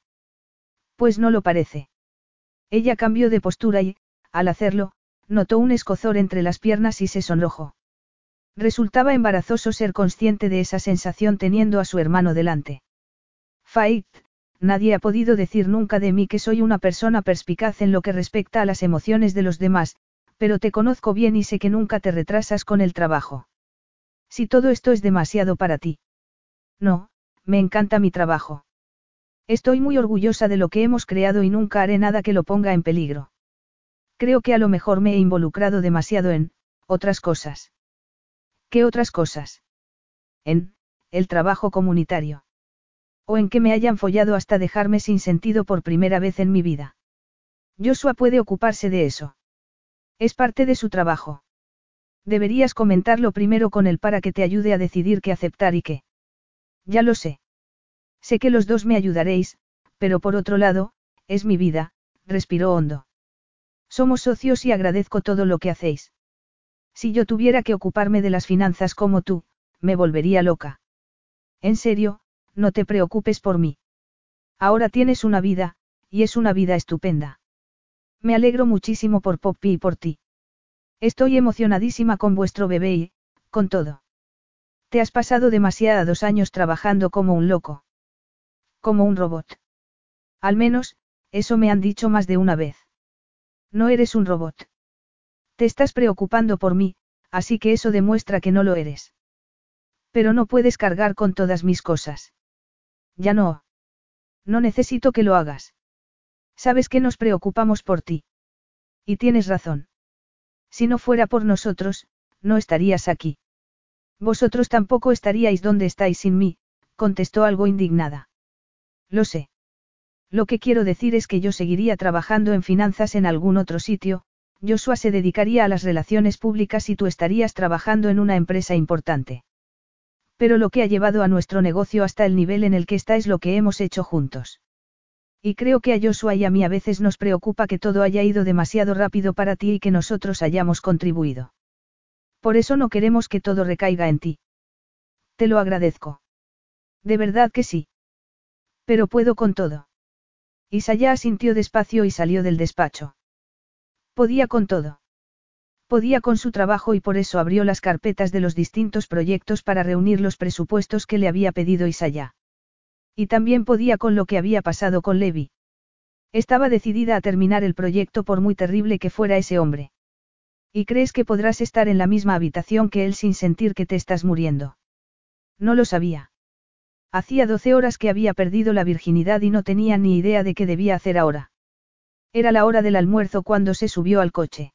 Pues no lo parece. Ella cambió de postura y, al hacerlo, notó un escozor entre las piernas y se sonrojó. Resultaba embarazoso ser consciente de esa sensación teniendo a su hermano delante. Fight, nadie ha podido decir nunca de mí que soy una persona perspicaz en lo que respecta a las emociones de los demás, pero te conozco bien y sé que nunca te retrasas con el trabajo. Si todo esto es demasiado para ti. No, me encanta mi trabajo. Estoy muy orgullosa de lo que hemos creado y nunca haré nada que lo ponga en peligro. Creo que a lo mejor me he involucrado demasiado en, otras cosas. ¿Qué otras cosas? En, el trabajo comunitario. O en que me hayan follado hasta dejarme sin sentido por primera vez en mi vida. Joshua puede ocuparse de eso. Es parte de su trabajo. Deberías comentarlo primero con él para que te ayude a decidir qué aceptar y qué. Ya lo sé. Sé que los dos me ayudaréis, pero por otro lado, es mi vida, respiró hondo. Somos socios y agradezco todo lo que hacéis. Si yo tuviera que ocuparme de las finanzas como tú, me volvería loca. En serio, no te preocupes por mí. Ahora tienes una vida, y es una vida estupenda. Me alegro muchísimo por Poppy y por ti. Estoy emocionadísima con vuestro bebé y, con todo. Te has pasado demasiados años trabajando como un loco. Como un robot. Al menos, eso me han dicho más de una vez. No eres un robot. Te estás preocupando por mí, así que eso demuestra que no lo eres. Pero no puedes cargar con todas mis cosas. Ya no. No necesito que lo hagas. Sabes que nos preocupamos por ti. Y tienes razón. Si no fuera por nosotros, no estarías aquí. Vosotros tampoco estaríais donde estáis sin mí, contestó algo indignada. Lo sé. Lo que quiero decir es que yo seguiría trabajando en finanzas en algún otro sitio, Joshua se dedicaría a las relaciones públicas y tú estarías trabajando en una empresa importante. Pero lo que ha llevado a nuestro negocio hasta el nivel en el que está es lo que hemos hecho juntos. Y creo que a Joshua y a mí a veces nos preocupa que todo haya ido demasiado rápido para ti y que nosotros hayamos contribuido. Por eso no queremos que todo recaiga en ti. Te lo agradezco. De verdad que sí. Pero puedo con todo. Isaya asintió despacio y salió del despacho. Podía con todo. Podía con su trabajo y por eso abrió las carpetas de los distintos proyectos para reunir los presupuestos que le había pedido Isaya. Y también podía con lo que había pasado con Levi. Estaba decidida a terminar el proyecto por muy terrible que fuera ese hombre. ¿Y crees que podrás estar en la misma habitación que él sin sentir que te estás muriendo? No lo sabía. Hacía doce horas que había perdido la virginidad y no tenía ni idea de qué debía hacer ahora. Era la hora del almuerzo cuando se subió al coche.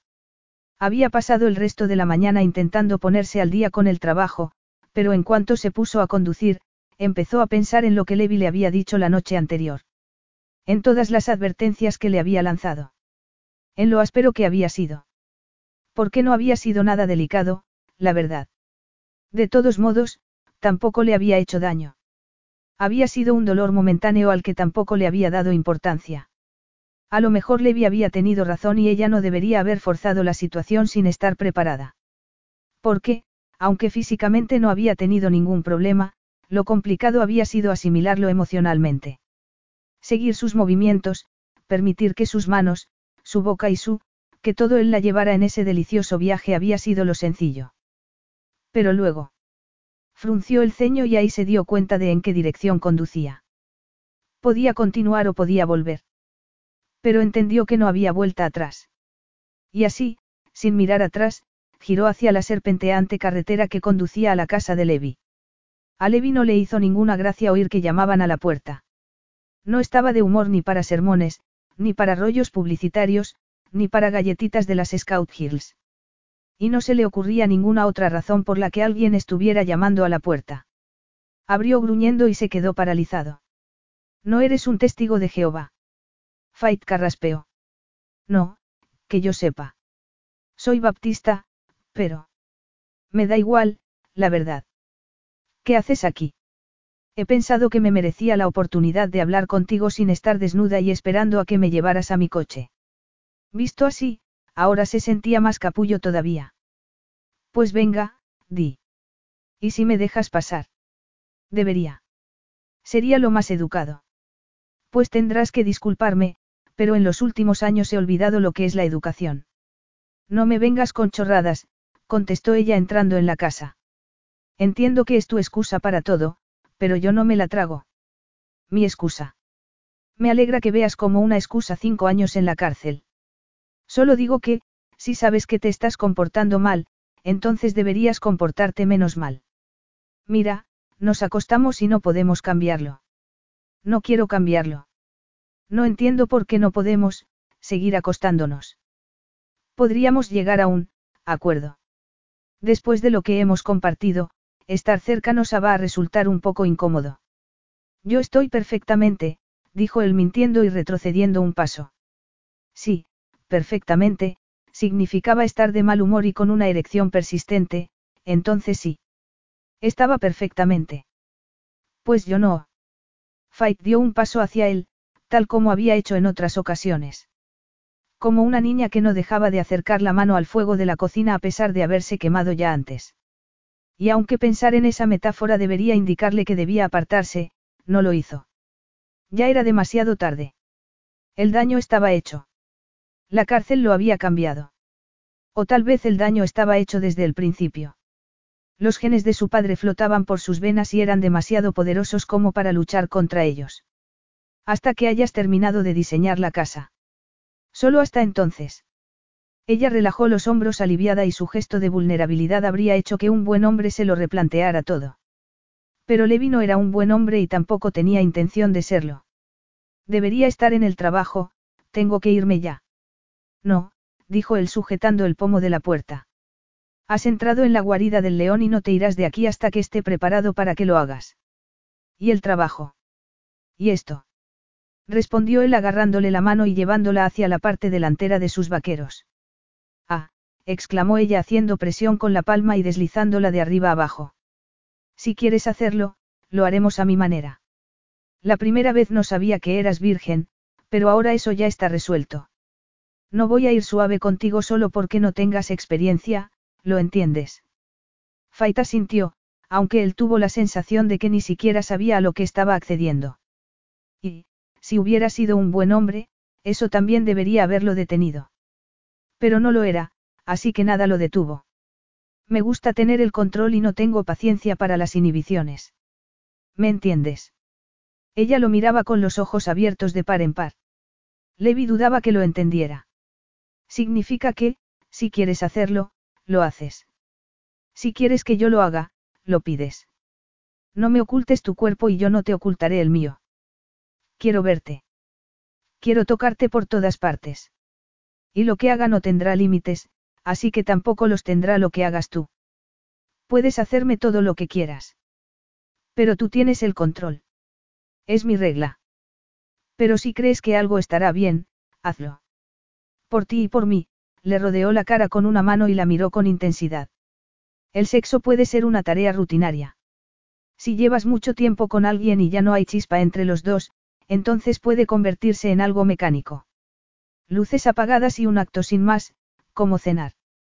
Había pasado el resto de la mañana intentando ponerse al día con el trabajo, pero en cuanto se puso a conducir, empezó a pensar en lo que Levi le había dicho la noche anterior. En todas las advertencias que le había lanzado. En lo áspero que había sido. Porque no había sido nada delicado, la verdad. De todos modos, tampoco le había hecho daño. Había sido un dolor momentáneo al que tampoco le había dado importancia. A lo mejor Levi había tenido razón y ella no debería haber forzado la situación sin estar preparada. Porque, aunque físicamente no había tenido ningún problema, lo complicado había sido asimilarlo emocionalmente. Seguir sus movimientos, permitir que sus manos, su boca y su, que todo él la llevara en ese delicioso viaje había sido lo sencillo. Pero luego. Frunció el ceño y ahí se dio cuenta de en qué dirección conducía. Podía continuar o podía volver. Pero entendió que no había vuelta atrás. Y así, sin mirar atrás, giró hacia la serpenteante carretera que conducía a la casa de Levi. A Levi no le hizo ninguna gracia oír que llamaban a la puerta. No estaba de humor ni para sermones, ni para rollos publicitarios, ni para galletitas de las Scout Hills. Y no se le ocurría ninguna otra razón por la que alguien estuviera llamando a la puerta. Abrió gruñendo y se quedó paralizado. ¿No eres un testigo de Jehová? Fait carraspeó. No, que yo sepa. Soy baptista, pero... Me da igual, la verdad. ¿Qué haces aquí? He pensado que me merecía la oportunidad de hablar contigo sin estar desnuda y esperando a que me llevaras a mi coche. Visto así, ahora se sentía más capullo todavía. Pues venga, di. ¿Y si me dejas pasar? Debería. Sería lo más educado. Pues tendrás que disculparme, pero en los últimos años he olvidado lo que es la educación. No me vengas con chorradas, contestó ella entrando en la casa. Entiendo que es tu excusa para todo, pero yo no me la trago. Mi excusa. Me alegra que veas como una excusa cinco años en la cárcel. Solo digo que, si sabes que te estás comportando mal, entonces deberías comportarte menos mal. Mira, nos acostamos y no podemos cambiarlo. No quiero cambiarlo. No entiendo por qué no podemos, seguir acostándonos. Podríamos llegar a un acuerdo. Después de lo que hemos compartido, estar cerca nos va a resultar un poco incómodo. Yo estoy perfectamente, dijo él mintiendo y retrocediendo un paso. Sí, perfectamente, significaba estar de mal humor y con una erección persistente, entonces sí. Estaba perfectamente. Pues yo no. Fait dio un paso hacia él, tal como había hecho en otras ocasiones. Como una niña que no dejaba de acercar la mano al fuego de la cocina a pesar de haberse quemado ya antes. Y aunque pensar en esa metáfora debería indicarle que debía apartarse, no lo hizo. Ya era demasiado tarde. El daño estaba hecho. La cárcel lo había cambiado. O tal vez el daño estaba hecho desde el principio. Los genes de su padre flotaban por sus venas y eran demasiado poderosos como para luchar contra ellos. Hasta que hayas terminado de diseñar la casa. Solo hasta entonces. Ella relajó los hombros aliviada y su gesto de vulnerabilidad habría hecho que un buen hombre se lo replanteara todo. Pero Levi no era un buen hombre y tampoco tenía intención de serlo. Debería estar en el trabajo, tengo que irme ya. No, dijo él sujetando el pomo de la puerta. Has entrado en la guarida del león y no te irás de aquí hasta que esté preparado para que lo hagas. ¿Y el trabajo? ¿Y esto? Respondió él agarrándole la mano y llevándola hacia la parte delantera de sus vaqueros. Ah, exclamó ella haciendo presión con la palma y deslizándola de arriba abajo. Si quieres hacerlo, lo haremos a mi manera. La primera vez no sabía que eras virgen, pero ahora eso ya está resuelto. No voy a ir suave contigo solo porque no tengas experiencia, ¿lo entiendes? Faita sintió, aunque él tuvo la sensación de que ni siquiera sabía a lo que estaba accediendo. Y, si hubiera sido un buen hombre, eso también debería haberlo detenido. Pero no lo era, así que nada lo detuvo. Me gusta tener el control y no tengo paciencia para las inhibiciones. ¿Me entiendes? Ella lo miraba con los ojos abiertos de par en par. Levi dudaba que lo entendiera. Significa que, si quieres hacerlo, lo haces. Si quieres que yo lo haga, lo pides. No me ocultes tu cuerpo y yo no te ocultaré el mío. Quiero verte. Quiero tocarte por todas partes. Y lo que haga no tendrá límites, así que tampoco los tendrá lo que hagas tú. Puedes hacerme todo lo que quieras. Pero tú tienes el control. Es mi regla. Pero si crees que algo estará bien, hazlo. Por ti y por mí, le rodeó la cara con una mano y la miró con intensidad. El sexo puede ser una tarea rutinaria. Si llevas mucho tiempo con alguien y ya no hay chispa entre los dos, entonces puede convertirse en algo mecánico. Luces apagadas y un acto sin más, como cenar.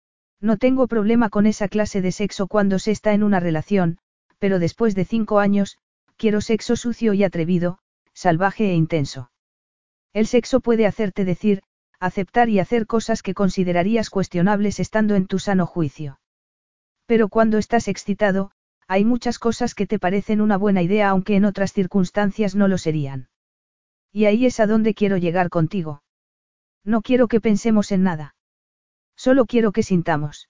No tengo problema con esa clase de sexo cuando se está en una relación, pero después de cinco años, quiero sexo sucio y atrevido, salvaje e intenso. El sexo puede hacerte decir, aceptar y hacer cosas que considerarías cuestionables estando en tu sano juicio. Pero cuando estás excitado, hay muchas cosas que te parecen una buena idea aunque en otras circunstancias no lo serían. Y ahí es a donde quiero llegar contigo. No quiero que pensemos en nada. Solo quiero que sintamos.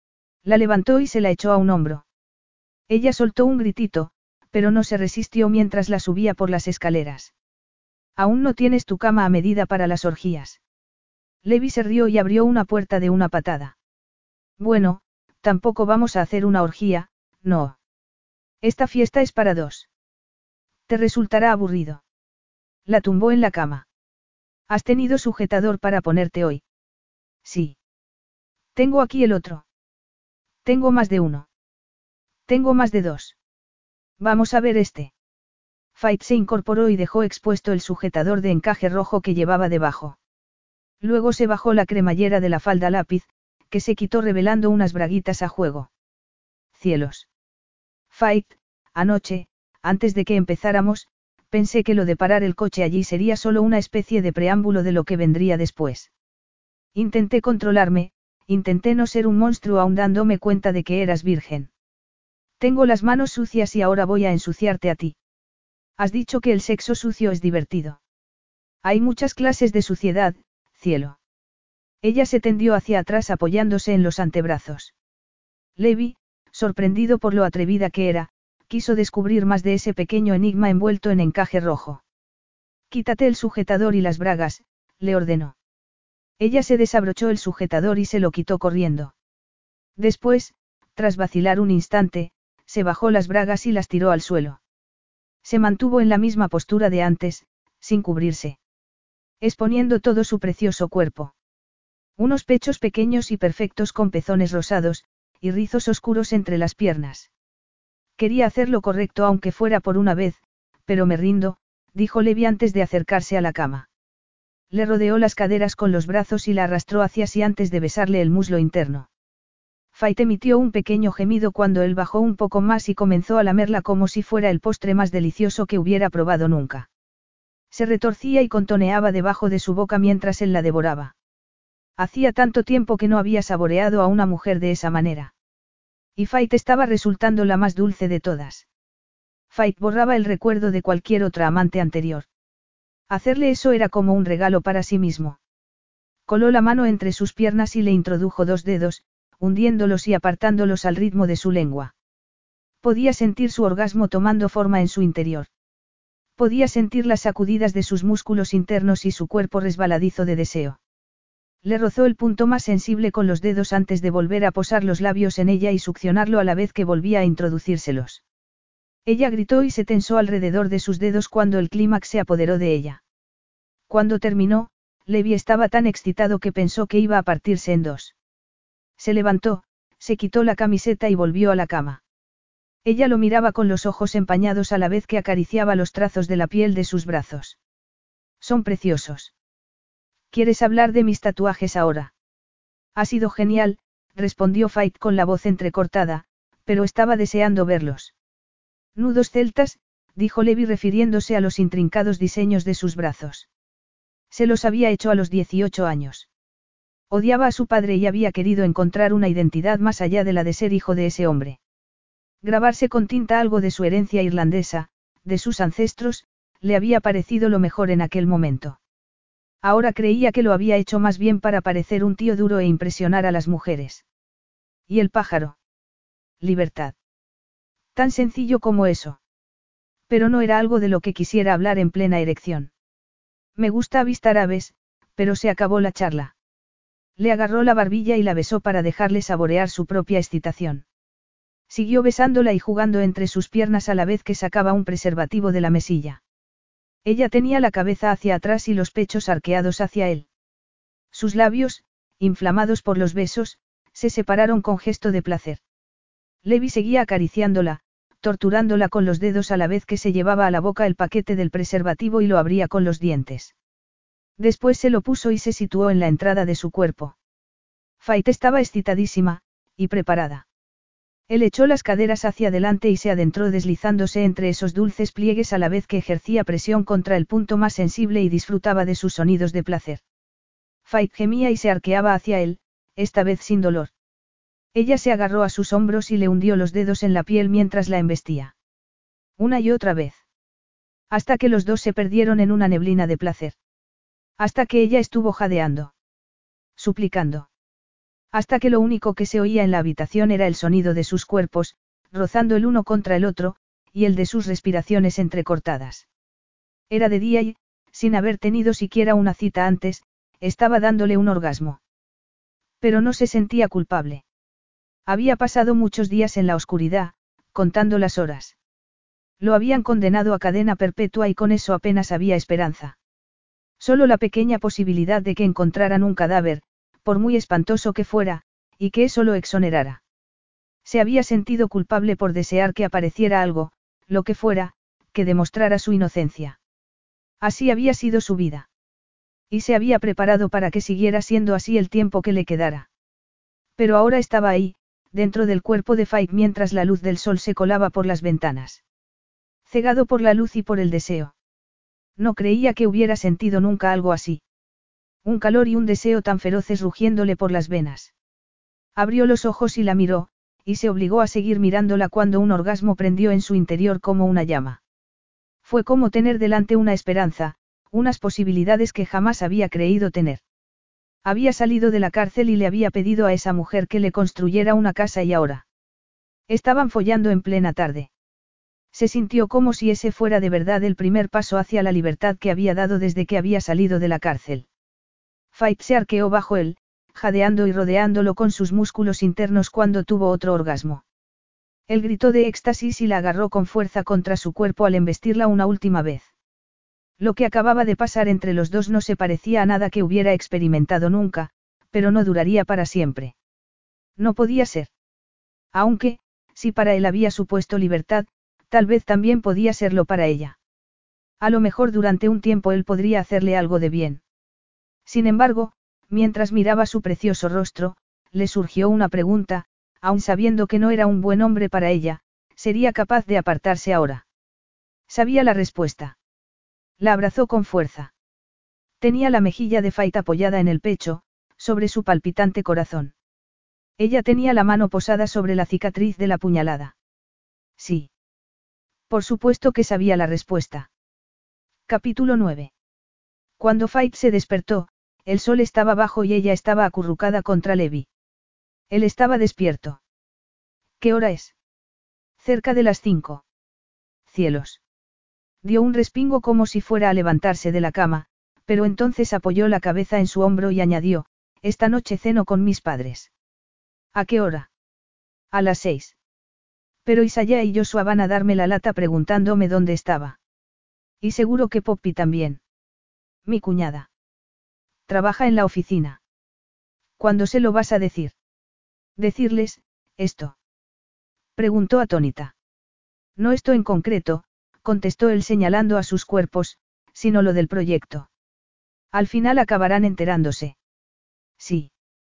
La levantó y se la echó a un hombro. Ella soltó un gritito, pero no se resistió mientras la subía por las escaleras. Aún no tienes tu cama a medida para las orgías. Levi se rió y abrió una puerta de una patada. Bueno, tampoco vamos a hacer una orgía, no. Esta fiesta es para dos. Te resultará aburrido. La tumbó en la cama. ¿Has tenido sujetador para ponerte hoy? Sí. Tengo aquí el otro. Tengo más de uno. Tengo más de dos. Vamos a ver este. Fait se incorporó y dejó expuesto el sujetador de encaje rojo que llevaba debajo. Luego se bajó la cremallera de la falda lápiz, que se quitó revelando unas braguitas a juego. Cielos. Fait, anoche, antes de que empezáramos, pensé que lo de parar el coche allí sería solo una especie de preámbulo de lo que vendría después. Intenté controlarme, intenté no ser un monstruo aún dándome cuenta de que eras virgen. Tengo las manos sucias y ahora voy a ensuciarte a ti. Has dicho que el sexo sucio es divertido. Hay muchas clases de suciedad, cielo. Ella se tendió hacia atrás apoyándose en los antebrazos. Levi, sorprendido por lo atrevida que era, quiso descubrir más de ese pequeño enigma envuelto en encaje rojo. Quítate el sujetador y las bragas, le ordenó. Ella se desabrochó el sujetador y se lo quitó corriendo. Después, tras vacilar un instante, se bajó las bragas y las tiró al suelo. Se mantuvo en la misma postura de antes, sin cubrirse. Exponiendo todo su precioso cuerpo. Unos pechos pequeños y perfectos con pezones rosados, y rizos oscuros entre las piernas. Quería hacer lo correcto aunque fuera por una vez, pero me rindo, dijo Levi antes de acercarse a la cama. Le rodeó las caderas con los brazos y la arrastró hacia sí antes de besarle el muslo interno. Fait emitió un pequeño gemido cuando él bajó un poco más y comenzó a lamerla como si fuera el postre más delicioso que hubiera probado nunca. Se retorcía y contoneaba debajo de su boca mientras él la devoraba. Hacía tanto tiempo que no había saboreado a una mujer de esa manera. Y Fait estaba resultando la más dulce de todas. Fait borraba el recuerdo de cualquier otra amante anterior. Hacerle eso era como un regalo para sí mismo. Coló la mano entre sus piernas y le introdujo dos dedos, hundiéndolos y apartándolos al ritmo de su lengua. Podía sentir su orgasmo tomando forma en su interior. Podía sentir las sacudidas de sus músculos internos y su cuerpo resbaladizo de deseo. Le rozó el punto más sensible con los dedos antes de volver a posar los labios en ella y succionarlo a la vez que volvía a introducírselos. Ella gritó y se tensó alrededor de sus dedos cuando el clímax se apoderó de ella. Cuando terminó, Levi estaba tan excitado que pensó que iba a partirse en dos. Se levantó, se quitó la camiseta y volvió a la cama. Ella lo miraba con los ojos empañados a la vez que acariciaba los trazos de la piel de sus brazos. Son preciosos. ¿Quieres hablar de mis tatuajes ahora? Ha sido genial, respondió Fait con la voz entrecortada, pero estaba deseando verlos. Nudos celtas, dijo Levi refiriéndose a los intrincados diseños de sus brazos. Se los había hecho a los dieciocho años. Odiaba a su padre y había querido encontrar una identidad más allá de la de ser hijo de ese hombre. Grabarse con tinta algo de su herencia irlandesa, de sus ancestros, le había parecido lo mejor en aquel momento. Ahora creía que lo había hecho más bien para parecer un tío duro e impresionar a las mujeres. ¿Y el pájaro? Libertad. Tan sencillo como eso. Pero no era algo de lo que quisiera hablar en plena erección. Me gusta avistar aves, pero se acabó la charla. Le agarró la barbilla y la besó para dejarle saborear su propia excitación. Siguió besándola y jugando entre sus piernas a la vez que sacaba un preservativo de la mesilla. Ella tenía la cabeza hacia atrás y los pechos arqueados hacia él. Sus labios, inflamados por los besos, se separaron con gesto de placer. Levi seguía acariciándola, torturándola con los dedos a la vez que se llevaba a la boca el paquete del preservativo y lo abría con los dientes. Después se lo puso y se situó en la entrada de su cuerpo. Fait estaba excitadísima, y preparada. Él echó las caderas hacia adelante y se adentró deslizándose entre esos dulces pliegues a la vez que ejercía presión contra el punto más sensible y disfrutaba de sus sonidos de placer. Fait gemía y se arqueaba hacia él, esta vez sin dolor. Ella se agarró a sus hombros y le hundió los dedos en la piel mientras la embestía. Una y otra vez. Hasta que los dos se perdieron en una neblina de placer. Hasta que ella estuvo jadeando. Suplicando. Hasta que lo único que se oía en la habitación era el sonido de sus cuerpos, rozando el uno contra el otro, y el de sus respiraciones entrecortadas. Era de día y, sin haber tenido siquiera una cita antes, estaba dándole un orgasmo. Pero no se sentía culpable. Había pasado muchos días en la oscuridad, contando las horas. Lo habían condenado a cadena perpetua y con eso apenas había esperanza. Solo la pequeña posibilidad de que encontraran un cadáver, por muy espantoso que fuera, y que eso lo exonerara. Se había sentido culpable por desear que apareciera algo, lo que fuera, que demostrara su inocencia. Así había sido su vida. Y se había preparado para que siguiera siendo así el tiempo que le quedara. Pero ahora estaba ahí, dentro del cuerpo de Fait mientras la luz del sol se colaba por las ventanas. Cegado por la luz y por el deseo. No creía que hubiera sentido nunca algo así. Un calor y un deseo tan feroces rugiéndole por las venas. Abrió los ojos y la miró, y se obligó a seguir mirándola cuando un orgasmo prendió en su interior como una llama. Fue como tener delante una esperanza, unas posibilidades que jamás había creído tener. Había salido de la cárcel y le había pedido a esa mujer que le construyera una casa y ahora. Estaban follando en plena tarde. Se sintió como si ese fuera de verdad el primer paso hacia la libertad que había dado desde que había salido de la cárcel. Fait se arqueó bajo él, jadeando y rodeándolo con sus músculos internos cuando tuvo otro orgasmo. Él gritó de éxtasis y la agarró con fuerza contra su cuerpo al embestirla una última vez. Lo que acababa de pasar entre los dos no se parecía a nada que hubiera experimentado nunca, pero no duraría para siempre. No podía ser. Aunque, si para él había supuesto libertad, tal vez también podía serlo para ella. A lo mejor durante un tiempo él podría hacerle algo de bien. Sin embargo, mientras miraba su precioso rostro, le surgió una pregunta, aun sabiendo que no era un buen hombre para ella, ¿sería capaz de apartarse ahora? Sabía la respuesta. La abrazó con fuerza. Tenía la mejilla de Fait apoyada en el pecho, sobre su palpitante corazón. Ella tenía la mano posada sobre la cicatriz de la puñalada. Sí. Por supuesto que sabía la respuesta. Capítulo nueve. Cuando Fait se despertó, el sol estaba bajo y ella estaba acurrucada contra Levi. Él estaba despierto. ¿Qué hora es? Cerca de las cinco. Cielos. Dio un respingo como si fuera a levantarse de la cama, pero entonces apoyó la cabeza en su hombro y añadió, esta noche ceno con mis padres. ¿A qué hora? A las seis. Pero Isaiah y Joshua van a darme la lata preguntándome dónde estaba. Y seguro que Poppy también. Mi cuñada. Trabaja en la oficina. ¿Cuándo se lo vas a decir? Decirles, esto. Preguntó atónita. No esto en concreto, contestó él señalando a sus cuerpos, sino lo del proyecto. Al final acabarán enterándose. Sí.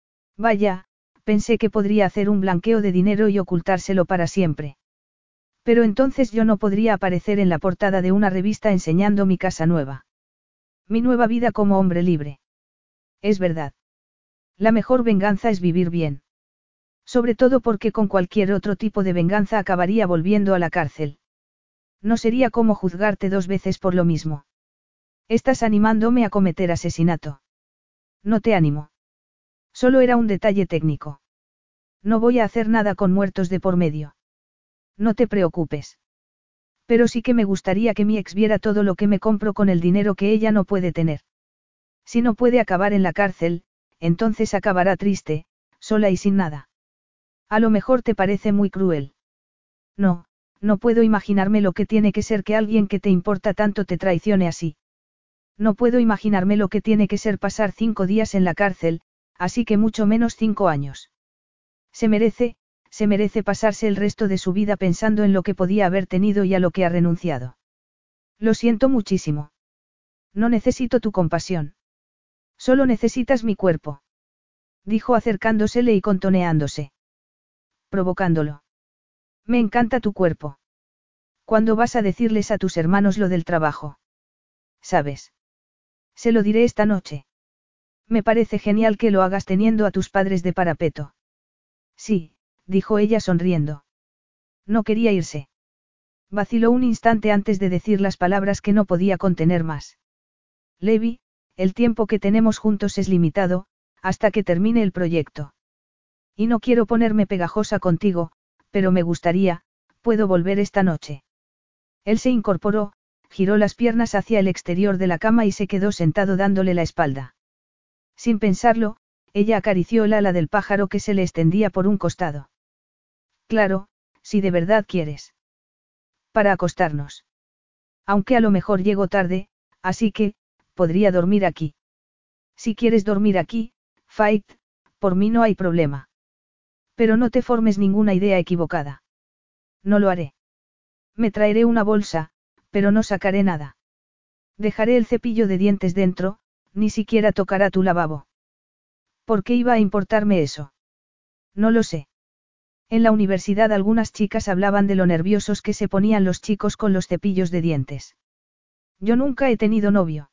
Vaya, pensé que podría hacer un blanqueo de dinero y ocultárselo para siempre. Pero entonces yo no podría aparecer en la portada de una revista enseñando mi casa nueva. Mi nueva vida como hombre libre. Es verdad. La mejor venganza es vivir bien. Sobre todo porque con cualquier otro tipo de venganza acabaría volviendo a la cárcel. No sería como juzgarte dos veces por lo mismo. Estás animándome a cometer asesinato. No te animo. Solo era un detalle técnico. No voy a hacer nada con muertos de por medio. No te preocupes. Pero sí que me gustaría que mi ex viera todo lo que me compro con el dinero que ella no puede tener. Si no puede acabar en la cárcel, entonces acabará triste, sola y sin nada. A lo mejor te parece muy cruel. No, no puedo imaginarme lo que tiene que ser que alguien que te importa tanto te traicione así. No puedo imaginarme lo que tiene que ser pasar cinco días en la cárcel, así que mucho menos cinco años. Se merece, se merece pasarse el resto de su vida pensando en lo que podía haber tenido y a lo que ha renunciado. Lo siento muchísimo. No necesito tu compasión. Solo necesitas mi cuerpo. Dijo acercándosele y contoneándose. Provocándolo. Me encanta tu cuerpo. ¿Cuándo vas a decirles a tus hermanos lo del trabajo? ¿Sabes? Se lo diré esta noche. Me parece genial que lo hagas teniendo a tus padres de parapeto. Sí, dijo ella sonriendo. No quería irse. Vaciló un instante antes de decir las palabras que no podía contener más. Levi, el tiempo que tenemos juntos es limitado, hasta que termine el proyecto. Y no quiero ponerme pegajosa contigo, pero me gustaría, puedo volver esta noche. Él se incorporó, giró las piernas hacia el exterior de la cama y se quedó sentado dándole la espalda. Sin pensarlo, ella acarició el ala del pájaro que se le extendía por un costado. Claro, si de verdad quieres. Para acostarnos. Aunque a lo mejor llego tarde, así que, podría dormir aquí. Si quieres dormir aquí, Fight, por mí no hay problema. Pero no te formes ninguna idea equivocada. No lo haré. Me traeré una bolsa, pero no sacaré nada. Dejaré el cepillo de dientes dentro, ni siquiera tocará tu lavabo. ¿Por qué iba a importarme eso? No lo sé. En la universidad algunas chicas hablaban de lo nerviosos que se ponían los chicos con los cepillos de dientes. Yo nunca he tenido novio.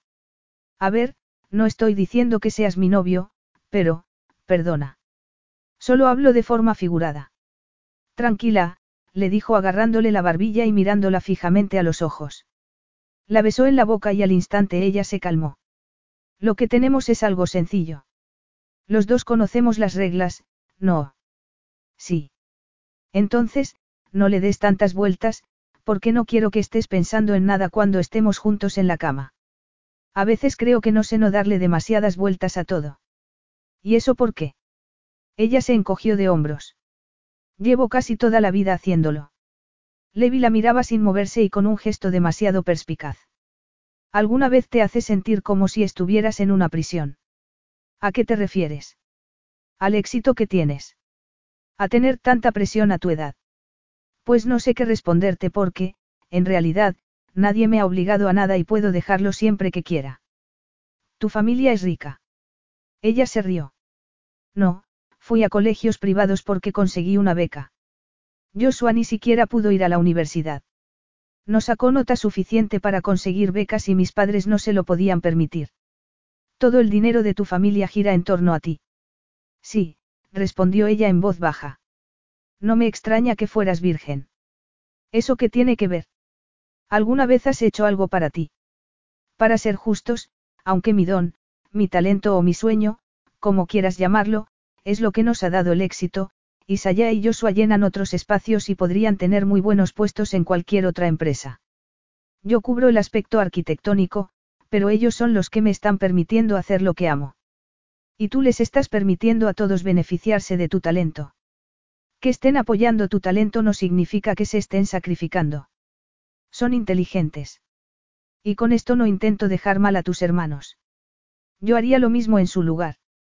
A ver, no estoy diciendo que seas mi novio, pero, perdona. Solo hablo de forma figurada. Tranquila, le dijo agarrándole la barbilla y mirándola fijamente a los ojos. La besó en la boca y al instante ella se calmó. Lo que tenemos es algo sencillo. Los dos conocemos las reglas, ¿no? Sí. Entonces, no le des tantas vueltas, porque no quiero que estés pensando en nada cuando estemos juntos en la cama. A veces creo que no sé no darle demasiadas vueltas a todo. ¿Y eso por qué? Ella se encogió de hombros. Llevo casi toda la vida haciéndolo. Levi la miraba sin moverse y con un gesto demasiado perspicaz. ¿Alguna vez te hace sentir como si estuvieras en una prisión? ¿A qué te refieres? Al éxito que tienes. A tener tanta presión a tu edad. Pues no sé qué responderte porque, en realidad, nadie me ha obligado a nada y puedo dejarlo siempre que quiera. ¿Tu familia es rica? Ella se rió. No, fui a colegios privados porque conseguí una beca. Joshua ni siquiera pudo ir a la universidad. No sacó nota suficiente para conseguir becas y mis padres no se lo podían permitir. Todo el dinero de tu familia gira en torno a ti. Sí, respondió ella en voz baja. No me extraña que fueras virgen. ¿Eso qué tiene que ver? ¿Alguna vez has hecho algo para ti? Para ser justos, aunque mi don, mi talento o mi sueño, como quieras llamarlo, es lo que nos ha dado el éxito, Isaiah y Joshua llenan otros espacios y podrían tener muy buenos puestos en cualquier otra empresa. Yo cubro el aspecto arquitectónico, pero ellos son los que me están permitiendo hacer lo que amo. Y tú les estás permitiendo a todos beneficiarse de tu talento. Que estén apoyando tu talento no significa que se estén sacrificando. Son inteligentes. Y con esto no intento dejar mal a tus hermanos. Yo haría lo mismo en su lugar.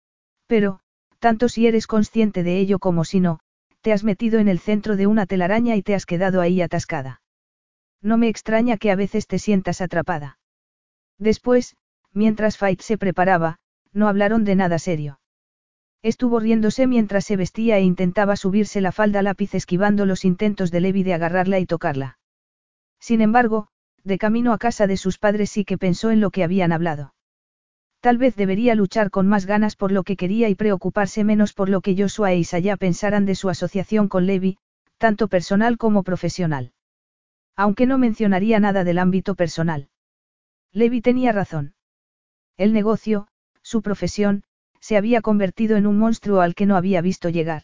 Pero, tanto si eres consciente de ello como si no, te has metido en el centro de una telaraña y te has quedado ahí atascada. No me extraña que a veces te sientas atrapada. Después, mientras Fait se preparaba, no hablaron de nada serio. Estuvo riéndose mientras se vestía e intentaba subirse la falda a lápiz esquivando los intentos de Levi de agarrarla y tocarla. Sin embargo, de camino a casa de sus padres sí que pensó en lo que habían hablado. Tal vez debería luchar con más ganas por lo que quería y preocuparse menos por lo que Joshua e Isaiah pensaran de su asociación con Levi, tanto personal como profesional. Aunque no mencionaría nada del ámbito personal. Levi tenía razón. El negocio, su profesión, se había convertido en un monstruo al que no había visto llegar.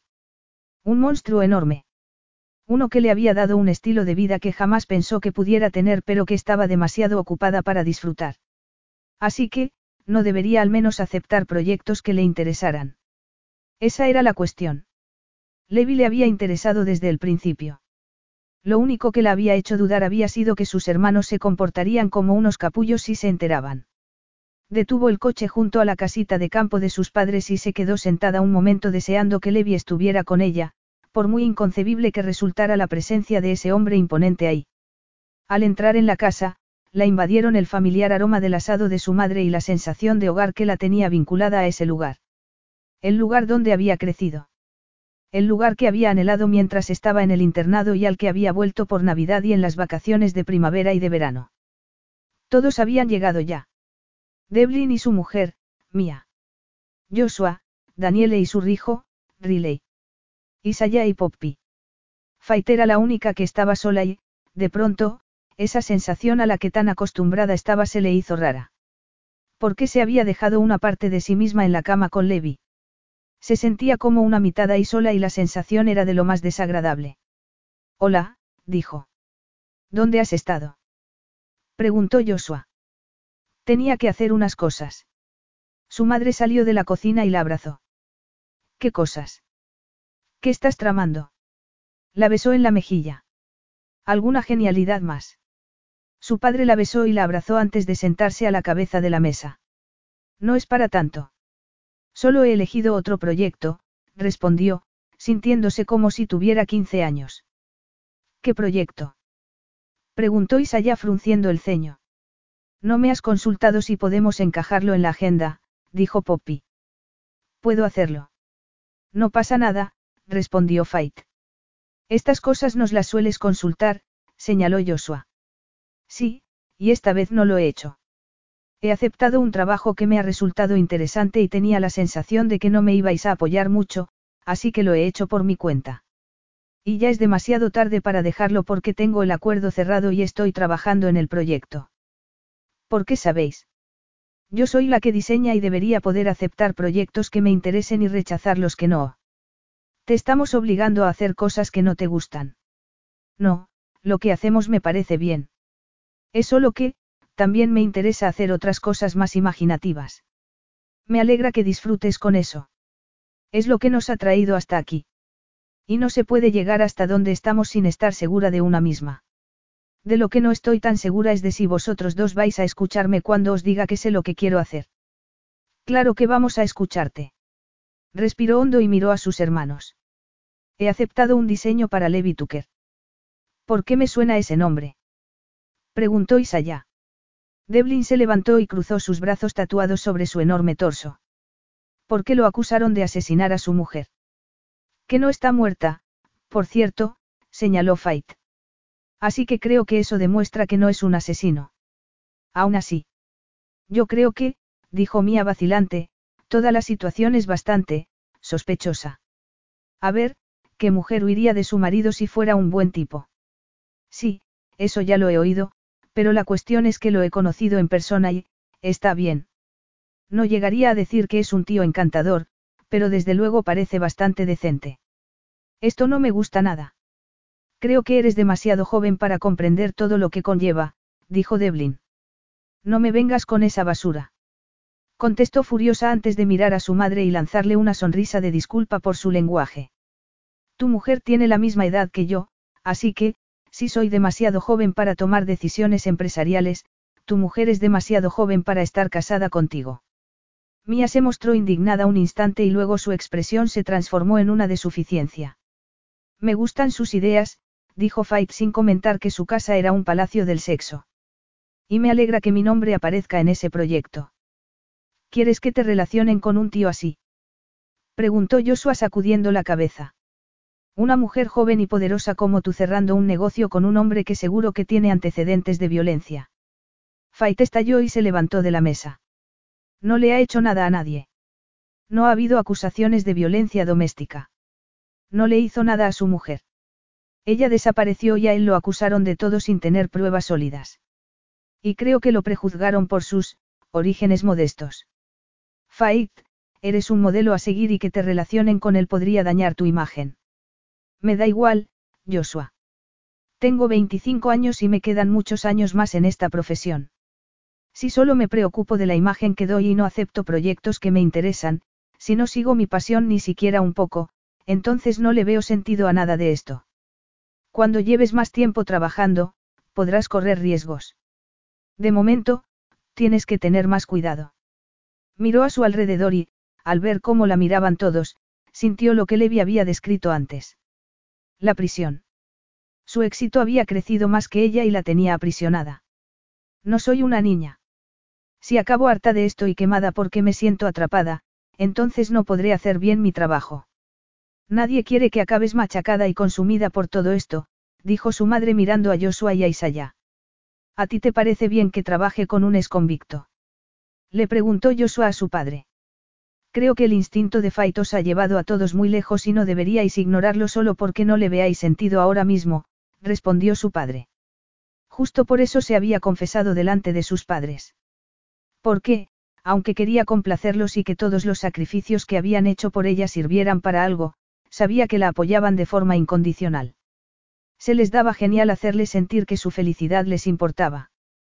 Un monstruo enorme. Uno que le había dado un estilo de vida que jamás pensó que pudiera tener pero que estaba demasiado ocupada para disfrutar. Así que, no debería al menos aceptar proyectos que le interesaran. Esa era la cuestión. Levi le había interesado desde el principio. Lo único que la había hecho dudar había sido que sus hermanos se comportarían como unos capullos si se enteraban. Detuvo el coche junto a la casita de campo de sus padres y se quedó sentada un momento deseando que Levi estuviera con ella, por muy inconcebible que resultara la presencia de ese hombre imponente ahí. Al entrar en la casa, la invadieron el familiar aroma del asado de su madre y la sensación de hogar que la tenía vinculada a ese lugar. El lugar donde había crecido. El lugar que había anhelado mientras estaba en el internado y al que había vuelto por Navidad y en las vacaciones de primavera y de verano. Todos habían llegado ya. Devlin y su mujer, Mia. Joshua, Daniele y su hijo, Riley. Isaiah y Poppy. Fait era la única que estaba sola y, de pronto, esa sensación a la que tan acostumbrada estaba se le hizo rara. ¿Por qué se había dejado una parte de sí misma en la cama con Levi? Se sentía como una mitad ahí sola y la sensación era de lo más desagradable. Hola, dijo. ¿Dónde has estado? Preguntó Joshua. Tenía que hacer unas cosas. Su madre salió de la cocina y la abrazó. ¿Qué cosas? ¿Qué estás tramando? La besó en la mejilla. ¿Alguna genialidad más? Su padre la besó y la abrazó antes de sentarse a la cabeza de la mesa. No es para tanto. Solo he elegido otro proyecto, respondió, sintiéndose como si tuviera quince años. ¿Qué proyecto? Preguntó Isaiah frunciendo el ceño. No me has consultado si podemos encajarlo en la agenda, dijo Poppy. Puedo hacerlo. No pasa nada, respondió Fait. Estas cosas nos las sueles consultar, señaló Joshua. Sí, y esta vez no lo he hecho. He aceptado un trabajo que me ha resultado interesante y tenía la sensación de que no me ibais a apoyar mucho, así que lo he hecho por mi cuenta. Y ya es demasiado tarde para dejarlo porque tengo el acuerdo cerrado y estoy trabajando en el proyecto. ¿Por qué sabéis? Yo soy la que diseña y debería poder aceptar proyectos que me interesen y rechazar los que no. Te estamos obligando a hacer cosas que no te gustan. No, lo que hacemos me parece bien. Es solo que, también me interesa hacer otras cosas más imaginativas. Me alegra que disfrutes con eso. Es lo que nos ha traído hasta aquí. Y no se puede llegar hasta donde estamos sin estar segura de una misma. De lo que no estoy tan segura es de si vosotros dos vais a escucharme cuando os diga que sé lo que quiero hacer. Claro que vamos a escucharte. Respiró hondo y miró a sus hermanos. He aceptado un diseño para Levi Tucker. ¿Por qué me suena ese nombre? Preguntó Isaiah. Devlin se levantó y cruzó sus brazos tatuados sobre su enorme torso. ¿Por qué lo acusaron de asesinar a su mujer? Que no está muerta, por cierto, señaló Fait. Así que creo que eso demuestra que no es un asesino. Aún así. Yo creo que, dijo Mia vacilante, toda la situación es bastante, sospechosa. A ver, ¿qué mujer huiría de su marido si fuera un buen tipo? Sí, eso ya lo he oído, pero la cuestión es que lo he conocido en persona y, está bien. No llegaría a decir que es un tío encantador, pero desde luego parece bastante decente. Esto no me gusta nada. Creo que eres demasiado joven para comprender todo lo que conlleva, dijo Devlin. No me vengas con esa basura. Contestó furiosa antes de mirar a su madre y lanzarle una sonrisa de disculpa por su lenguaje. Tu mujer tiene la misma edad que yo, así que, si soy demasiado joven para tomar decisiones empresariales, tu mujer es demasiado joven para estar casada contigo. Mia se mostró indignada un instante y luego su expresión se transformó en una de suficiencia. Me gustan sus ideas, dijo Fait sin comentar que su casa era un palacio del sexo. Y me alegra que mi nombre aparezca en ese proyecto. ¿Quieres que te relacionen con un tío así? Preguntó Joshua sacudiendo la cabeza. Una mujer joven y poderosa como tú cerrando un negocio con un hombre que seguro que tiene antecedentes de violencia. Fait estalló y se levantó de la mesa. No le ha hecho nada a nadie. No ha habido acusaciones de violencia doméstica. No le hizo nada a su mujer. Ella desapareció y a él lo acusaron de todo sin tener pruebas sólidas. Y creo que lo prejuzgaron por sus orígenes modestos. Fait, eres un modelo a seguir y que te relacionen con él podría dañar tu imagen. Me da igual, Joshua. Tengo veinticinco años y me quedan muchos años más en esta profesión. Si solo me preocupo de la imagen que doy y no acepto proyectos que me interesan, si no sigo mi pasión ni siquiera un poco, entonces no le veo sentido a nada de esto. Cuando lleves más tiempo trabajando, podrás correr riesgos. De momento, tienes que tener más cuidado. Miró a su alrededor y, al ver cómo la miraban todos, sintió lo que Levi había descrito antes. La prisión. Su éxito había crecido más que ella y la tenía aprisionada. No soy una niña. Si acabo harta de esto y quemada porque me siento atrapada, entonces no podré hacer bien mi trabajo. Nadie quiere que acabes machacada y consumida por todo esto, dijo su madre mirando a Joshua y a Isaiah. ¿A ti te parece bien que trabaje con un exconvicto? Le preguntó Joshua a su padre. Creo que el instinto de Fait os ha llevado a todos muy lejos y no deberíais ignorarlo solo porque no le veáis sentido ahora mismo, respondió su padre. Justo por eso se había confesado delante de sus padres. Porque, aunque quería complacerlos y que todos los sacrificios que habían hecho por ella sirvieran para algo, sabía que la apoyaban de forma incondicional. Se les daba genial hacerle sentir que su felicidad les importaba.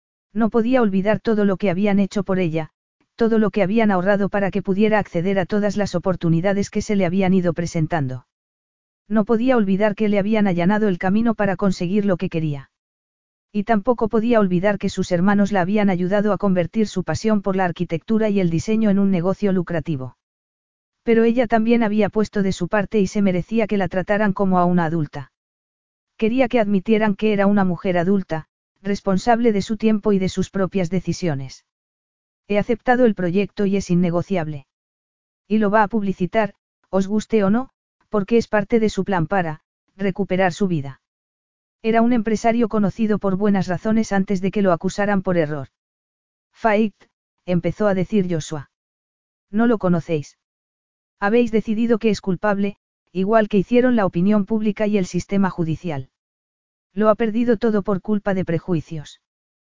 No podía olvidar todo lo que habían hecho por ella, todo lo que habían ahorrado para que pudiera acceder a todas las oportunidades que se le habían ido presentando. No podía olvidar que le habían allanado el camino para conseguir lo que quería. Y tampoco podía olvidar que sus hermanos la habían ayudado a convertir su pasión por la arquitectura y el diseño en un negocio lucrativo. Pero ella también había puesto de su parte y se merecía que la trataran como a una adulta. Quería que admitieran que era una mujer adulta, responsable de su tiempo y de sus propias decisiones. He aceptado el proyecto y es innegociable. Y lo va a publicitar, os guste o no, porque es parte de su plan para recuperar su vida. Era un empresario conocido por buenas razones antes de que lo acusaran por error. Fait, empezó a decir Joshua. No lo conocéis. Habéis decidido que es culpable, igual que hicieron la opinión pública y el sistema judicial. Lo ha perdido todo por culpa de prejuicios.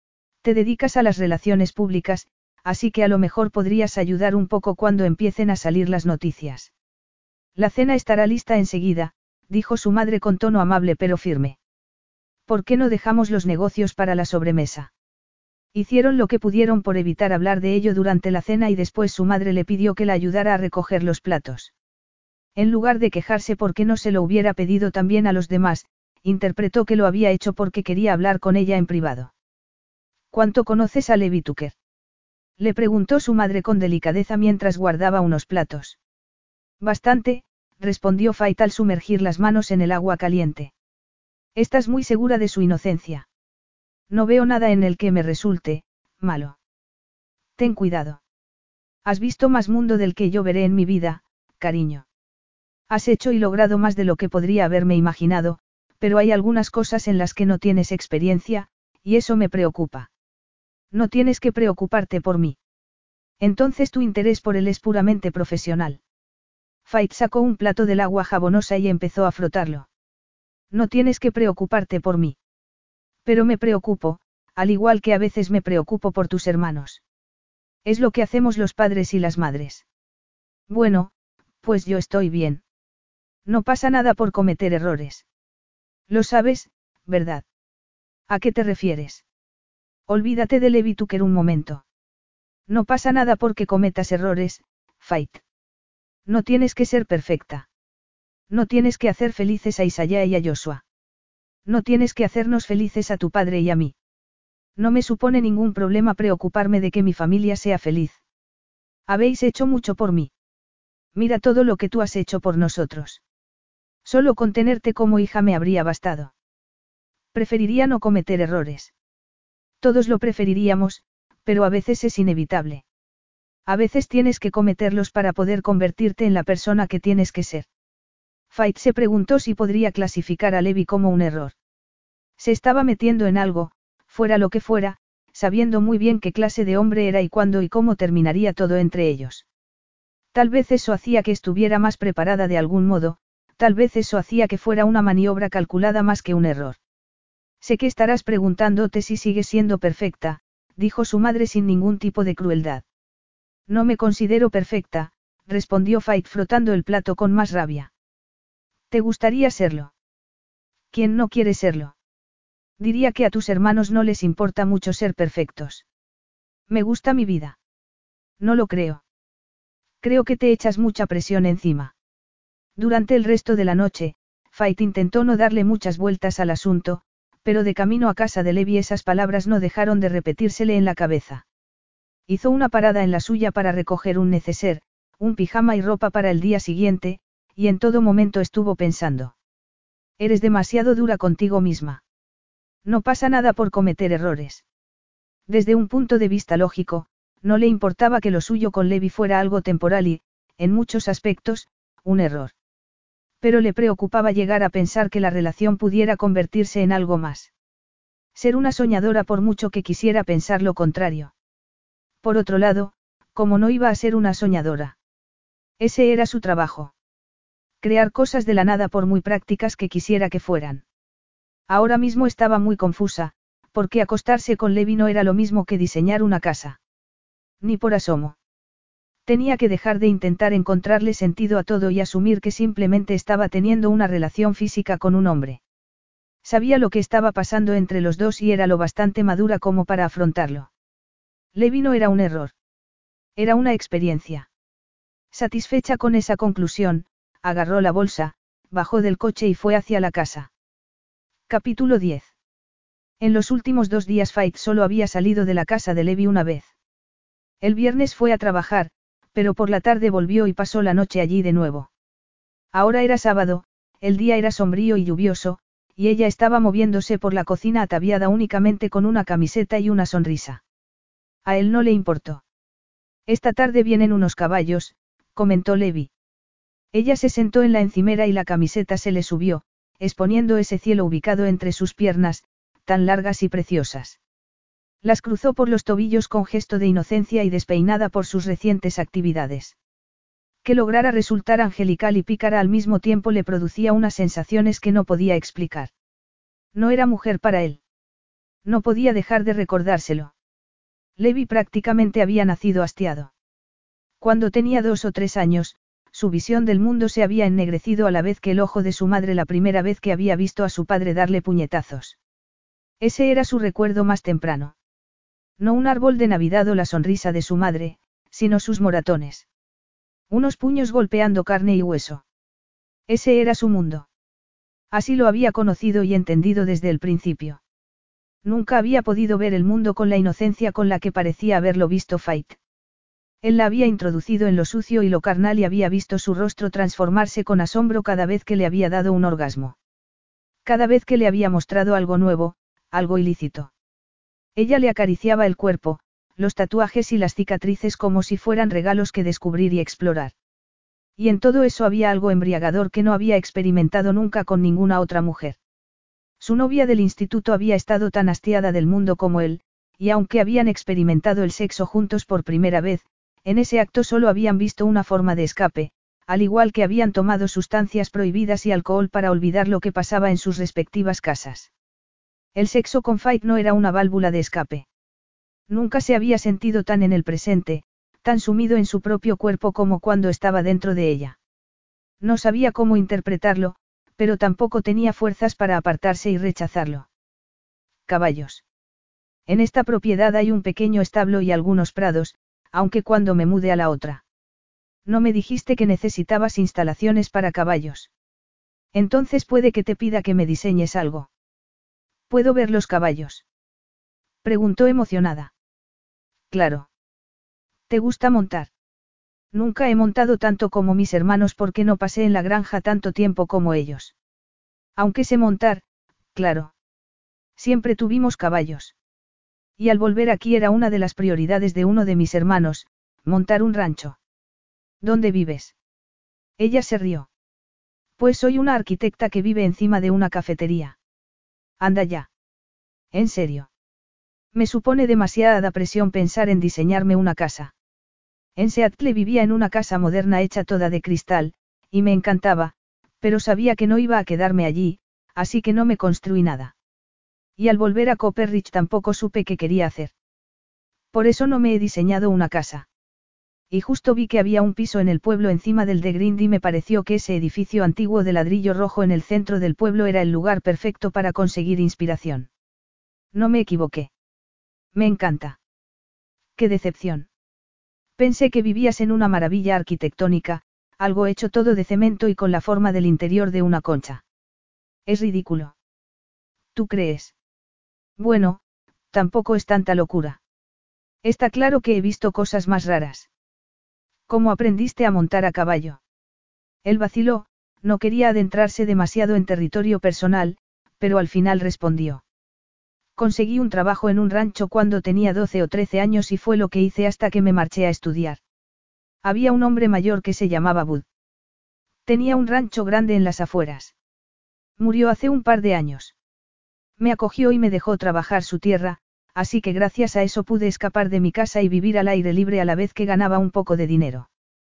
Te dedicas a las relaciones públicas, así que a lo mejor podrías ayudar un poco cuando empiecen a salir las noticias. La cena estará lista enseguida, dijo su madre con tono amable pero firme. ¿Por qué no dejamos los negocios para la sobremesa? Hicieron lo que pudieron por evitar hablar de ello durante la cena y después su madre le pidió que la ayudara a recoger los platos. En lugar de quejarse porque no se lo hubiera pedido también a los demás, interpretó que lo había hecho porque quería hablar con ella en privado. ¿Cuánto conoces a Levi Tucker? Le preguntó su madre con delicadeza mientras guardaba unos platos. Bastante, respondió Fait al sumergir las manos en el agua caliente. ¿Estás muy segura de su inocencia? No veo nada en el que me resulte malo. Ten cuidado. Has visto más mundo del que yo veré en mi vida, cariño. Has hecho y logrado más de lo que podría haberme imaginado, pero hay algunas cosas en las que no tienes experiencia, y eso me preocupa. No tienes que preocuparte por mí. Entonces tu interés por él es puramente profesional. Fait sacó un plato del agua jabonosa y empezó a frotarlo. No tienes que preocuparte por mí. Pero me preocupo, al igual que a veces me preocupo por tus hermanos. Es lo que hacemos los padres y las madres. Bueno, pues yo estoy bien. No pasa nada por cometer errores. Lo sabes, ¿verdad? ¿A qué te refieres? Olvídate de Levi Tucker un momento. No pasa nada porque cometas errores, Fait. No tienes que ser perfecta. No tienes que hacer felices a Isaiah y a Joshua. No tienes que hacernos felices a tu padre y a mí. No me supone ningún problema preocuparme de que mi familia sea feliz. Habéis hecho mucho por mí. Mira todo lo que tú has hecho por nosotros. Solo con tenerte como hija me habría bastado. Preferiría no cometer errores. Todos lo preferiríamos, pero a veces es inevitable. A veces tienes que cometerlos para poder convertirte en la persona que tienes que ser. Fait se preguntó si podría clasificar a Levi como un error. Se estaba metiendo en algo, fuera lo que fuera, sabiendo muy bien qué clase de hombre era y cuándo y cómo terminaría todo entre ellos. Tal vez eso hacía que estuviera más preparada de algún modo, tal vez eso hacía que fuera una maniobra calculada más que un error. Sé que estarás preguntándote si sigue siendo perfecta, dijo su madre sin ningún tipo de crueldad. No me considero perfecta, respondió Fait frotando el plato con más rabia. ¿Te gustaría serlo? ¿Quién no quiere serlo? Diría que a tus hermanos no les importa mucho ser perfectos. Me gusta mi vida. No lo creo. Creo que te echas mucha presión encima. Durante el resto de la noche, Fait intentó no darle muchas vueltas al asunto, pero de camino a casa de Levi esas palabras no dejaron de repetírsele en la cabeza. Hizo una parada en la suya para recoger un neceser, un pijama y ropa para el día siguiente, y en todo momento estuvo pensando. Eres demasiado dura contigo misma. No pasa nada por cometer errores. Desde un punto de vista lógico, no le importaba que lo suyo con Levi fuera algo temporal y, en muchos aspectos, un error. Pero le preocupaba llegar a pensar que la relación pudiera convertirse en algo más. Ser una soñadora por mucho que quisiera pensar lo contrario. Por otro lado, ¿cómo no iba a ser una soñadora? Ese era su trabajo. Crear cosas de la nada por muy prácticas que quisiera que fueran. Ahora mismo estaba muy confusa, porque acostarse con Levi no era lo mismo que diseñar una casa. Ni por asomo. Tenía que dejar de intentar encontrarle sentido a todo y asumir que simplemente estaba teniendo una relación física con un hombre. Sabía lo que estaba pasando entre los dos y era lo bastante madura como para afrontarlo. Levi no era un error. Era una experiencia. Satisfecha con esa conclusión, agarró la bolsa, bajó del coche y fue hacia la casa. Capítulo diez. En los últimos dos días Fait solo había salido de la casa de Levi una vez. El viernes fue a trabajar, pero por la tarde volvió y pasó la noche allí de nuevo. Ahora era sábado, el día era sombrío y lluvioso, y ella estaba moviéndose por la cocina ataviada únicamente con una camiseta y una sonrisa. A él no le importó. Esta tarde vienen unos caballos, comentó Levi. Ella se sentó en la encimera y la camiseta se le subió, exponiendo ese cielo ubicado entre sus piernas, tan largas y preciosas. Las cruzó por los tobillos con gesto de inocencia y despeinada por sus recientes actividades. Que lograra resultar angelical y pícara al mismo tiempo le producía unas sensaciones que no podía explicar. No era mujer para él. No podía dejar de recordárselo. Levi prácticamente había nacido hastiado. Cuando tenía dos o tres años, su visión del mundo se había ennegrecido a la vez que el ojo de su madre la primera vez que había visto a su padre darle puñetazos. Ese era su recuerdo más temprano. No un árbol de Navidad o la sonrisa de su madre, sino sus moratones. Unos puños golpeando carne y hueso. Ese era su mundo. Así lo había conocido y entendido desde el principio. Nunca había podido ver el mundo con la inocencia con la que parecía haberlo visto Fait. Él la había introducido en lo sucio y lo carnal y había visto su rostro transformarse con asombro cada vez que le había dado un orgasmo. Cada vez que le había mostrado algo nuevo, algo ilícito. Ella le acariciaba el cuerpo, los tatuajes y las cicatrices como si fueran regalos que descubrir y explorar. Y en todo eso había algo embriagador que no había experimentado nunca con ninguna otra mujer. Su novia del instituto había estado tan hastiada del mundo como él, y aunque habían experimentado el sexo juntos por primera vez, en ese acto solo habían visto una forma de escape, al igual que habían tomado sustancias prohibidas y alcohol para olvidar lo que pasaba en sus respectivas casas. El sexo con Fait no era una válvula de escape. Nunca se había sentido tan en el presente, tan sumido en su propio cuerpo como cuando estaba dentro de ella. No sabía cómo interpretarlo, pero tampoco tenía fuerzas para apartarse y rechazarlo. Caballos. En esta propiedad hay un pequeño establo y algunos prados, aunque cuando me mude a la otra. No me dijiste que necesitabas instalaciones para caballos. Entonces puede que te pida que me diseñes algo. ¿Puedo ver los caballos? Preguntó emocionada. Claro. ¿Te gusta montar? Nunca he montado tanto como mis hermanos porque no pasé en la granja tanto tiempo como ellos. Aunque sé montar, claro. Siempre tuvimos caballos. Y al volver aquí era una de las prioridades de uno de mis hermanos, montar un rancho. ¿Dónde vives? Ella se rió. Pues soy una arquitecta que vive encima de una cafetería. Anda ya. ¿En serio? Me supone demasiada presión pensar en diseñarme una casa. En Seattle vivía en una casa moderna hecha toda de cristal, y me encantaba, pero sabía que no iba a quedarme allí, así que no me construí nada. Y al volver a Copperridge tampoco supe qué quería hacer. Por eso no me he diseñado una casa. Y justo vi que había un piso en el pueblo encima del de Grind y me pareció que ese edificio antiguo de ladrillo rojo en el centro del pueblo era el lugar perfecto para conseguir inspiración. No me equivoqué. Me encanta. ¡Qué decepción! Pensé que vivías en una maravilla arquitectónica, algo hecho todo de cemento y con la forma del interior de una concha. Es ridículo. ¿Tú crees? Bueno, tampoco es tanta locura. Está claro que he visto cosas más raras. ¿Cómo aprendiste a montar a caballo? Él vaciló, no quería adentrarse demasiado en territorio personal, pero al final respondió. Conseguí un trabajo en un rancho cuando tenía doce o trece años y fue lo que hice hasta que me marché a estudiar. Había un hombre mayor que se llamaba Bud. Tenía un rancho grande en las afueras. Murió hace un par de años. Me acogió y me dejó trabajar su tierra, así que gracias a eso pude escapar de mi casa y vivir al aire libre a la vez que ganaba un poco de dinero.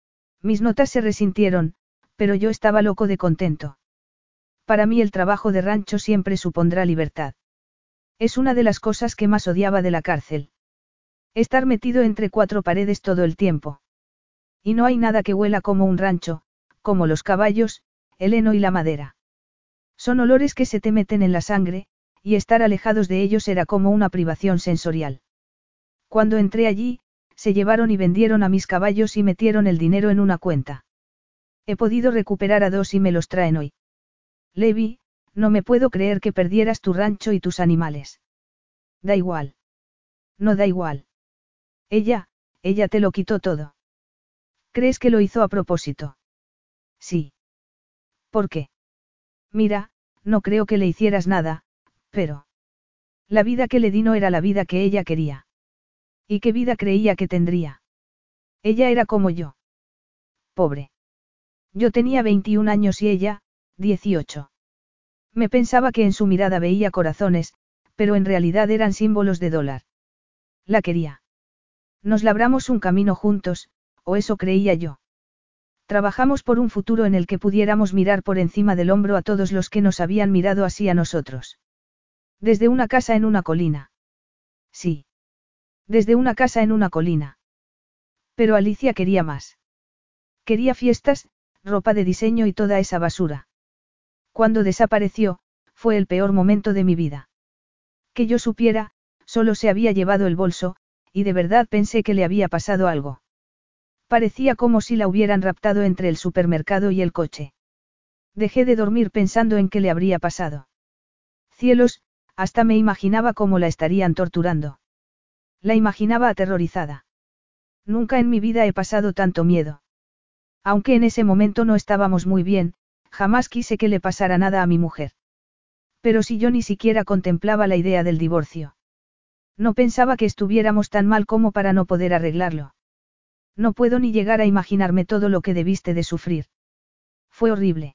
Mis notas se resintieron, pero yo estaba loco de contento. Para mí el trabajo de rancho siempre supondrá libertad. Es una de las cosas que más odiaba de la cárcel. Estar metido entre cuatro paredes todo el tiempo. Y no hay nada que huela como un rancho, como los caballos, el heno y la madera. Son olores que se te meten en la sangre, y estar alejados de ellos era como una privación sensorial. Cuando entré allí, se llevaron y vendieron a mis caballos y metieron el dinero en una cuenta. He podido recuperar a dos y me los traen hoy. Levi, no me puedo creer que perdieras tu rancho y tus animales. Da igual. No da igual. Ella, ella te lo quitó todo. ¿Crees que lo hizo a propósito? Sí. ¿Por qué? Mira, no creo que le hicieras nada, pero... La vida que le di no era la vida que ella quería. ¿Y qué vida creía que tendría? Ella era como yo. Pobre. Yo tenía veintiún años y ella, dieciocho. Me pensaba que en su mirada veía corazones, pero en realidad eran símbolos de dólar. La quería. Nos labramos un camino juntos, o eso creía yo. Trabajamos por un futuro en el que pudiéramos mirar por encima del hombro a todos los que nos habían mirado así a nosotros. Desde una casa en una colina. Sí. Desde una casa en una colina. Pero Alicia quería más. Quería fiestas, ropa de diseño y toda esa basura. Cuando desapareció, fue el peor momento de mi vida. Que yo supiera, solo se había llevado el bolso, y de verdad pensé que le había pasado algo. Parecía como si la hubieran raptado entre el supermercado y el coche. Dejé de dormir pensando en qué le habría pasado. Cielos, hasta me imaginaba cómo la estarían torturando. La imaginaba aterrorizada. Nunca en mi vida he pasado tanto miedo. Aunque en ese momento no estábamos muy bien, jamás quise que le pasara nada a mi mujer. Pero si yo ni siquiera contemplaba la idea del divorcio. No pensaba que estuviéramos tan mal como para no poder arreglarlo. No puedo ni llegar a imaginarme todo lo que debiste de sufrir. Fue horrible.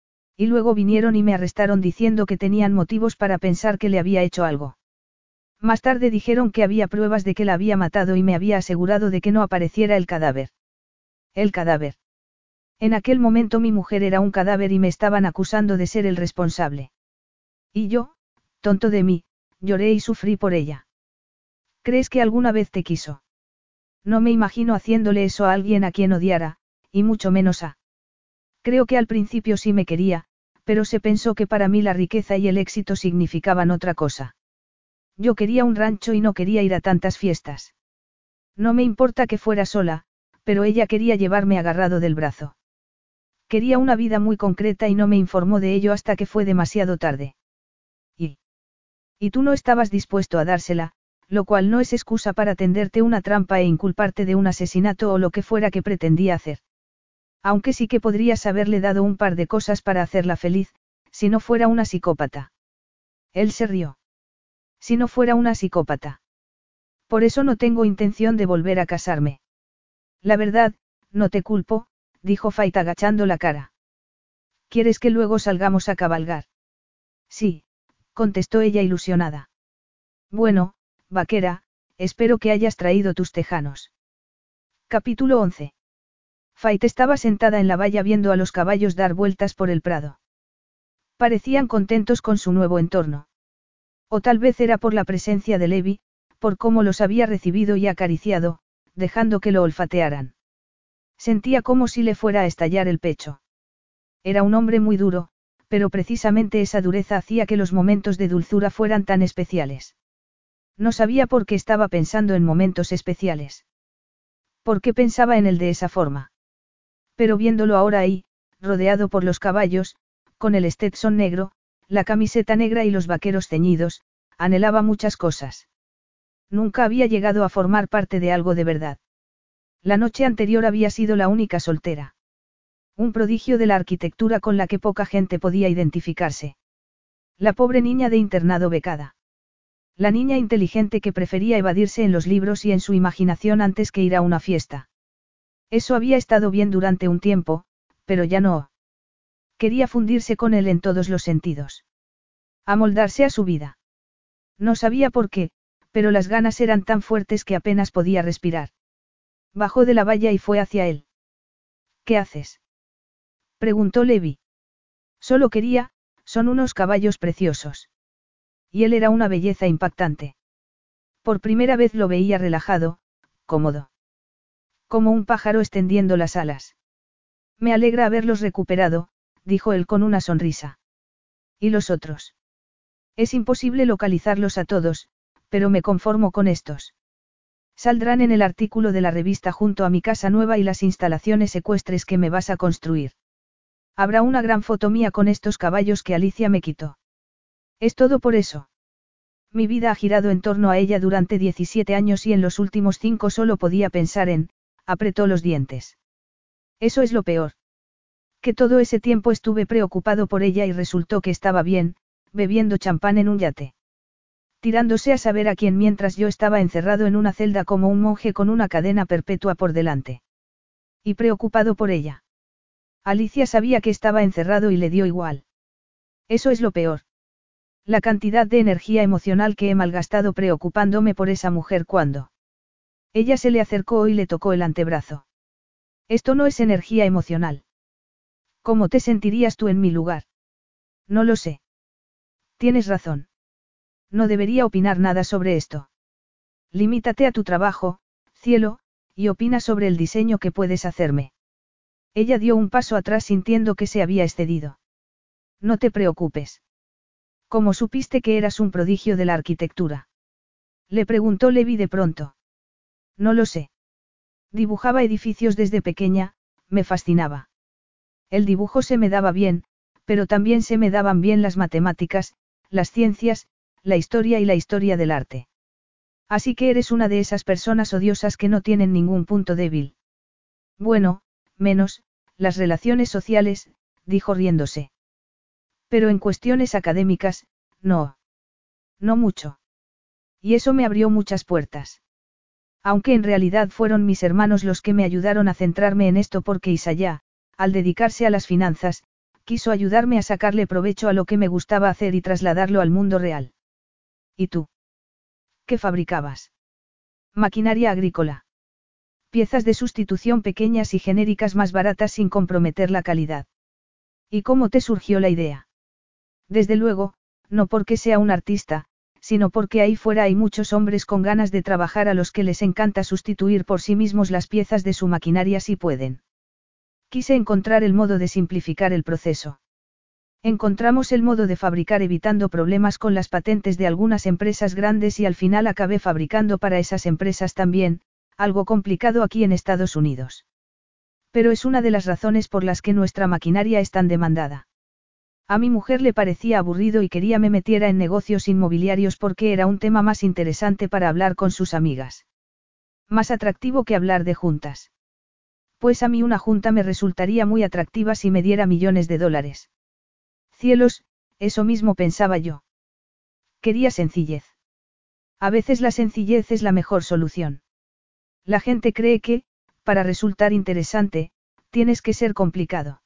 Y luego vinieron y me arrestaron diciendo que tenían motivos para pensar que le había hecho algo. Más tarde dijeron que había pruebas de que la había matado y me había asegurado de que no apareciera el cadáver. El cadáver. En aquel momento mi mujer era un cadáver y me estaban acusando de ser el responsable. Y yo, tonto de mí, lloré y sufrí por ella. ¿Crees que alguna vez te quiso? No me imagino haciéndole eso a alguien a quien odiara, y mucho menos a. Creo que al principio sí me quería, pero se pensó que para mí la riqueza y el éxito significaban otra cosa. Yo quería un rancho y no quería ir a tantas fiestas. No me importa que fuera sola, pero ella quería llevarme agarrado del brazo. Quería una vida muy concreta y no me informó de ello hasta que fue demasiado tarde. Y... Y tú no estabas dispuesto a dársela, lo cual no es excusa para tenderte una trampa e inculparte de un asesinato o lo que fuera que pretendía hacer. Aunque sí que podrías haberle dado un par de cosas para hacerla feliz, si no fuera una psicópata. Él se rió. Si no fuera una psicópata. Por eso no tengo intención de volver a casarme. La verdad, no te culpo, dijo Fait agachando la cara. ¿Quieres que luego salgamos a cabalgar? Sí, contestó ella ilusionada. Bueno, vaquera, espero que hayas traído tus tejanos. Capítulo once. Fait estaba sentada en la valla viendo a los caballos dar vueltas por el prado. Parecían contentos con su nuevo entorno. O tal vez era por la presencia de Levi, por cómo los había recibido y acariciado, dejando que lo olfatearan. Sentía como si le fuera a estallar el pecho. Era un hombre muy duro, pero precisamente esa dureza hacía que los momentos de dulzura fueran tan especiales. No sabía por qué estaba pensando en momentos especiales. ¿Por qué pensaba en él de esa forma? Pero viéndolo ahora ahí, rodeado por los caballos, con el Stetson negro, la camiseta negra y los vaqueros ceñidos, anhelaba muchas cosas. Nunca había llegado a formar parte de algo de verdad. La noche anterior había sido la única soltera. Un prodigio de la arquitectura con la que poca gente podía identificarse. La pobre niña de internado becada. La niña inteligente que prefería evadirse en los libros y en su imaginación antes que ir a una fiesta. Eso había estado bien durante un tiempo, pero ya no. Quería fundirse con él en todos los sentidos. Amoldarse a su vida. No sabía por qué, pero las ganas eran tan fuertes que apenas podía respirar. Bajó de la valla y fue hacia él. ¿Qué haces? Preguntó Levi. Solo quería, son unos caballos preciosos. Y él era una belleza impactante. Por primera vez lo veía relajado, cómodo. Como un pájaro extendiendo las alas. Me alegra haberlos recuperado, dijo él con una sonrisa. ¿Y los otros? Es imposible localizarlos a todos, pero me conformo con estos. Saldrán en el artículo de la revista junto a mi casa nueva y las instalaciones ecuestres que me vas a construir. Habrá una gran foto mía con estos caballos que Alicia me quitó. Es todo por eso. Mi vida ha girado en torno a ella durante diecisiete años y en los últimos cinco solo podía pensar en, apretó los dientes. Eso es lo peor. Que todo ese tiempo estuve preocupado por ella y resultó que estaba bien, bebiendo champán en un yate. Tirándose a saber a quién mientras yo estaba encerrado en una celda como un monje con una cadena perpetua por delante. Y preocupado por ella. Alicia sabía que estaba encerrado y le dio igual. Eso es lo peor. La cantidad de energía emocional que he malgastado preocupándome por esa mujer cuando. Ella se le acercó y le tocó el antebrazo. Esto no es energía emocional. ¿Cómo te sentirías tú en mi lugar? No lo sé. Tienes razón. No debería opinar nada sobre esto. Limítate a tu trabajo, cielo, y opina sobre el diseño que puedes hacerme. Ella dio un paso atrás sintiendo que se había excedido. No te preocupes. ¿Cómo supiste que eras un prodigio de la arquitectura? Le preguntó Levi de pronto. No lo sé. Dibujaba edificios desde pequeña, me fascinaba. El dibujo se me daba bien, pero también se me daban bien las matemáticas, las ciencias, la historia y la historia del arte. Así que eres una de esas personas odiosas que no tienen ningún punto débil. Bueno, menos, las relaciones sociales, dijo riéndose. Pero en cuestiones académicas, no. No mucho. Y eso me abrió muchas puertas. Aunque en realidad fueron mis hermanos los que me ayudaron a centrarme en esto porque Isaya, al dedicarse a las finanzas, quiso ayudarme a sacarle provecho a lo que me gustaba hacer y trasladarlo al mundo real. ¿Y tú? ¿Qué fabricabas? Maquinaria agrícola. Piezas de sustitución pequeñas y genéricas más baratas sin comprometer la calidad. ¿Y cómo te surgió la idea? Desde luego, no porque sea un artista, sino porque ahí fuera hay muchos hombres con ganas de trabajar a los que les encanta sustituir por sí mismos las piezas de su maquinaria si pueden. Quise encontrar el modo de simplificar el proceso. Encontramos el modo de fabricar evitando problemas con las patentes de algunas empresas grandes y al final acabé fabricando para esas empresas también, algo complicado aquí en Estados Unidos. Pero es una de las razones por las que nuestra maquinaria es tan demandada. A mi mujer le parecía aburrido y quería me metiera en negocios inmobiliarios porque era un tema más interesante para hablar con sus amigas. Más atractivo que hablar de juntas. Pues a mí una junta me resultaría muy atractiva si me diera millones de dólares. Cielos, eso mismo pensaba yo. Quería sencillez. A veces la sencillez es la mejor solución. La gente cree que, para resultar interesante, tienes que ser complicado.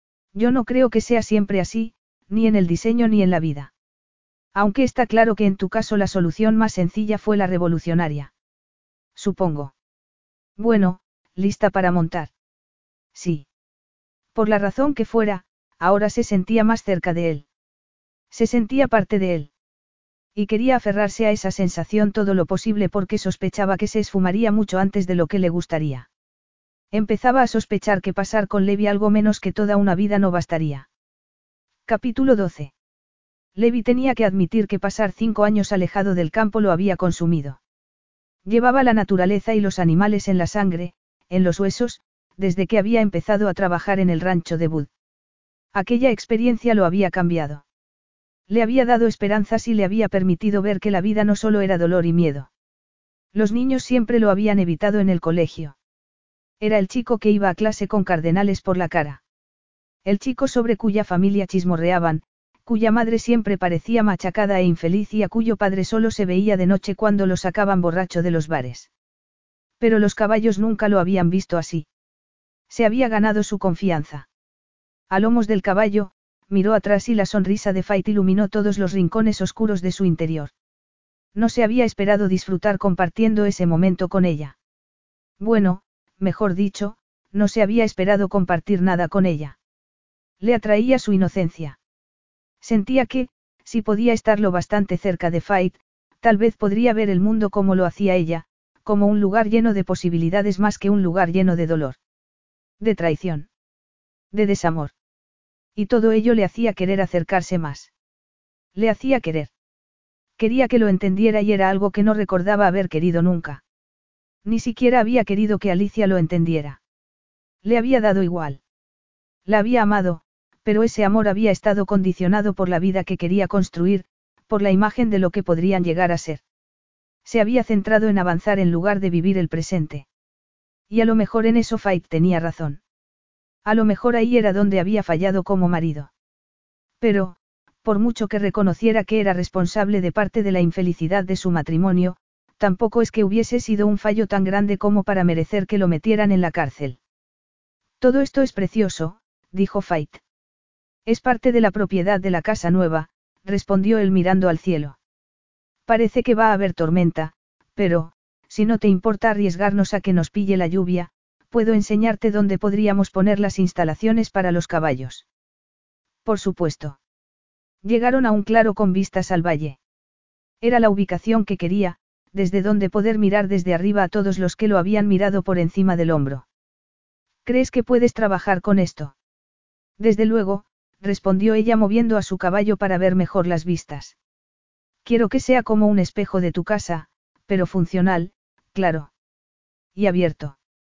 Yo no creo que sea siempre así, ni en el diseño ni en la vida. Aunque está claro que en tu caso la solución más sencilla fue la revolucionaria. Supongo. Bueno, ¿lista para montar? Sí. Por la razón que fuera, ahora se sentía más cerca de él. Se sentía parte de él. Y quería aferrarse a esa sensación todo lo posible porque sospechaba que se esfumaría mucho antes de lo que le gustaría. Empezaba a sospechar que pasar con Levi algo menos que toda una vida no bastaría. Capítulo doce. Levi tenía que admitir que pasar cinco años alejado del campo lo había consumido. Llevaba la naturaleza y los animales en la sangre, en los huesos, desde que había empezado a trabajar en el rancho de Bud. Aquella experiencia lo había cambiado. Le había dado esperanzas y le había permitido ver que la vida no solo era dolor y miedo. Los niños siempre lo habían evitado en el colegio. Era el chico que iba a clase con cardenales por la cara. El chico sobre cuya familia chismorreaban, cuya madre siempre parecía machacada e infeliz y a cuyo padre solo se veía de noche cuando lo sacaban borracho de los bares. Pero los caballos nunca lo habían visto así. Se había ganado su confianza. A lomos del caballo, miró atrás y la sonrisa de Fight iluminó todos los rincones oscuros de su interior. No se había esperado disfrutar compartiendo ese momento con ella. Bueno, mejor dicho, no se había esperado compartir nada con ella. Le atraía su inocencia. Sentía que, si podía estar lo bastante cerca de Fight, tal vez podría ver el mundo como lo hacía ella, como un lugar lleno de posibilidades más que un lugar lleno de dolor. De traición. De desamor. Y todo ello le hacía querer acercarse más. Le hacía querer. Quería que lo entendiera y era algo que no recordaba haber querido nunca. Ni siquiera había querido que Alicia lo entendiera. Le había dado igual. La había amado, pero ese amor había estado condicionado por la vida que quería construir, por la imagen de lo que podrían llegar a ser. Se había centrado en avanzar en lugar de vivir el presente. Y a lo mejor en eso Fight tenía razón. A lo mejor ahí era donde había fallado como marido. Pero, por mucho que reconociera que era responsable de parte de la infelicidad de su matrimonio, tampoco es que hubiese sido un fallo tan grande como para merecer que lo metieran en la cárcel. Todo esto es precioso, dijo Fight. Es parte de la propiedad de la casa nueva, respondió él mirando al cielo. Parece que va a haber tormenta, pero, si no te importa arriesgarnos a que nos pille la lluvia, puedo enseñarte dónde podríamos poner las instalaciones para los caballos. Por supuesto. Llegaron a un claro con vistas al valle. Era la ubicación que quería, desde donde poder mirar desde arriba a todos los que lo habían mirado por encima del hombro. ¿Crees que puedes trabajar con esto? Desde luego, respondió ella moviendo a su caballo para ver mejor las vistas. Quiero que sea como un espejo de tu casa, pero funcional, claro. Y abierto.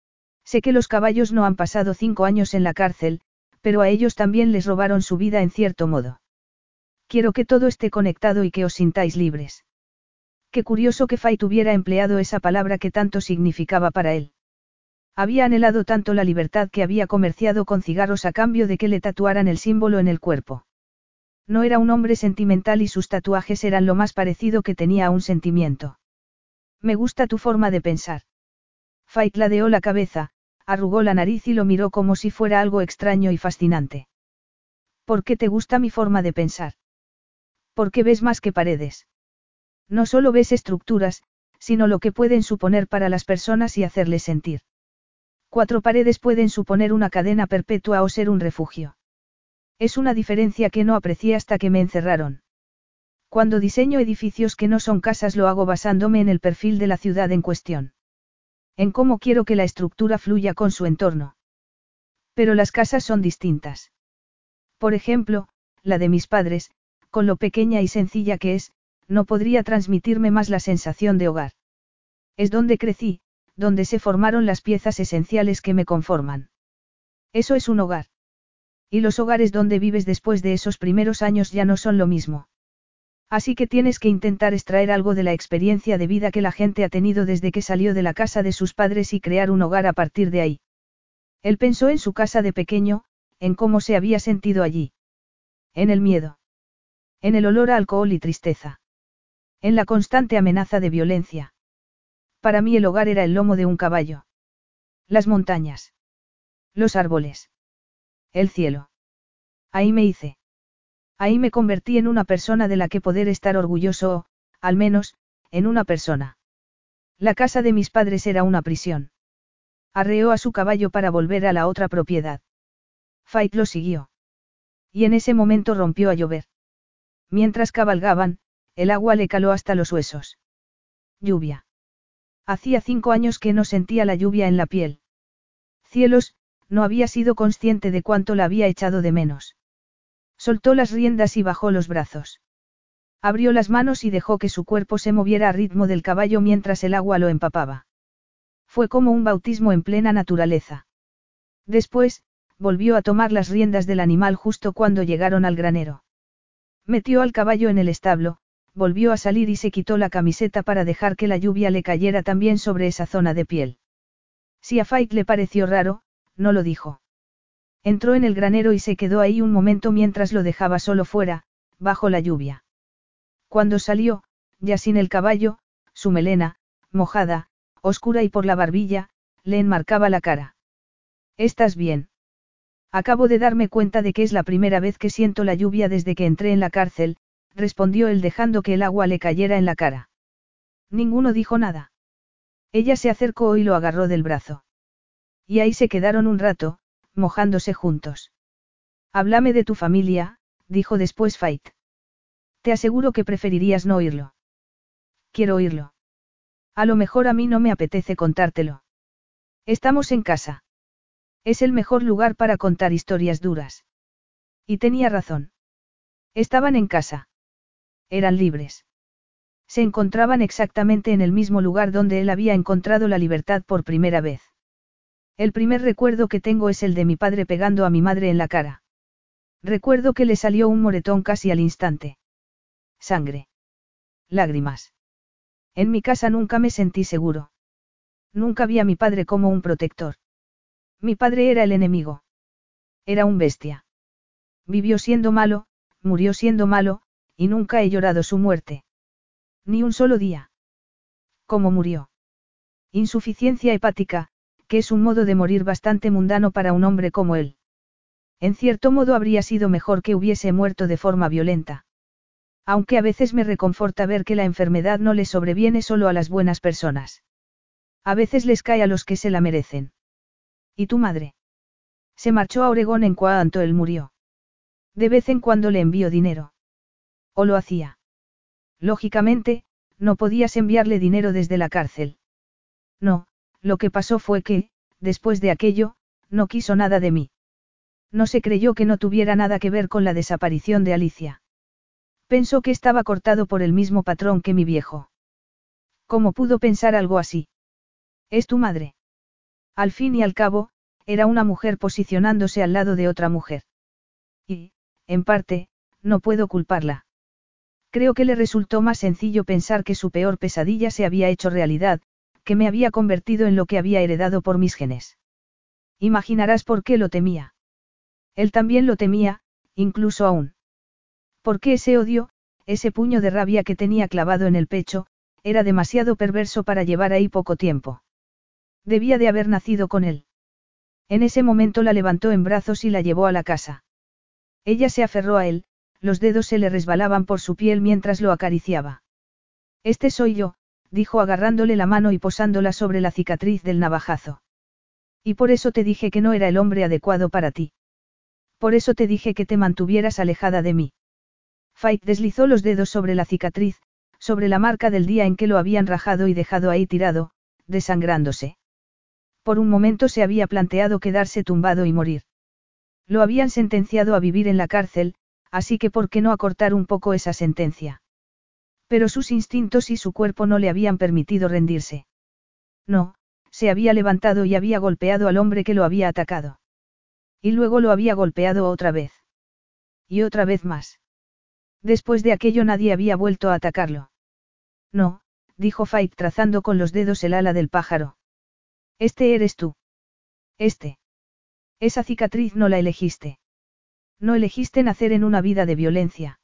Sé que los caballos no han pasado cinco años en la cárcel, pero a ellos también les robaron su vida en cierto modo. Quiero que todo esté conectado y que os sintáis libres. Qué curioso que Fight hubiera empleado esa palabra que tanto significaba para él. Había anhelado tanto la libertad que había comerciado con cigarros a cambio de que le tatuaran el símbolo en el cuerpo. No era un hombre sentimental y sus tatuajes eran lo más parecido que tenía a un sentimiento. Me gusta tu forma de pensar. Fight ladeó la cabeza, arrugó la nariz y lo miró como si fuera algo extraño y fascinante. ¿Por qué te gusta mi forma de pensar? ¿Por qué ves más que paredes? No solo ves estructuras, sino lo que pueden suponer para las personas y hacerles sentir. Cuatro paredes pueden suponer una cadena perpetua o ser un refugio. Es una diferencia que no aprecié hasta que me encerraron. Cuando diseño edificios que no son casas lo hago basándome en el perfil de la ciudad en cuestión. En cómo quiero que la estructura fluya con su entorno. Pero las casas son distintas. Por ejemplo, la de mis padres, con lo pequeña y sencilla que es, no podría transmitirme más la sensación de hogar. Es donde crecí, donde se formaron las piezas esenciales que me conforman. Eso es un hogar. Y los hogares donde vives después de esos primeros años ya no son lo mismo. Así que tienes que intentar extraer algo de la experiencia de vida que la gente ha tenido desde que salió de la casa de sus padres y crear un hogar a partir de ahí. Él pensó en su casa de pequeño, en cómo se había sentido allí. En el miedo. En el olor a alcohol y tristeza. En la constante amenaza de violencia. Para mí el hogar era el lomo de un caballo. Las montañas. Los árboles. El cielo. Ahí me hice. Ahí me convertí en una persona de la que poder estar orgulloso o, al menos, en una persona. La casa de mis padres era una prisión. Arreó a su caballo para volver a la otra propiedad. Fait lo siguió. Y en ese momento rompió a llover. Mientras cabalgaban, el agua le caló hasta los huesos. Lluvia. Hacía cinco años que no sentía la lluvia en la piel. Cielos, no había sido consciente de cuánto la había echado de menos. Soltó las riendas y bajó los brazos. Abrió las manos y dejó que su cuerpo se moviera a ritmo del caballo mientras el agua lo empapaba. Fue como un bautismo en plena naturaleza. Después, volvió a tomar las riendas del animal justo cuando llegaron al granero. Metió al caballo en el establo, volvió a salir y se quitó la camiseta para dejar que la lluvia le cayera también sobre esa zona de piel. Si a Fait le pareció raro, no lo dijo. Entró en el granero y se quedó ahí un momento mientras lo dejaba solo fuera, bajo la lluvia. Cuando salió, ya sin el caballo, su melena, mojada, oscura y por la barbilla, le enmarcaba la cara. ¿Estás bien? Acabo de darme cuenta de que es la primera vez que siento la lluvia desde que entré en la cárcel, respondió él dejando que el agua le cayera en la cara. Ninguno dijo nada. Ella se acercó y lo agarró del brazo. Y ahí se quedaron un rato, mojándose juntos. Háblame de tu familia, dijo después Fait. Te aseguro que preferirías no oírlo. Quiero oírlo. A lo mejor a mí no me apetece contártelo. Estamos en casa. Es el mejor lugar para contar historias duras. Y tenía razón. Estaban en casa. Eran libres. Se encontraban exactamente en el mismo lugar donde él había encontrado la libertad por primera vez. El primer recuerdo que tengo es el de mi padre pegando a mi madre en la cara. Recuerdo que le salió un moretón casi al instante. Sangre. Lágrimas. En mi casa nunca me sentí seguro. Nunca vi a mi padre como un protector. Mi padre era el enemigo. Era un bestia. Vivió siendo malo, murió siendo malo, y nunca he llorado su muerte. Ni un solo día. ¿Cómo murió? Insuficiencia hepática, que es un modo de morir bastante mundano para un hombre como él. En cierto modo habría sido mejor que hubiese muerto de forma violenta. Aunque a veces me reconforta ver que la enfermedad no le sobreviene solo a las buenas personas. A veces les cae a los que se la merecen. ¿Y tu madre? Se marchó a Oregón en cuanto él murió. De vez en cuando le envío dinero. ¿O lo hacía? Lógicamente, no podías enviarle dinero desde la cárcel. No, lo que pasó fue que, después de aquello, no quiso nada de mí. No se creyó que no tuviera nada que ver con la desaparición de Alicia. Pensó que estaba cortado por el mismo patrón que mi viejo. ¿Cómo pudo pensar algo así? Es tu madre. Al fin y al cabo, era una mujer posicionándose al lado de otra mujer. Y, en parte, no puedo culparla. Creo que le resultó más sencillo pensar que su peor pesadilla se había hecho realidad, que me había convertido en lo que había heredado por mis genes. Imaginarás por qué lo temía. Él también lo temía, incluso aún. Porque ese odio, ese puño de rabia que tenía clavado en el pecho, era demasiado perverso para llevar ahí poco tiempo. Debía de haber nacido con él. En ese momento la levantó en brazos y la llevó a la casa. Ella se aferró a él, los dedos se le resbalaban por su piel mientras lo acariciaba. Este soy yo, dijo agarrándole la mano y posándola sobre la cicatriz del navajazo. Y por eso te dije que no era el hombre adecuado para ti. Por eso te dije que te mantuvieras alejada de mí. Fait deslizó los dedos sobre la cicatriz, sobre la marca del día en que lo habían rajado y dejado ahí tirado, desangrándose. Por un momento se había planteado quedarse tumbado y morir. Lo habían sentenciado a vivir en la cárcel, así que ¿por qué no acortar un poco esa sentencia? Pero sus instintos y su cuerpo no le habían permitido rendirse. No, se había levantado y había golpeado al hombre que lo había atacado. Y luego lo había golpeado otra vez. Y otra vez más. Después de aquello nadie había vuelto a atacarlo. No, dijo Fait trazando con los dedos el ala del pájaro. Este eres tú. Este. Esa cicatriz no la elegiste. No elegiste nacer en una vida de violencia.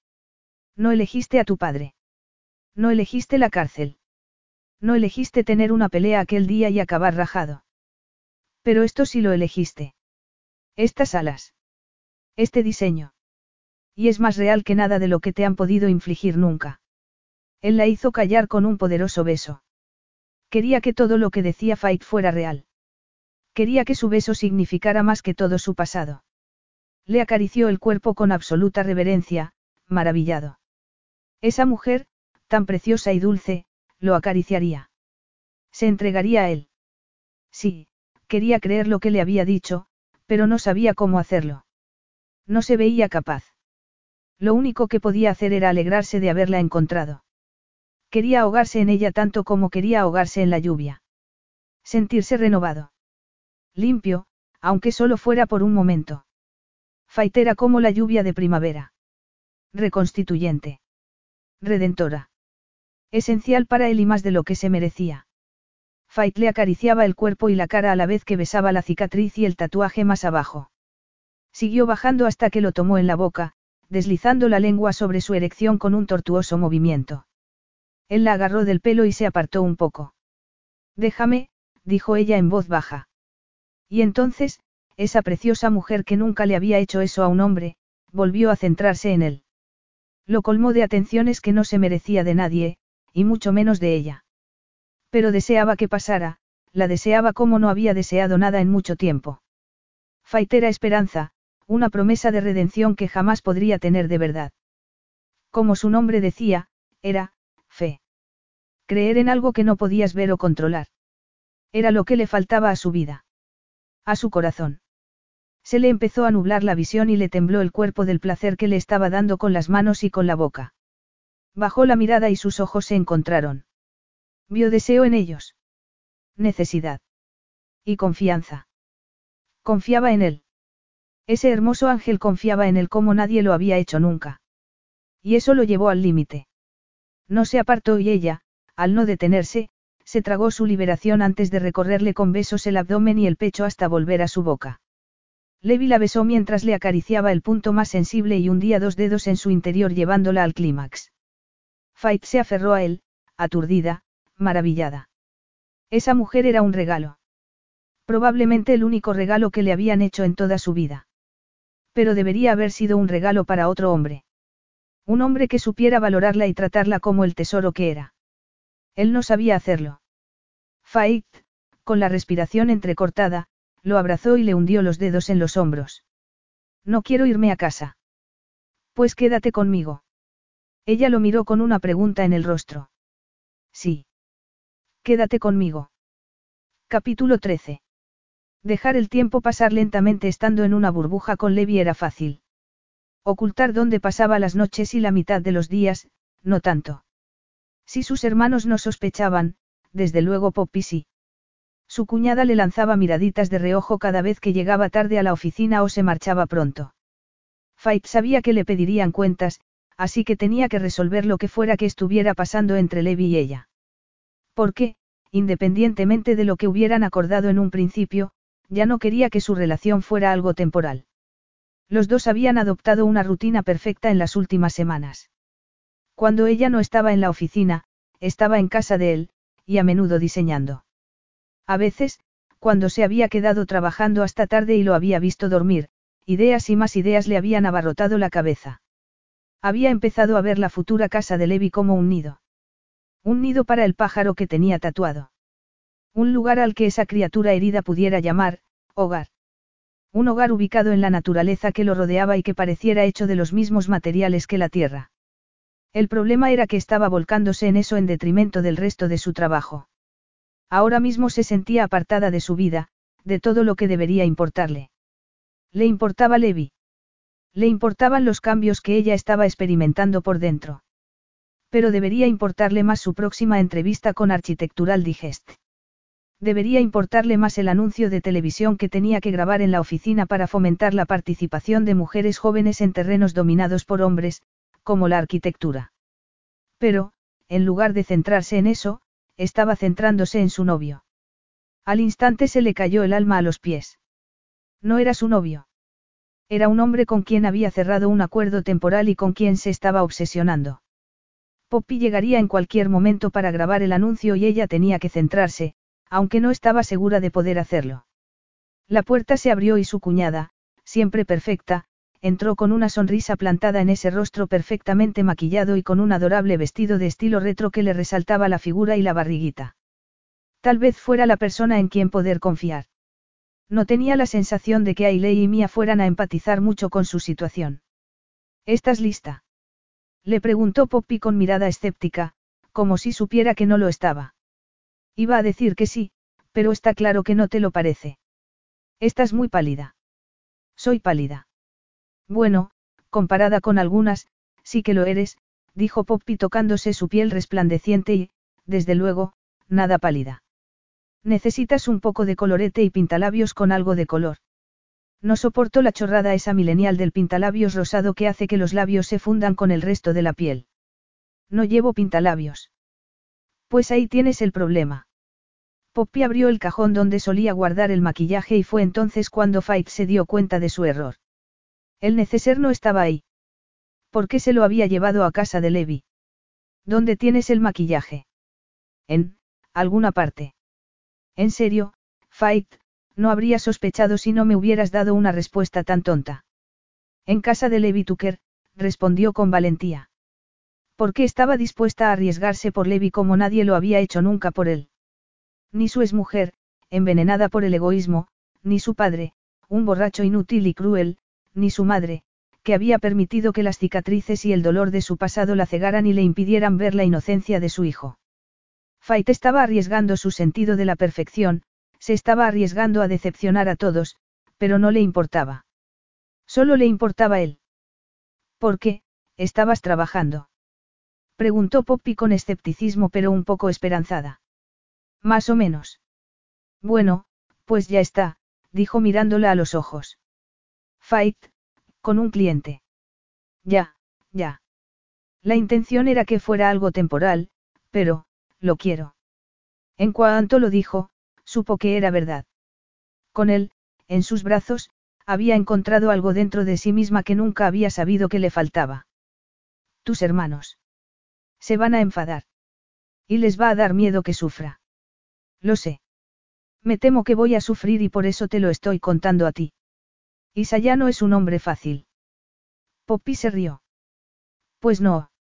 No elegiste a tu padre. No elegiste la cárcel. No elegiste tener una pelea aquel día y acabar rajado. Pero esto sí lo elegiste. Estas alas. Este diseño. Y es más real que nada de lo que te han podido infligir nunca. Él la hizo callar con un poderoso beso. Quería que todo lo que decía Fait fuera real. Quería que su beso significara más que todo su pasado. Le acarició el cuerpo con absoluta reverencia, maravillado. Esa mujer, tan preciosa y dulce, lo acariciaría. Se entregaría a él. Sí, quería creer lo que le había dicho, pero no sabía cómo hacerlo. No se veía capaz. Lo único que podía hacer era alegrarse de haberla encontrado. Quería ahogarse en ella tanto como quería ahogarse en la lluvia. Sentirse renovado. Limpio, aunque solo fuera por un momento. Fait era como la lluvia de primavera. Reconstituyente. Redentora. Esencial para él y más de lo que se merecía. Fait le acariciaba el cuerpo y la cara a la vez que besaba la cicatriz y el tatuaje más abajo. Siguió bajando hasta que lo tomó en la boca, deslizando la lengua sobre su erección con un tortuoso movimiento. Él la agarró del pelo y se apartó un poco. Déjame, dijo ella en voz baja. Y entonces, esa preciosa mujer que nunca le había hecho eso a un hombre, volvió a centrarse en él. Lo colmó de atenciones que no se merecía de nadie, y mucho menos de ella. Pero deseaba que pasara, la deseaba como no había deseado nada en mucho tiempo. Fait era esperanza, una promesa de redención que jamás podría tener de verdad. Como su nombre decía, era, fe. Creer en algo que no podías ver o controlar. Era lo que le faltaba a su vida. A su corazón. Se le empezó a nublar la visión y le tembló el cuerpo del placer que le estaba dando con las manos y con la boca. Bajó la mirada y sus ojos se encontraron. Vio deseo en ellos. Necesidad. Y confianza. Confiaba en él. Ese hermoso ángel confiaba en él como nadie lo había hecho nunca. Y eso lo llevó al límite. No se apartó y ella, al no detenerse, se tragó su liberación antes de recorrerle con besos el abdomen y el pecho hasta volver a su boca. Levi la besó mientras le acariciaba el punto más sensible y hundía dos dedos en su interior llevándola al clímax. Fait se aferró a él, aturdida, maravillada. Esa mujer era un regalo. Probablemente el único regalo que le habían hecho en toda su vida. Pero debería haber sido un regalo para otro hombre. Un hombre que supiera valorarla y tratarla como el tesoro que era. Él no sabía hacerlo. Fait, con la respiración entrecortada, lo abrazó y le hundió los dedos en los hombros. No quiero irme a casa. Pues quédate conmigo. Ella lo miró con una pregunta en el rostro. Sí. Quédate conmigo. Capítulo trece. Dejar el tiempo pasar lentamente estando en una burbuja con Levi era fácil. Ocultar dónde pasaba las noches y la mitad de los días, no tanto. Si sus hermanos no sospechaban, desde luego Poppy sí. Su cuñada le lanzaba miraditas de reojo cada vez que llegaba tarde a la oficina o se marchaba pronto. Fait sabía que le pedirían cuentas, así que tenía que resolver lo que fuera que estuviera pasando entre Levi y ella. Porque, independientemente de lo que hubieran acordado en un principio, ya no quería que su relación fuera algo temporal. Los dos habían adoptado una rutina perfecta en las últimas semanas. Cuando ella no estaba en la oficina, estaba en casa de él, y a menudo diseñando. A veces, cuando se había quedado trabajando hasta tarde y lo había visto dormir, ideas y más ideas le habían abarrotado la cabeza. Había empezado a ver la futura casa de Levi como un nido. Un nido para el pájaro que tenía tatuado. Un lugar al que esa criatura herida pudiera llamar, hogar. Un hogar ubicado en la naturaleza que lo rodeaba y que pareciera hecho de los mismos materiales que la tierra. El problema era que estaba volcándose en eso en detrimento del resto de su trabajo. Ahora mismo se sentía apartada de su vida, de todo lo que debería importarle. Le importaba Levi. Le importaban los cambios que ella estaba experimentando por dentro. Pero debería importarle más su próxima entrevista con Architectural Digest. Debería importarle más el anuncio de televisión que tenía que grabar en la oficina para fomentar la participación de mujeres jóvenes en terrenos dominados por hombres, como la arquitectura. Pero, en lugar de centrarse en eso, estaba centrándose en su novio. Al instante se le cayó el alma a los pies. No era su novio. Era un hombre con quien había cerrado un acuerdo temporal y con quien se estaba obsesionando. Poppy llegaría en cualquier momento para grabar el anuncio y ella tenía que centrarse, aunque no estaba segura de poder hacerlo. La puerta se abrió y su cuñada, siempre perfecta, entró con una sonrisa plantada en ese rostro perfectamente maquillado y con un adorable vestido de estilo retro que le resaltaba la figura y la barriguita. Tal vez fuera la persona en quien poder confiar. No tenía la sensación de que Ailey y Mia fueran a empatizar mucho con su situación. ¿Estás lista?, le preguntó Poppy con mirada escéptica, como si supiera que no lo estaba. Iba a decir que sí, pero está claro que no te lo parece. Estás muy pálida. Soy pálida. Bueno, comparada con algunas, sí que lo eres, dijo Poppy tocándose su piel resplandeciente y, desde luego, nada pálida. Necesitas un poco de colorete y pintalabios con algo de color. No soporto la chorrada esa milenial del pintalabios rosado que hace que los labios se fundan con el resto de la piel. No llevo pintalabios. Pues ahí tienes el problema. Poppy abrió el cajón donde solía guardar el maquillaje y fue entonces cuando Faith se dio cuenta de su error. El neceser no estaba ahí. ¿Por qué se lo había llevado a casa de Levi? ¿Dónde tienes el maquillaje? En alguna parte. En serio, Faith, no habría sospechado si no me hubieras dado una respuesta tan tonta. En casa de Levi Tucker, respondió con valentía. Porque estaba dispuesta a arriesgarse por Levi como nadie lo había hecho nunca por él. Ni su exmujer, envenenada por el egoísmo, ni su padre, un borracho inútil y cruel, ni su madre, que había permitido que las cicatrices y el dolor de su pasado la cegaran y le impidieran ver la inocencia de su hijo. Faith estaba arriesgando su sentido de la perfección, se estaba arriesgando a decepcionar a todos, pero no le importaba. Solo le importaba él. ¿Por qué, estabas trabajando?, preguntó Poppy con escepticismo pero un poco esperanzada. Más o menos. Bueno, pues ya está, dijo mirándola a los ojos. Faith, con un cliente. Ya, ya. La intención era que fuera algo temporal, pero, lo quiero. En cuanto lo dijo, supo que era verdad. Con él, en sus brazos, había encontrado algo dentro de sí misma que nunca había sabido que le faltaba. Tus hermanos. Se van a enfadar. Y les va a dar miedo que sufra. Lo sé. Me temo que voy a sufrir y por eso te lo estoy contando a ti. Isaiah no es un hombre fácil. Poppy se rió. Pues no.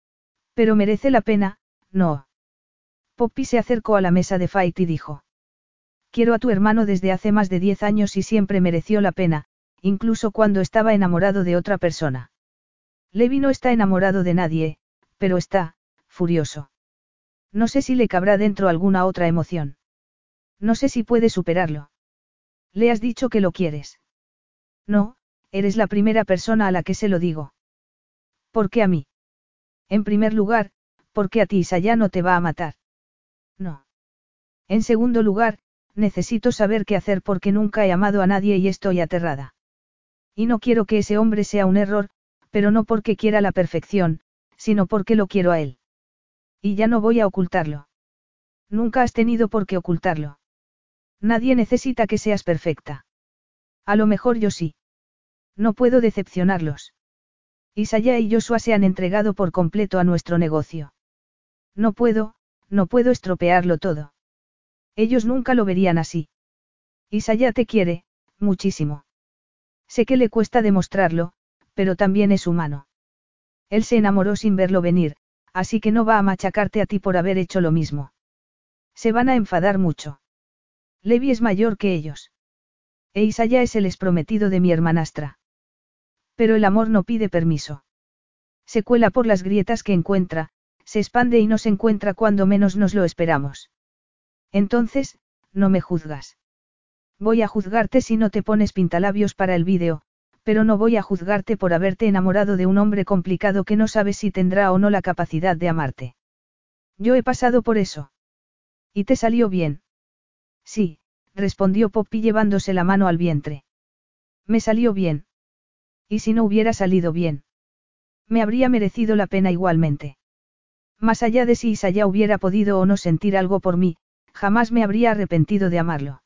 Pero merece la pena, no. Poppy se acercó a la mesa de Faith y dijo. Quiero a tu hermano desde hace más de diez años y siempre mereció la pena, incluso cuando estaba enamorado de otra persona. Levi no está enamorado de nadie, pero está, furioso. No sé si le cabrá dentro alguna otra emoción. No sé si puede superarlo. ¿Le has dicho que lo quieres? No, eres la primera persona a la que se lo digo. ¿Por qué a mí? En primer lugar, porque a ti Isaiah no te va a matar. No. En segundo lugar, necesito saber qué hacer porque nunca he amado a nadie y estoy aterrada. Y no quiero que ese hombre sea un error, pero no porque quiera la perfección, sino porque lo quiero a él. Y ya no voy a ocultarlo. Nunca has tenido por qué ocultarlo. Nadie necesita que seas perfecta. A lo mejor yo sí. No puedo decepcionarlos. Isaiah y Joshua se han entregado por completo a nuestro negocio. No puedo, no puedo estropearlo todo. Ellos nunca lo verían así. Isaiah te quiere, muchísimo. Sé que le cuesta demostrarlo, pero también es humano. Él se enamoró sin verlo venir, así que no va a machacarte a ti por haber hecho lo mismo. Se van a enfadar mucho. Levi es mayor que ellos. E Isaiah es el exprometido de mi hermanastra. Pero el amor no pide permiso. Se cuela por las grietas que encuentra, se expande y nos encuentra cuando menos nos lo esperamos. Entonces, no me juzgas. Voy a juzgarte si no te pones pintalabios para el vídeo, Pero no voy a juzgarte por haberte enamorado de un hombre complicado que no sabes si tendrá o no la capacidad de amarte. Yo he pasado por eso. ¿Y te salió bien? Sí, respondió Poppy llevándose la mano al vientre. Me salió bien. ¿Y si no hubiera salido bien? Me habría merecido la pena igualmente. Más allá de si Isaya hubiera podido o no sentir algo por mí, jamás me habría arrepentido de amarlo.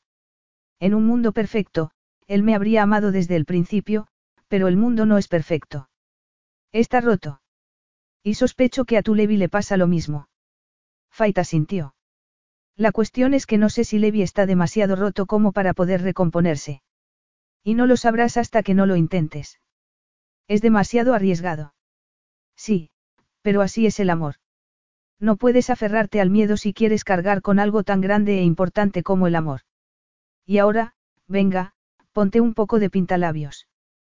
En un mundo perfecto, él me habría amado desde el principio, pero el mundo no es perfecto. Está roto. Y sospecho que a tu Levi le pasa lo mismo. Fait asintió. La cuestión es que no sé si Levi está demasiado roto como para poder recomponerse. Y no lo sabrás hasta que no lo intentes. Es demasiado arriesgado. Sí, pero así es el amor. No puedes aferrarte al miedo si quieres cargar con algo tan grande e importante como el amor. Y ahora, venga, ponte un poco de pintalabios.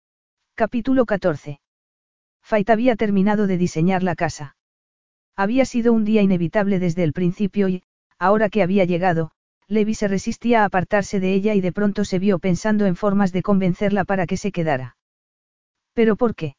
Capítulo catorce. Fait había terminado de diseñar la casa. Había sido un día inevitable desde el principio y, ahora que había llegado, Levi se resistía a apartarse de ella y de pronto se vio pensando en formas de convencerla para que se quedara. ¿Pero por qué?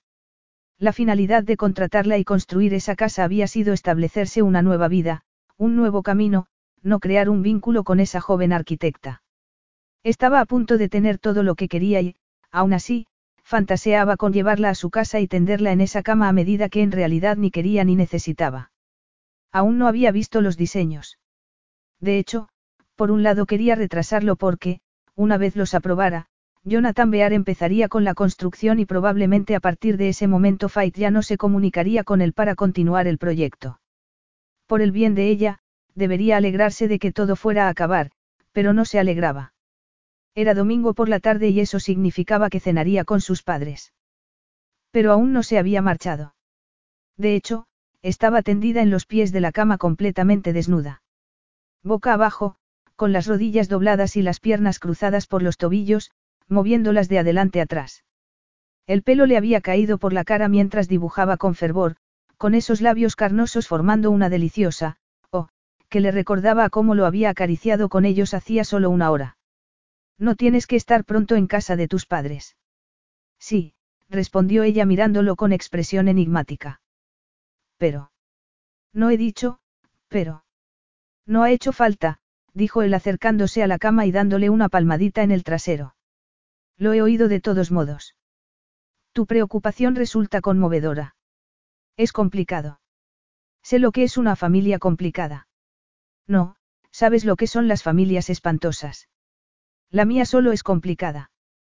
La finalidad de contratarla y construir esa casa había sido establecerse una nueva vida, un nuevo camino, no crear un vínculo con esa joven arquitecta. Estaba a punto de tener todo lo que quería y, aún así, fantaseaba con llevarla a su casa y tenderla en esa cama a medida que en realidad ni quería ni necesitaba. Aún no había visto los diseños. De hecho, por un lado quería retrasarlo porque, una vez los aprobara, Jonathan Bear empezaría con la construcción y probablemente a partir de ese momento Fait ya no se comunicaría con él para continuar el proyecto. Por el bien de ella, debería alegrarse de que todo fuera a acabar, pero no se alegraba. Era domingo por la tarde y eso significaba que cenaría con sus padres. Pero aún no se había marchado. De hecho, estaba tendida en los pies de la cama completamente desnuda. Boca abajo, con las rodillas dobladas y las piernas cruzadas por los tobillos, moviéndolas de adelante atrás. El pelo le había caído por la cara mientras dibujaba con fervor, con esos labios carnosos formando una deliciosa, oh, que le recordaba a cómo lo había acariciado con ellos hacía solo una hora. No tienes que estar pronto en casa de tus padres. Sí, respondió ella mirándolo con expresión enigmática. Pero. No he dicho, pero. No ha hecho falta, dijo él acercándose a la cama y dándole una palmadita en el trasero. Lo he oído de todos modos. Tu preocupación resulta conmovedora. Es complicado. Sé lo que es una familia complicada. No, sabes lo que son las familias espantosas. La mía solo es complicada.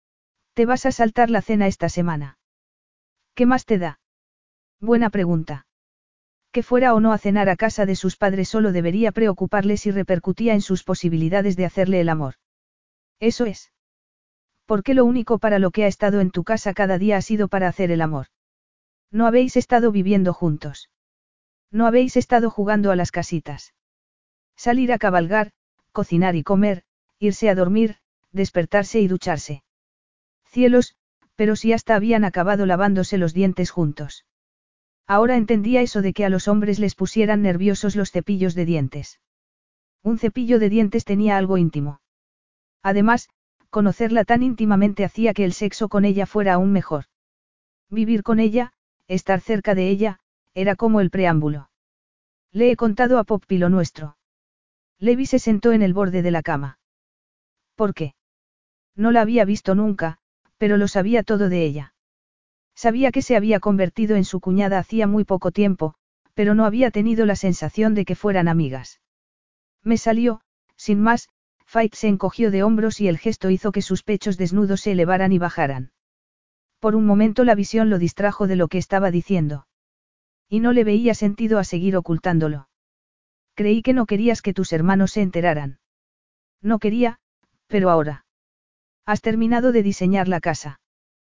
¿Te vas a saltar la cena esta semana? ¿Qué más te da? Buena pregunta. Que fuera o no a cenar a casa de sus padres solo debería preocuparle si repercutía en sus posibilidades de hacerle el amor. Eso es. Porque lo único para lo que ha estado en tu casa cada día ha sido para hacer el amor. No habéis estado viviendo juntos. No habéis estado jugando a las casitas. Salir a cabalgar, cocinar y comer, irse a dormir, despertarse y ducharse. Cielos, pero si hasta habían acabado lavándose los dientes juntos. Ahora entendía eso de que a los hombres les pusieran nerviosos los cepillos de dientes. Un cepillo de dientes tenía algo íntimo. Además, conocerla tan íntimamente hacía que el sexo con ella fuera aún mejor. Vivir con ella, estar cerca de ella, era como el preámbulo. Le he contado a Poppy lo nuestro. Levi se sentó en el borde de la cama. ¿Por qué? No la había visto nunca, pero lo sabía todo de ella. Sabía que se había convertido en su cuñada hacía muy poco tiempo, pero no había tenido la sensación de que fueran amigas. Me salió, sin más. Fait se encogió de hombros y el gesto hizo que sus pechos desnudos se elevaran y bajaran. Por un momento la visión lo distrajo de lo que estaba diciendo. Y no le veía sentido a seguir ocultándolo. Creí que no querías que tus hermanos se enteraran. No quería, pero ahora. Has terminado de diseñar la casa.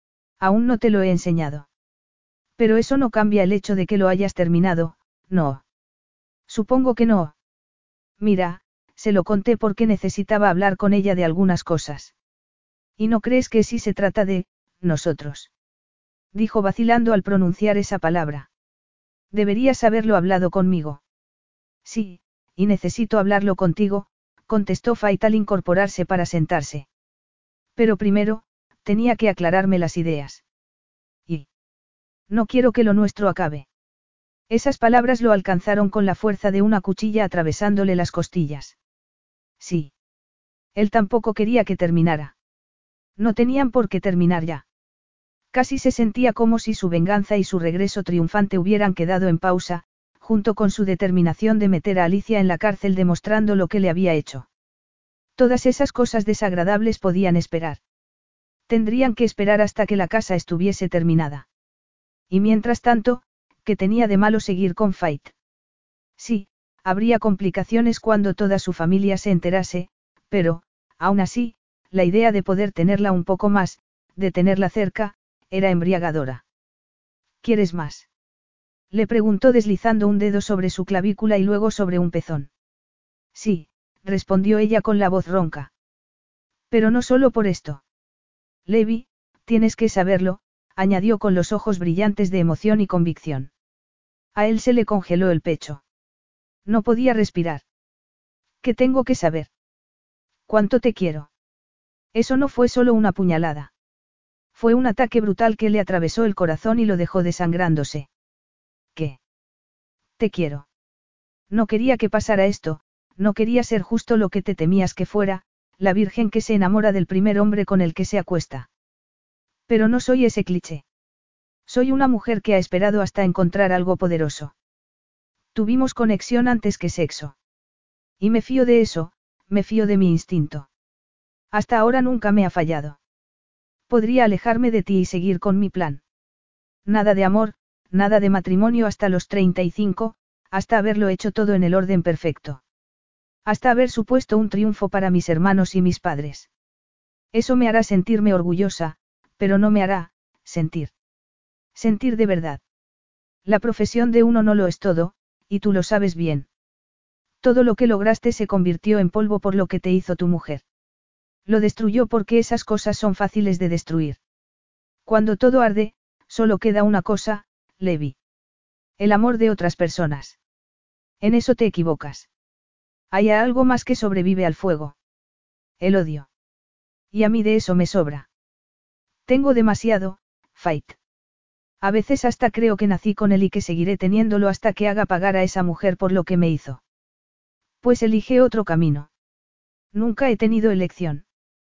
Aún no te lo he enseñado. Pero eso no cambia el hecho de que lo hayas terminado, no. Supongo que no. Mira, se lo conté porque necesitaba hablar con ella de algunas cosas. ¿Y no crees que sí se trata de, nosotros? Dijo vacilando al pronunciar esa palabra. Deberías haberlo hablado conmigo. Sí, y necesito hablarlo contigo, contestó Fait al incorporarse para sentarse. Pero primero, tenía que aclararme las ideas. No quiero que lo nuestro acabe. Esas palabras lo alcanzaron con la fuerza de una cuchilla atravesándole las costillas. Sí. Él tampoco quería que terminara. No tenían por qué terminar ya. Casi se sentía como si su venganza y su regreso triunfante hubieran quedado en pausa, junto con su determinación de meter a Alicia en la cárcel demostrando lo que le había hecho. Todas esas cosas desagradables podían esperar. Tendrían que esperar hasta que la casa estuviese terminada. Y mientras tanto, ¿qué tenía de malo seguir con Fait? Sí, habría complicaciones cuando toda su familia se enterase, pero, aún así, la idea de poder tenerla un poco más, de tenerla cerca, era embriagadora. ¿Quieres más? Le preguntó deslizando un dedo sobre su clavícula y luego sobre un pezón. Sí, respondió ella con la voz ronca. Pero no solo por esto. Levi, tienes que saberlo, añadió con los ojos brillantes de emoción y convicción. A él se le congeló el pecho. No podía respirar. ¿Qué tengo que saber? ¿Cuánto te quiero? Eso no fue solo una puñalada. Fue un ataque brutal que le atravesó el corazón y lo dejó desangrándose. ¿Qué? Te quiero. No quería que pasara esto, no quería ser justo lo que te temías que fuera, la virgen que se enamora del primer hombre con el que se acuesta. Pero no soy ese cliché. Soy una mujer que ha esperado hasta encontrar algo poderoso. Tuvimos conexión antes que sexo. Y me fío de eso, me fío de mi instinto. Hasta ahora nunca me ha fallado. Podría alejarme de ti y seguir con mi plan. Nada de amor, nada de matrimonio hasta los treinta y cinco, hasta haberlo hecho todo en el orden perfecto. Hasta haber supuesto un triunfo para mis hermanos y mis padres. Eso me hará sentirme orgullosa, pero no me hará sentir. Sentir de verdad. La profesión de uno no lo es todo, y tú lo sabes bien. Todo lo que lograste se convirtió en polvo por lo que te hizo tu mujer. Lo destruyó porque esas cosas son fáciles de destruir. Cuando todo arde, solo queda una cosa, Levi. El amor de otras personas. En eso te equivocas. Hay algo más que sobrevive al fuego. El odio. Y a mí de eso me sobra. Tengo demasiado, Fait. A veces hasta creo que nací con él y que seguiré teniéndolo hasta que haga pagar a esa mujer por lo que me hizo. Pues elige otro camino. Nunca he tenido elección.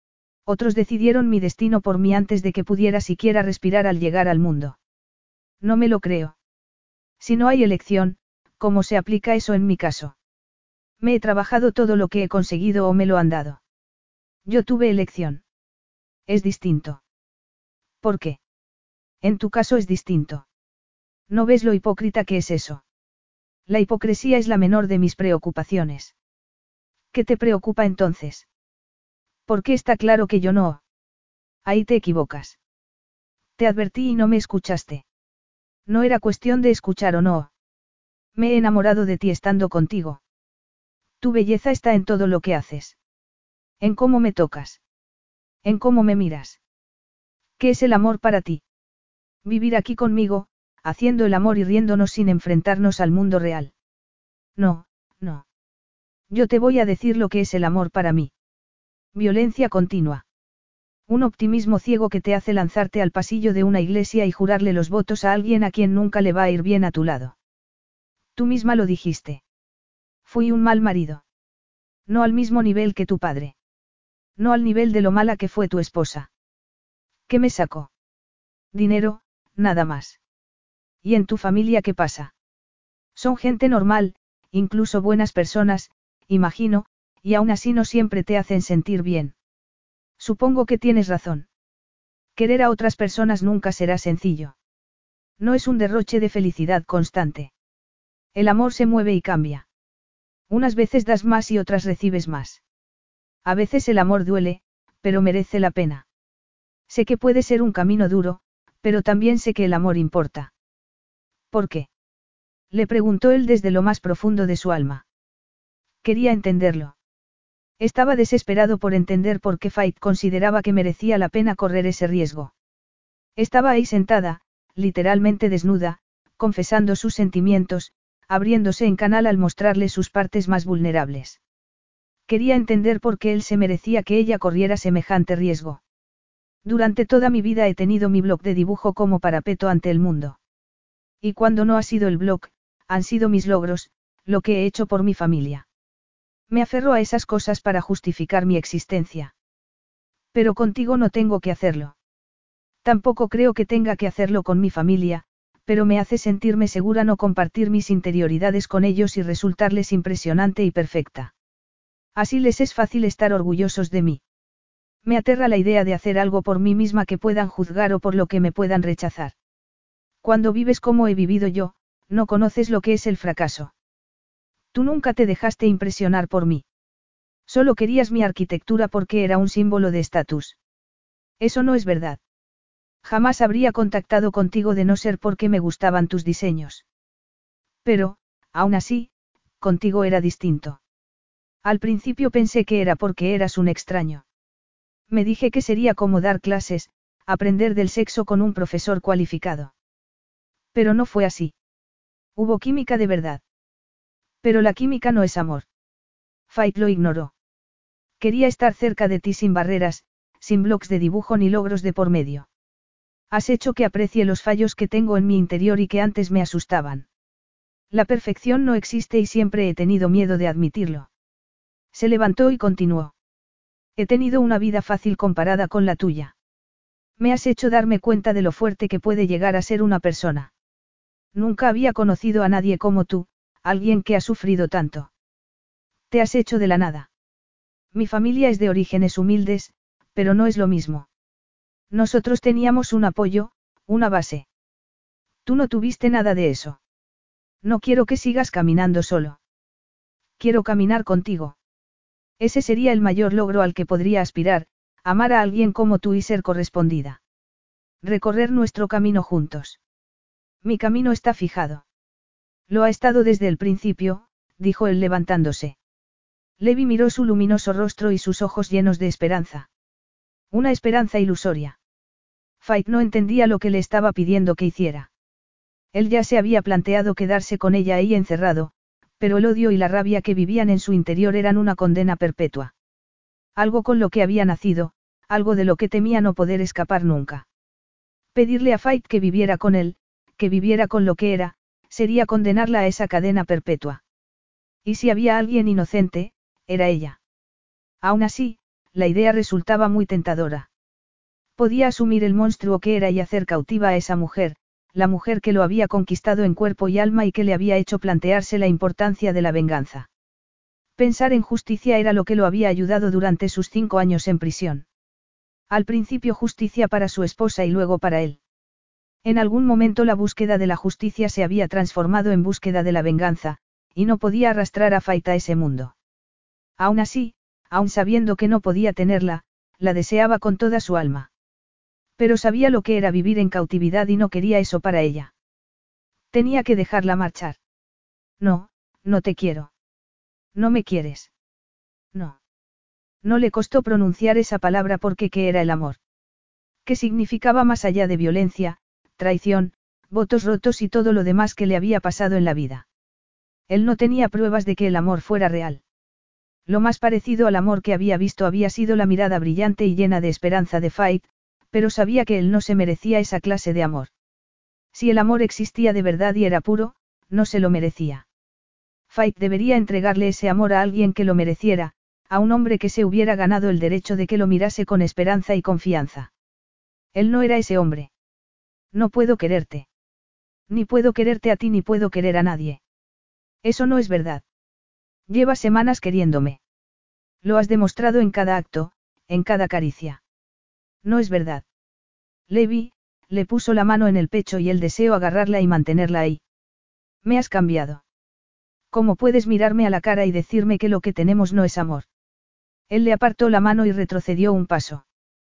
Otros decidieron mi destino por mí antes de que pudiera siquiera respirar al llegar al mundo. No me lo creo. Si no hay elección, ¿cómo se aplica eso en mi caso? Me he trabajado todo lo que he conseguido o me lo han dado. Yo tuve elección. Es distinto. ¿Por qué? En tu caso es distinto. ¿No ves lo hipócrita que es eso? La hipocresía es la menor de mis preocupaciones. ¿Qué te preocupa entonces? Porque está claro que yo no. Ahí te equivocas. Te advertí y no me escuchaste. No era cuestión de escuchar o no. Me he enamorado de ti estando contigo. Tu belleza está en todo lo que haces. En cómo me tocas. En cómo me miras. ¿Qué es el amor para ti? Vivir aquí conmigo, haciendo el amor y riéndonos sin enfrentarnos al mundo real. No, no. Yo te voy a decir lo que es el amor para mí. Violencia continua. Un optimismo ciego que te hace lanzarte al pasillo de una iglesia y jurarle los votos a alguien a quien nunca le va a ir bien a tu lado. Tú misma lo dijiste. Fui un mal marido. No al mismo nivel que tu padre. No al nivel de lo mala que fue tu esposa. ¿Qué me sacó? Dinero, nada más. ¿Y en tu familia qué pasa? Son gente normal, incluso buenas personas, imagino, y aún así no siempre te hacen sentir bien. Supongo que tienes razón. Querer a otras personas nunca será sencillo. No es un derroche de felicidad constante. El amor se mueve y cambia. Unas veces das más y otras recibes más. A veces el amor duele, pero merece la pena. Sé que puede ser un camino duro, pero también sé que el amor importa. ¿Por qué? Le preguntó él desde lo más profundo de su alma. Quería entenderlo. Estaba desesperado por entender por qué Fait consideraba que merecía la pena correr ese riesgo. Estaba ahí sentada, literalmente desnuda, confesando sus sentimientos, abriéndose en canal al mostrarle sus partes más vulnerables. Quería entender por qué él se merecía que ella corriera semejante riesgo. Durante toda mi vida he tenido mi blog de dibujo como parapeto ante el mundo. Y cuando no ha sido el blog, han sido mis logros, lo que he hecho por mi familia. Me aferro a esas cosas para justificar mi existencia. Pero contigo no tengo que hacerlo. Tampoco creo que tenga que hacerlo con mi familia, pero me hace sentirme segura no compartir mis interioridades con ellos y resultarles impresionante y perfecta. Así les es fácil estar orgullosos de mí. Me aterra la idea de hacer algo por mí misma que puedan juzgar o por lo que me puedan rechazar. Cuando vives como he vivido yo, no conoces lo que es el fracaso. Tú nunca te dejaste impresionar por mí. Solo querías mi arquitectura porque era un símbolo de estatus. Eso no es verdad. Jamás habría contactado contigo de no ser porque me gustaban tus diseños. Pero, aún así, contigo era distinto. Al principio pensé que era porque eras un extraño. Me dije que sería como dar clases, aprender del sexo con un profesor cualificado. Pero no fue así. Hubo química de verdad. Pero la química no es amor. Fait lo ignoró. Quería estar cerca de ti sin barreras, sin blocs de dibujo ni logros de por medio. Has hecho que aprecie los fallos que tengo en mi interior y que antes me asustaban. La perfección no existe y siempre he tenido miedo de admitirlo. Se levantó y continuó. He tenido una vida fácil comparada con la tuya. Me has hecho darme cuenta de lo fuerte que puede llegar a ser una persona. Nunca había conocido a nadie como tú, alguien que ha sufrido tanto. Te has hecho de la nada. Mi familia es de orígenes humildes, pero no es lo mismo. Nosotros teníamos un apoyo, una base. Tú no tuviste nada de eso. No quiero que sigas caminando solo. Quiero caminar contigo. Ese sería el mayor logro al que podría aspirar, amar a alguien como tú y ser correspondida. Recorrer nuestro camino juntos. Mi camino está fijado. Lo ha estado desde el principio, dijo él levantándose. Levi miró su luminoso rostro y sus ojos llenos de esperanza. Una esperanza ilusoria. Fait no entendía lo que le estaba pidiendo que hiciera. Él ya se había planteado quedarse con ella ahí encerrado, pero el odio y la rabia que vivían en su interior eran una condena perpetua. Algo con lo que había nacido, algo de lo que temía no poder escapar nunca. Pedirle a Fait que viviera con él, que viviera con lo que era, sería condenarla a esa cadena perpetua. Y si había alguien inocente, era ella. Aún así, la idea resultaba muy tentadora. Podía asumir el monstruo que era y hacer cautiva a esa mujer, la mujer que lo había conquistado en cuerpo y alma y que le había hecho plantearse la importancia de la venganza. Pensar en justicia era lo que lo había ayudado durante sus cinco años en prisión. Al principio justicia para su esposa y luego para él. En algún momento la búsqueda de la justicia se había transformado en búsqueda de la venganza, y no podía arrastrar a Fait a ese mundo. Aún así, aun sabiendo que no podía tenerla, la deseaba con toda su alma. Pero sabía lo que era vivir en cautividad y no quería eso para ella. Tenía que dejarla marchar. No, no te quiero. No me quieres. No. No le costó pronunciar esa palabra porque ¿qué era el amor? ¿Qué significaba más allá de violencia, traición, votos rotos y todo lo demás que le había pasado en la vida? Él no tenía pruebas de que el amor fuera real. Lo más parecido al amor que había visto había sido la mirada brillante y llena de esperanza de Fait, pero sabía que él no se merecía esa clase de amor. Si el amor existía de verdad y era puro, no se lo merecía. Fait debería entregarle ese amor a alguien que lo mereciera, a un hombre que se hubiera ganado el derecho de que lo mirase con esperanza y confianza. Él no era ese hombre. No puedo quererte. Ni puedo quererte a ti ni puedo querer a nadie. Eso no es verdad. Llevas semanas queriéndome. Lo has demostrado en cada acto, en cada caricia. No es verdad. Levi, le puso la mano en el pecho y él deseó agarrarla y mantenerla ahí. Me has cambiado. ¿Cómo puedes mirarme a la cara y decirme que lo que tenemos no es amor? Él le apartó la mano y retrocedió un paso.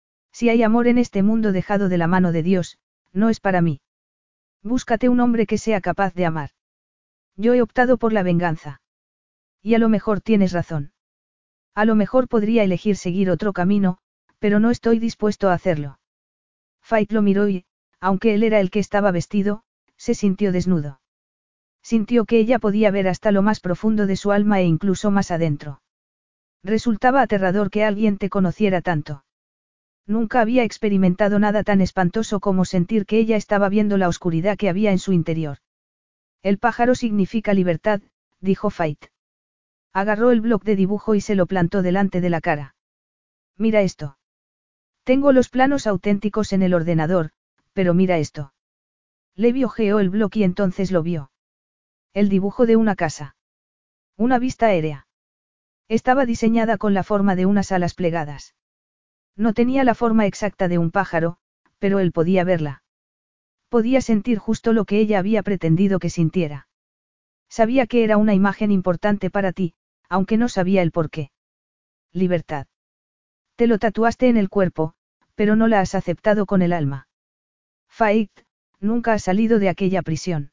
Si hay amor en este mundo dejado de la mano de Dios, no es para mí. Búscate un hombre que sea capaz de amar. Yo he optado por la venganza. Y a lo mejor tienes razón. A lo mejor podría elegir seguir otro camino, pero no estoy dispuesto a hacerlo. Fait lo miró y, aunque él era el que estaba vestido, se sintió desnudo. Sintió que ella podía ver hasta lo más profundo de su alma e incluso más adentro. Resultaba aterrador que alguien te conociera tanto. Nunca había experimentado nada tan espantoso como sentir que ella estaba viendo la oscuridad que había en su interior. El pájaro significa libertad, dijo Fait. Agarró el bloc de dibujo y se lo plantó delante de la cara. Mira esto. Tengo los planos auténticos en el ordenador, pero mira esto. Levi hojeó el bloc y entonces lo vio. El dibujo de una casa. Una vista aérea. Estaba diseñada con la forma de unas alas plegadas. No tenía la forma exacta de un pájaro, pero él podía verla. Podía sentir justo lo que ella había pretendido que sintiera. Sabía que era una imagen importante para ti, aunque no sabía el por qué. Libertad. Te lo tatuaste en el cuerpo, pero no la has aceptado con el alma. Fait, nunca has salido de aquella prisión.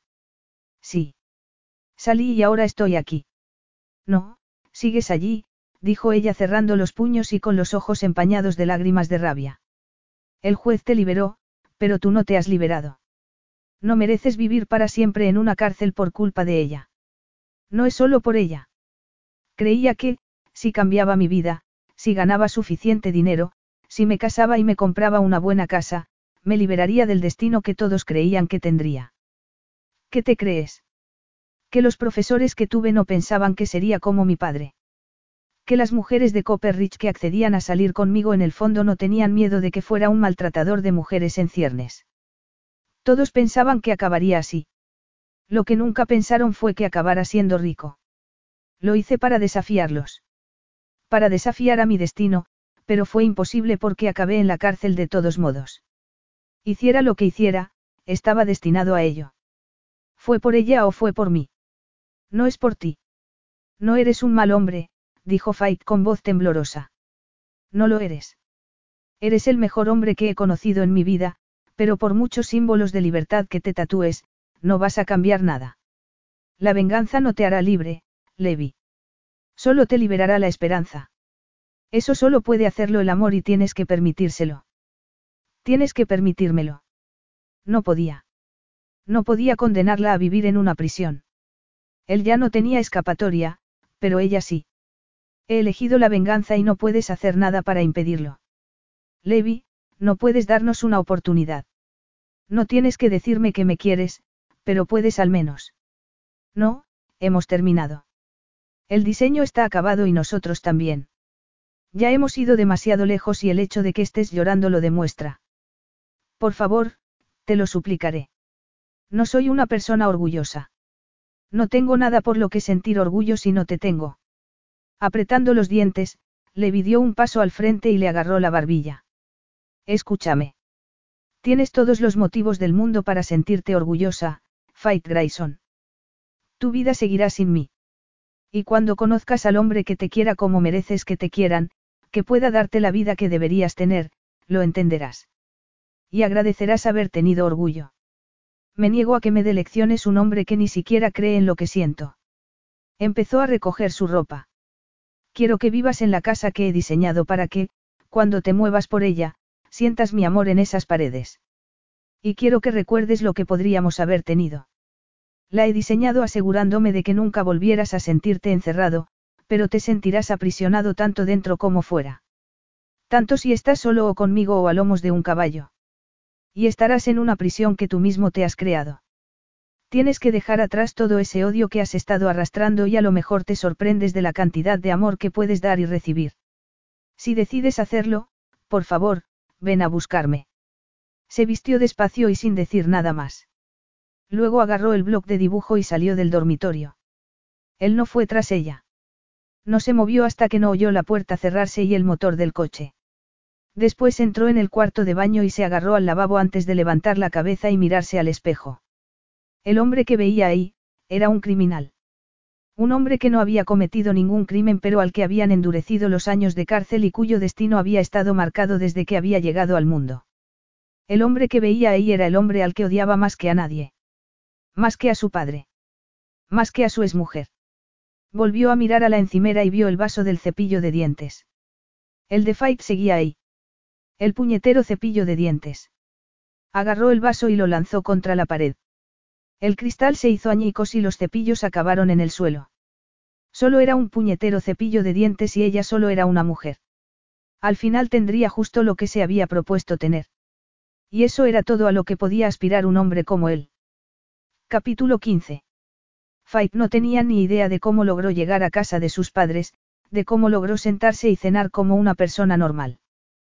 Sí. Salí y ahora estoy aquí. No, sigues allí, dijo ella cerrando los puños y con los ojos empañados de lágrimas de rabia. El juez te liberó, pero tú no te has liberado. No mereces vivir para siempre en una cárcel por culpa de ella. No es solo por ella. Creía que, si cambiaba mi vida, si ganaba suficiente dinero, si me casaba y me compraba una buena casa, me liberaría del destino que todos creían que tendría. ¿Qué te crees? Que los profesores que tuve no pensaban que sería como mi padre. Que las mujeres de Copperridge que accedían a salir conmigo en el fondo no tenían miedo de que fuera un maltratador de mujeres en ciernes. Todos pensaban que acabaría así. Lo que nunca pensaron fue que acabara siendo rico. Lo hice para desafiarlos. Para desafiar a mi destino, pero fue imposible porque acabé en la cárcel de todos modos. Hiciera lo que hiciera, estaba destinado a ello. ¿Fue por ella o fue por mí? No es por ti. No eres un mal hombre, dijo Fait con voz temblorosa. No lo eres. Eres el mejor hombre que he conocido en mi vida, pero por muchos símbolos de libertad que te tatúes, no vas a cambiar nada. La venganza no te hará libre, Levi. Solo te liberará la esperanza. Eso solo puede hacerlo el amor y tienes que permitírselo. Tienes que permitírmelo. No podía. No podía condenarla a vivir en una prisión. Él ya no tenía escapatoria, pero ella sí. He elegido la venganza y no puedes hacer nada para impedirlo. Levi, no puedes darnos una oportunidad. No tienes que decirme que me quieres, pero puedes al menos. No, hemos terminado. El diseño está acabado y nosotros también. Ya hemos ido demasiado lejos y el hecho de que estés llorando lo demuestra. Por favor, te lo suplicaré. No soy una persona orgullosa. No tengo nada por lo que sentir orgullo si no te tengo. Apretando los dientes, Levi dio un paso al frente y le agarró la barbilla. Escúchame. Tienes todos los motivos del mundo para sentirte orgullosa, Fait Grayson. Tu vida seguirá sin mí. Y cuando conozcas al hombre que te quiera como mereces que te quieran, que pueda darte la vida que deberías tener, lo entenderás. Y agradecerás haber tenido orgullo. Me niego a que me dé lecciones un hombre que ni siquiera cree en lo que siento. Empezó a recoger su ropa. Quiero que vivas en la casa que he diseñado para que, cuando te muevas por ella, sientas mi amor en esas paredes. Y quiero que recuerdes lo que podríamos haber tenido. La he diseñado asegurándome de que nunca volvieras a sentirte encerrado, pero te sentirás aprisionado tanto dentro como fuera. Tanto si estás solo o conmigo o a lomos de un caballo. Y estarás en una prisión que tú mismo te has creado. Tienes que dejar atrás todo ese odio que has estado arrastrando y a lo mejor te sorprendes de la cantidad de amor que puedes dar y recibir. Si decides hacerlo, por favor, ven a buscarme. Se vistió despacio y sin decir nada más. Luego agarró el bloc de dibujo y salió del dormitorio. Él no fue tras ella. No se movió hasta que no oyó la puerta cerrarse y el motor del coche. Después entró en el cuarto de baño y se agarró al lavabo antes de levantar la cabeza y mirarse al espejo. El hombre que veía ahí, era un criminal. Un hombre que no había cometido ningún crimen pero al que habían endurecido los años de cárcel y cuyo destino había estado marcado desde que había llegado al mundo. El hombre que veía ahí era el hombre al que odiaba más que a nadie. Más que a su padre. Más que a su exmujer. Volvió a mirar a la encimera y vio el vaso del cepillo de dientes. El de Fait seguía ahí. El puñetero cepillo de dientes. Agarró el vaso y lo lanzó contra la pared. El cristal se hizo añicos y los cepillos acabaron en el suelo. Solo era un puñetero cepillo de dientes y ella solo era una mujer. Al final tendría justo lo que se había propuesto tener. Y eso era todo a lo que podía aspirar un hombre como él. Capítulo quince. Fait no tenía ni idea de cómo logró llegar a casa de sus padres, de cómo logró sentarse y cenar como una persona normal.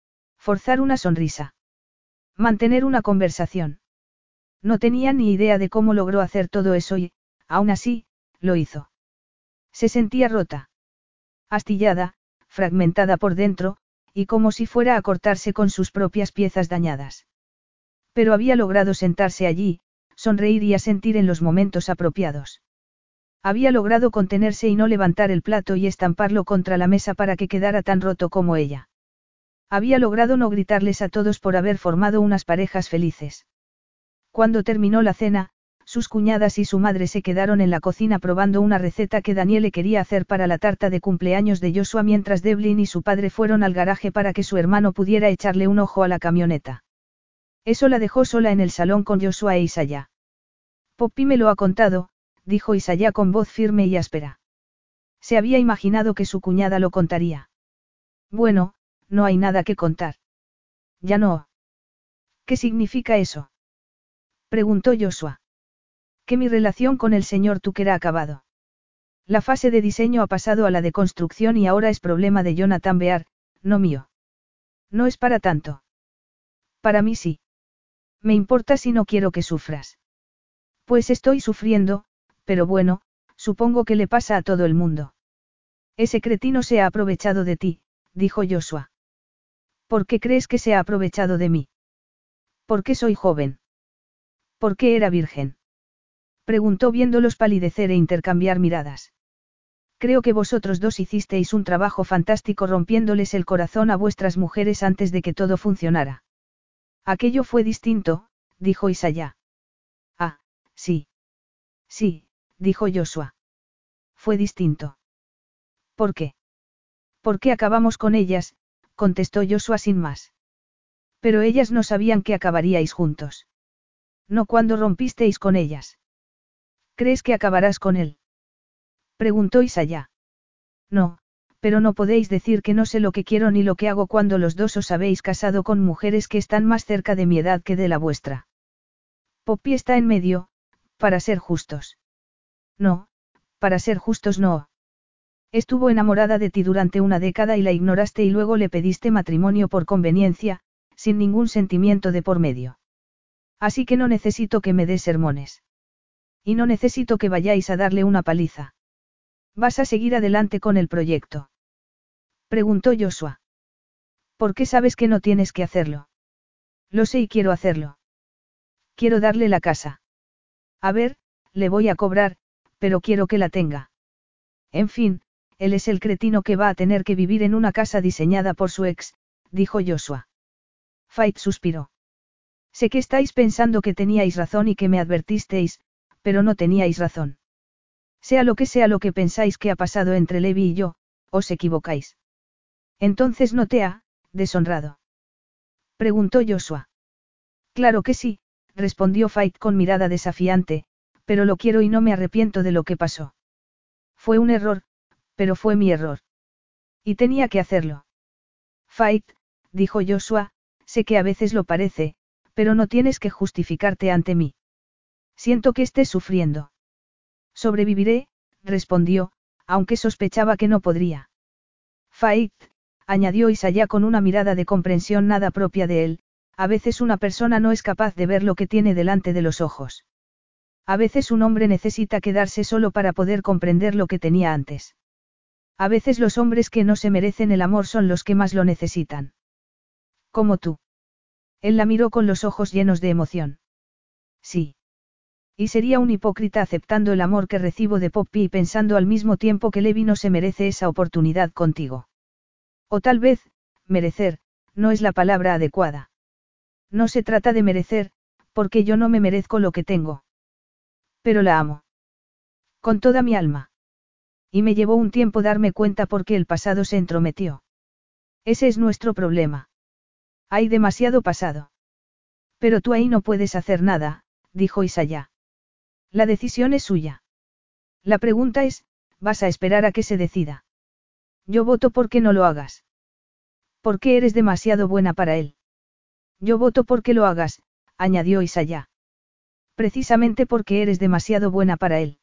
Forzar una sonrisa. Mantener una conversación. No tenía ni idea de cómo logró hacer todo eso y, aún así, lo hizo. Se sentía rota. Astillada, fragmentada por dentro, y como si fuera a cortarse con sus propias piezas dañadas. Pero había logrado sentarse allí, sonreír y asentir en los momentos apropiados. Había logrado contenerse y no levantar el plato y estamparlo contra la mesa para que quedara tan roto como ella. Había logrado no gritarles a todos por haber formado unas parejas felices. Cuando terminó la cena, sus cuñadas y su madre se quedaron en la cocina probando una receta que Daniele quería hacer para la tarta de cumpleaños de Joshua mientras Devlin y su padre fueron al garaje para que su hermano pudiera echarle un ojo a la camioneta. Eso la dejó sola en el salón con Joshua e Isaiah. Poppy me lo ha contado, dijo Isaiah con voz firme y áspera. Se había imaginado que su cuñada lo contaría. Bueno, no hay nada que contar. Ya no. ¿Qué significa eso? Preguntó Joshua. Que mi relación con el señor Tucker ha acabado. La fase de diseño ha pasado a la de construcción y ahora es problema de Jonathan Bear, no mío. No es para tanto. Para mí sí. Me importa si no quiero que sufras. Pues estoy sufriendo, pero bueno, supongo que le pasa a todo el mundo. Ese cretino se ha aprovechado de ti, dijo Joshua. ¿Por qué crees que se ha aprovechado de mí? ¿Por qué soy joven? ¿Por qué era virgen? Preguntó viéndolos palidecer e intercambiar miradas. Creo que vosotros dos hicisteis un trabajo fantástico rompiéndoles el corazón a vuestras mujeres antes de que todo funcionara. Aquello fue distinto, dijo Isaiah. Ah, sí. Sí, dijo Joshua. Fue distinto. ¿Por qué? Porque acabamos con ellas, contestó Joshua sin más. Pero ellas no sabían que acabaríais juntos. No cuando rompisteis con ellas. ¿Crees que acabarás con él? Preguntó Isaiah. No, pero no podéis decir que no sé lo que quiero ni lo que hago cuando los dos os habéis casado con mujeres que están más cerca de mi edad que de la vuestra. Poppy está en medio, para ser justos. No, para ser justos no. Estuvo enamorada de ti durante una década y la ignoraste y luego le pediste matrimonio por conveniencia, sin ningún sentimiento de por medio. Así que no necesito que me des sermones. Y no necesito que vayáis a darle una paliza. ¿Vas a seguir adelante con el proyecto? Preguntó Joshua. ¿Por qué sabes que no tienes que hacerlo? Lo sé y quiero hacerlo. Quiero darle la casa. A ver, le voy a cobrar, pero quiero que la tenga. En fin, él es el cretino que va a tener que vivir en una casa diseñada por su ex, dijo Joshua. Fait suspiró. Sé que estáis pensando que teníais razón y que me advertisteis, pero no teníais razón. Sea lo que sea lo que pensáis que ha pasado entre Levi y yo, os equivocáis. Entonces no te ha deshonrado. Preguntó Joshua. Claro que sí, respondió Fait con mirada desafiante, pero lo quiero y no me arrepiento de lo que pasó. Fue un error, pero fue mi error. Y tenía que hacerlo. Fait, dijo Joshua, sé que a veces lo parece, pero no tienes que justificarte ante mí. Siento que estés sufriendo. Sobreviviré, respondió, aunque sospechaba que no podría. Fait, añadió Isaiah con una mirada de comprensión nada propia de él, a veces una persona no es capaz de ver lo que tiene delante de los ojos. A veces un hombre necesita quedarse solo para poder comprender lo que tenía antes. A veces los hombres que no se merecen el amor son los que más lo necesitan. Como tú. Él la miró con los ojos llenos de emoción. Sí. Y sería un hipócrita aceptando el amor que recibo de Poppy y pensando al mismo tiempo que Levi no se merece esa oportunidad contigo. O tal vez, merecer, no es la palabra adecuada. No se trata de merecer, porque yo no me merezco lo que tengo. Pero la amo. Con toda mi alma. Y me llevó un tiempo darme cuenta porque el pasado se entrometió. Ese es nuestro problema. Hay demasiado pasado. Pero tú ahí no puedes hacer nada, dijo Isaiah. La decisión es suya. La pregunta es, ¿vas a esperar a que se decida? Yo voto por que no lo hagas. Porque eres demasiado buena para él. Yo voto porque lo hagas, añadió Isaya. Precisamente porque eres demasiado buena para él.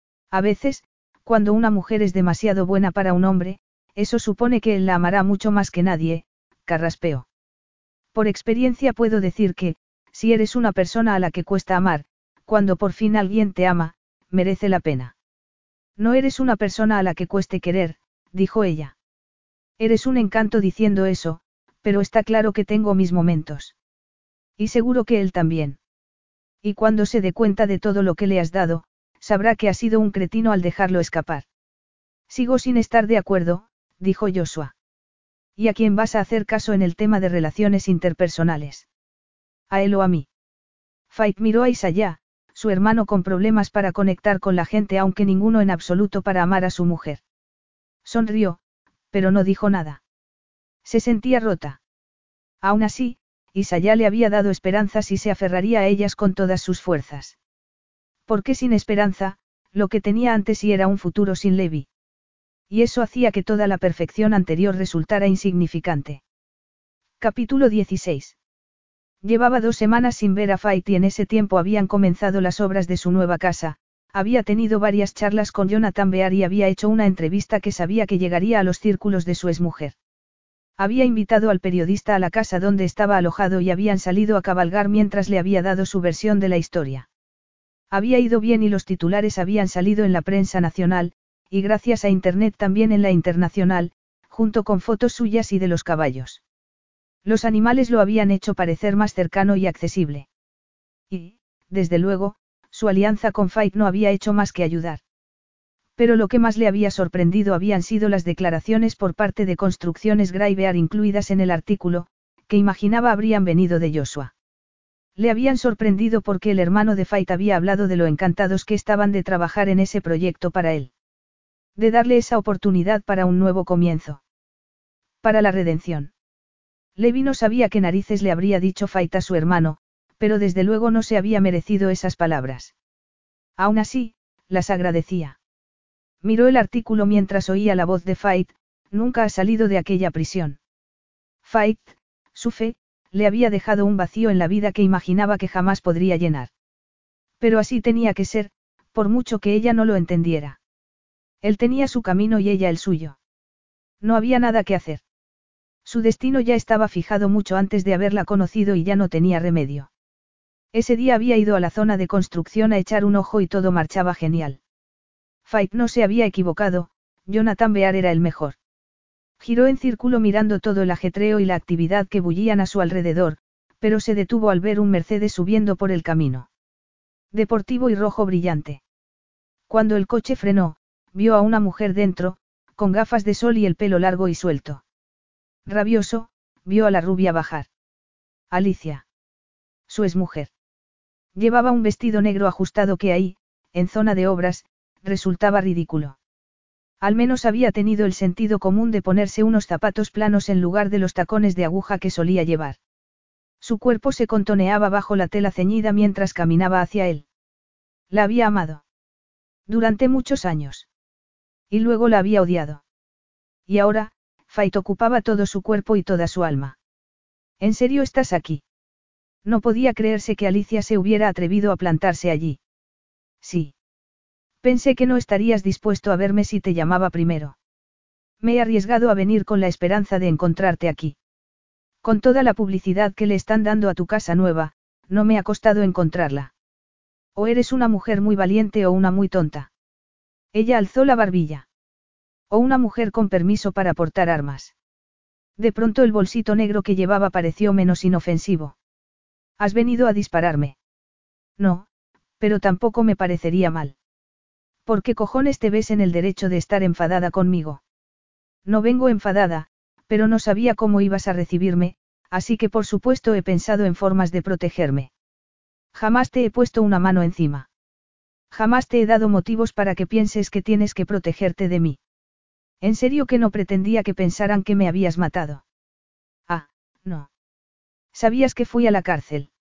A veces, cuando una mujer es demasiado buena para un hombre, eso supone que él la amará mucho más que nadie, carraspeó. Por experiencia puedo decir que, si eres una persona a la que cuesta amar, cuando por fin alguien te ama, merece la pena. No eres una persona a la que cueste querer, dijo ella. Eres un encanto diciendo eso, pero está claro que tengo mis momentos. Y seguro que él también. Y cuando se dé cuenta de todo lo que le has dado, sabrá que has sido un cretino al dejarlo escapar. Sigo sin estar de acuerdo, dijo Joshua. ¿Y a quién vas a hacer caso en el tema de relaciones interpersonales? ¿A él o a mí? Fait miró a Isaya, su hermano con problemas para conectar con la gente aunque ninguno en absoluto para amar a su mujer. Sonrió, pero no dijo nada. Se sentía rota. Aún así, Isaya le había dado esperanzas y se aferraría a ellas con todas sus fuerzas. ¿Por qué sin esperanza, lo que tenía antes y era un futuro sin Levi? Y eso hacía que toda la perfección anterior resultara insignificante. Capítulo dieciséis. Llevaba dos semanas sin ver a Fait y en ese tiempo habían comenzado las obras de su nueva casa, había tenido varias charlas con Jonathan Bear y había hecho una entrevista que sabía que llegaría a los círculos de su exmujer. Había invitado al periodista a la casa donde estaba alojado y habían salido a cabalgar mientras le había dado su versión de la historia. Había ido bien y los titulares habían salido en la prensa nacional, y gracias a Internet también en la internacional, junto con fotos suyas y de los caballos. Los animales lo habían hecho parecer más cercano y accesible. Y, desde luego, su alianza con Fait no había hecho más que ayudar. Pero lo que más le había sorprendido habían sido las declaraciones por parte de Construcciones Graivear incluidas en el artículo, que imaginaba habrían venido de Joshua. Le habían sorprendido porque el hermano de Fait había hablado de lo encantados que estaban de trabajar en ese proyecto para él. De darle esa oportunidad para un nuevo comienzo. Para la redención. Levi no sabía qué narices le habría dicho Fait a su hermano, pero desde luego no se había merecido esas palabras. Aún así, las agradecía. Miró el artículo mientras oía la voz de Fait, nunca ha salido de aquella prisión. Fait, su fe, le había dejado un vacío en la vida que imaginaba que jamás podría llenar. Pero así tenía que ser, por mucho que ella no lo entendiera. Él tenía su camino y ella el suyo. No había nada que hacer. Su destino ya estaba fijado mucho antes de haberla conocido y ya no tenía remedio. Ese día había ido a la zona de construcción a echar un ojo y todo marchaba genial. Fait no se había equivocado, Jonathan Bear era el mejor. Giró en círculo mirando todo el ajetreo y la actividad que bullían a su alrededor, pero se detuvo al ver un Mercedes subiendo por el camino. Deportivo y rojo brillante. Cuando el coche frenó, vio a una mujer dentro, con gafas de sol y el pelo largo y suelto. Rabioso, vio a la rubia bajar. Alicia. Su exmujer. Llevaba un vestido negro ajustado que ahí, en zona de obras, resultaba ridículo. Al menos había tenido el sentido común de ponerse unos zapatos planos en lugar de los tacones de aguja que solía llevar. Su cuerpo se contoneaba bajo la tela ceñida mientras caminaba hacia él. La había amado. Durante muchos años. Y luego la había odiado. Y ahora, Fait ocupaba todo su cuerpo y toda su alma. ¿En serio estás aquí? No podía creerse que Alicia se hubiera atrevido a plantarse allí. Sí. Pensé que no estarías dispuesto a verme si te llamaba primero. Me he arriesgado a venir con la esperanza de encontrarte aquí. Con toda la publicidad que le están dando a tu casa nueva, no me ha costado encontrarla. O eres una mujer muy valiente o una muy tonta. Ella alzó la barbilla. O una mujer con permiso para portar armas. De pronto el bolsito negro que llevaba pareció menos inofensivo. ¿Has venido a dispararme? No, pero tampoco me parecería mal. ¿Por qué cojones te ves en el derecho de estar enfadada conmigo? No vengo enfadada, pero no sabía cómo ibas a recibirme, así que por supuesto he pensado en formas de protegerme. Jamás te he puesto una mano encima. Jamás te he dado motivos para que pienses que tienes que protegerte de mí. En serio que no pretendía que pensaran que me habías matado. Ah, no. ¿Sabías que fui a la cárcel?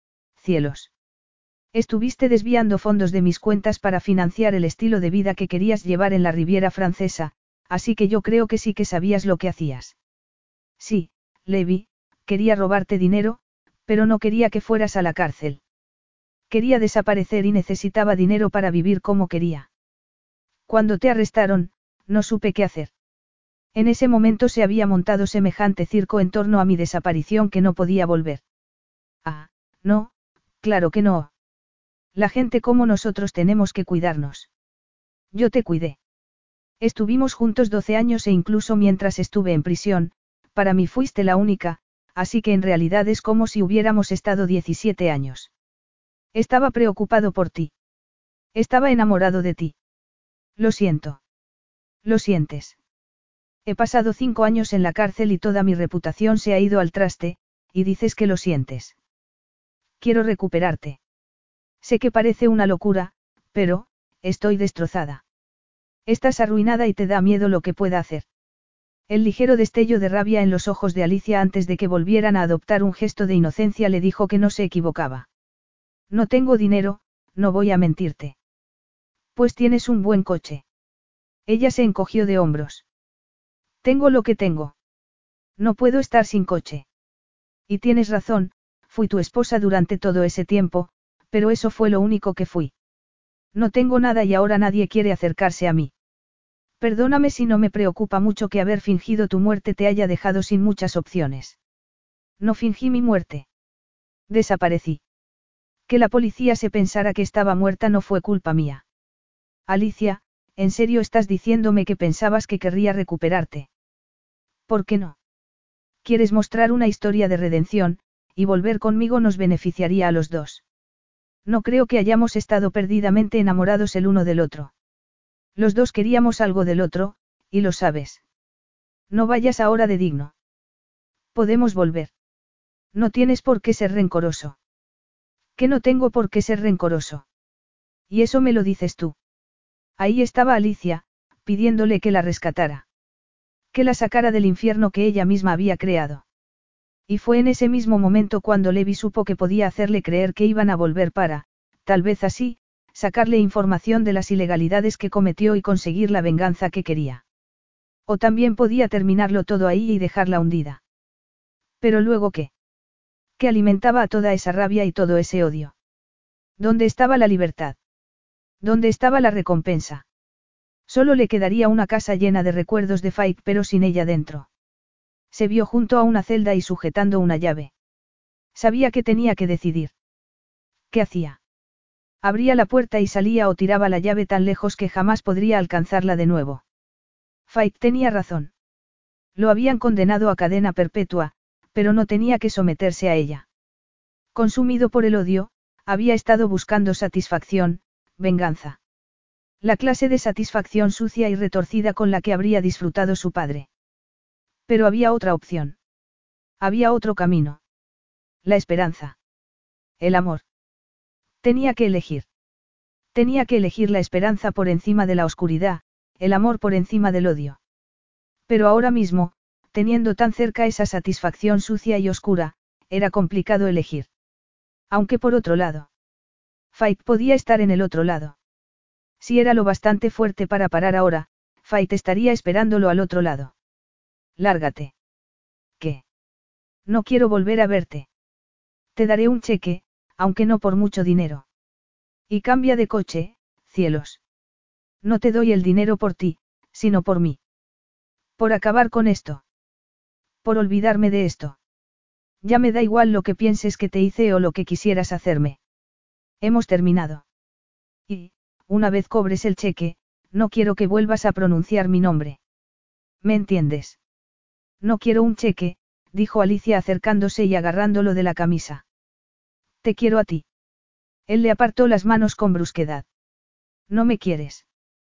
Cielos. Estuviste desviando fondos de mis cuentas para financiar el estilo de vida que querías llevar en la Riviera Francesa, así que yo creo que sí que sabías lo que hacías. Sí, Levi, quería robarte dinero, pero no quería que fueras a la cárcel. Quería desaparecer y necesitaba dinero para vivir como quería. Cuando te arrestaron, no supe qué hacer. En ese momento se había montado semejante circo en torno a mi desaparición que no podía volver. Ah, no, claro que no. La gente como nosotros tenemos que cuidarnos. Yo te cuidé. Estuvimos juntos doce años e incluso mientras estuve en prisión, para mí fuiste la única, así que en realidad es como si hubiéramos estado diecisiete años. Estaba preocupado por ti. Estaba enamorado de ti. Lo siento. ¿Lo sientes? He pasado cinco años en la cárcel y toda mi reputación se ha ido al traste, y dices que lo sientes. Quiero recuperarte. Sé que parece una locura, pero, estoy destrozada. Estás arruinada y te da miedo lo que pueda hacer. El ligero destello de rabia en los ojos de Alicia antes de que volvieran a adoptar un gesto de inocencia le dijo que no se equivocaba. No tengo dinero, no voy a mentirte. Pues tienes un buen coche. Ella se encogió de hombros. Tengo lo que tengo. No puedo estar sin coche. Y tienes razón, fui tu esposa durante todo ese tiempo, pero eso fue lo único que fui. No tengo nada y ahora nadie quiere acercarse a mí. Perdóname si no me preocupa mucho que haber fingido tu muerte te haya dejado sin muchas opciones. No fingí mi muerte. Desaparecí. Que la policía se pensara que estaba muerta no fue culpa mía. Alicia, ¿en serio estás diciéndome que pensabas que querría recuperarte? ¿Por qué no? Quieres mostrar una historia de redención, y volver conmigo nos beneficiaría a los dos. No creo que hayamos estado perdidamente enamorados el uno del otro. Los dos queríamos algo del otro, y lo sabes. No vayas ahora de digno. Podemos volver. No tienes por qué ser rencoroso. Que no tengo por qué ser rencoroso. Y eso me lo dices tú. Ahí estaba Alicia, pidiéndole que la rescatara. Que la sacara del infierno que ella misma había creado. Y fue en ese mismo momento cuando Levi supo que podía hacerle creer que iban a volver para, tal vez así, sacarle información de las ilegalidades que cometió y conseguir la venganza que quería. O también podía terminarlo todo ahí y dejarla hundida. Pero luego ¿qué? ¿Qué alimentaba a toda esa rabia y todo ese odio? ¿Dónde estaba la libertad? ¿Dónde estaba la recompensa? Solo le quedaría una casa llena de recuerdos de Faith pero sin ella dentro. Se vio junto a una celda y sujetando una llave. Sabía que tenía que decidir. ¿Qué hacía? Abría la puerta y salía o tiraba la llave tan lejos que jamás podría alcanzarla de nuevo. Faith tenía razón. Lo habían condenado a cadena perpetua, pero no tenía que someterse a ella. Consumido por el odio, había estado buscando satisfacción, venganza. La clase de satisfacción sucia y retorcida con la que habría disfrutado su padre. Pero había otra opción. Había otro camino. La esperanza. El amor. Tenía que elegir. Tenía que elegir la esperanza por encima de la oscuridad, el amor por encima del odio. Pero ahora mismo, teniendo tan cerca esa satisfacción sucia y oscura, era complicado elegir. Aunque por otro lado. Faith podía estar en el otro lado. Si era lo bastante fuerte para parar ahora, Faith estaría esperándolo al otro lado. Lárgate. ¿Qué? No quiero volver a verte. Te daré un cheque, aunque no por mucho dinero. Y cambia de coche, cielos. No te doy el dinero por ti, sino por mí. Por acabar con esto. Por olvidarme de esto. Ya me da igual lo que pienses que te hice o lo que quisieras hacerme. Hemos terminado. Y, una vez cobres el cheque, no quiero que vuelvas a pronunciar mi nombre. ¿Me entiendes? No quiero un cheque, dijo Alicia acercándose y agarrándolo de la camisa. Te quiero a ti. Él le apartó las manos con brusquedad. No me quieres.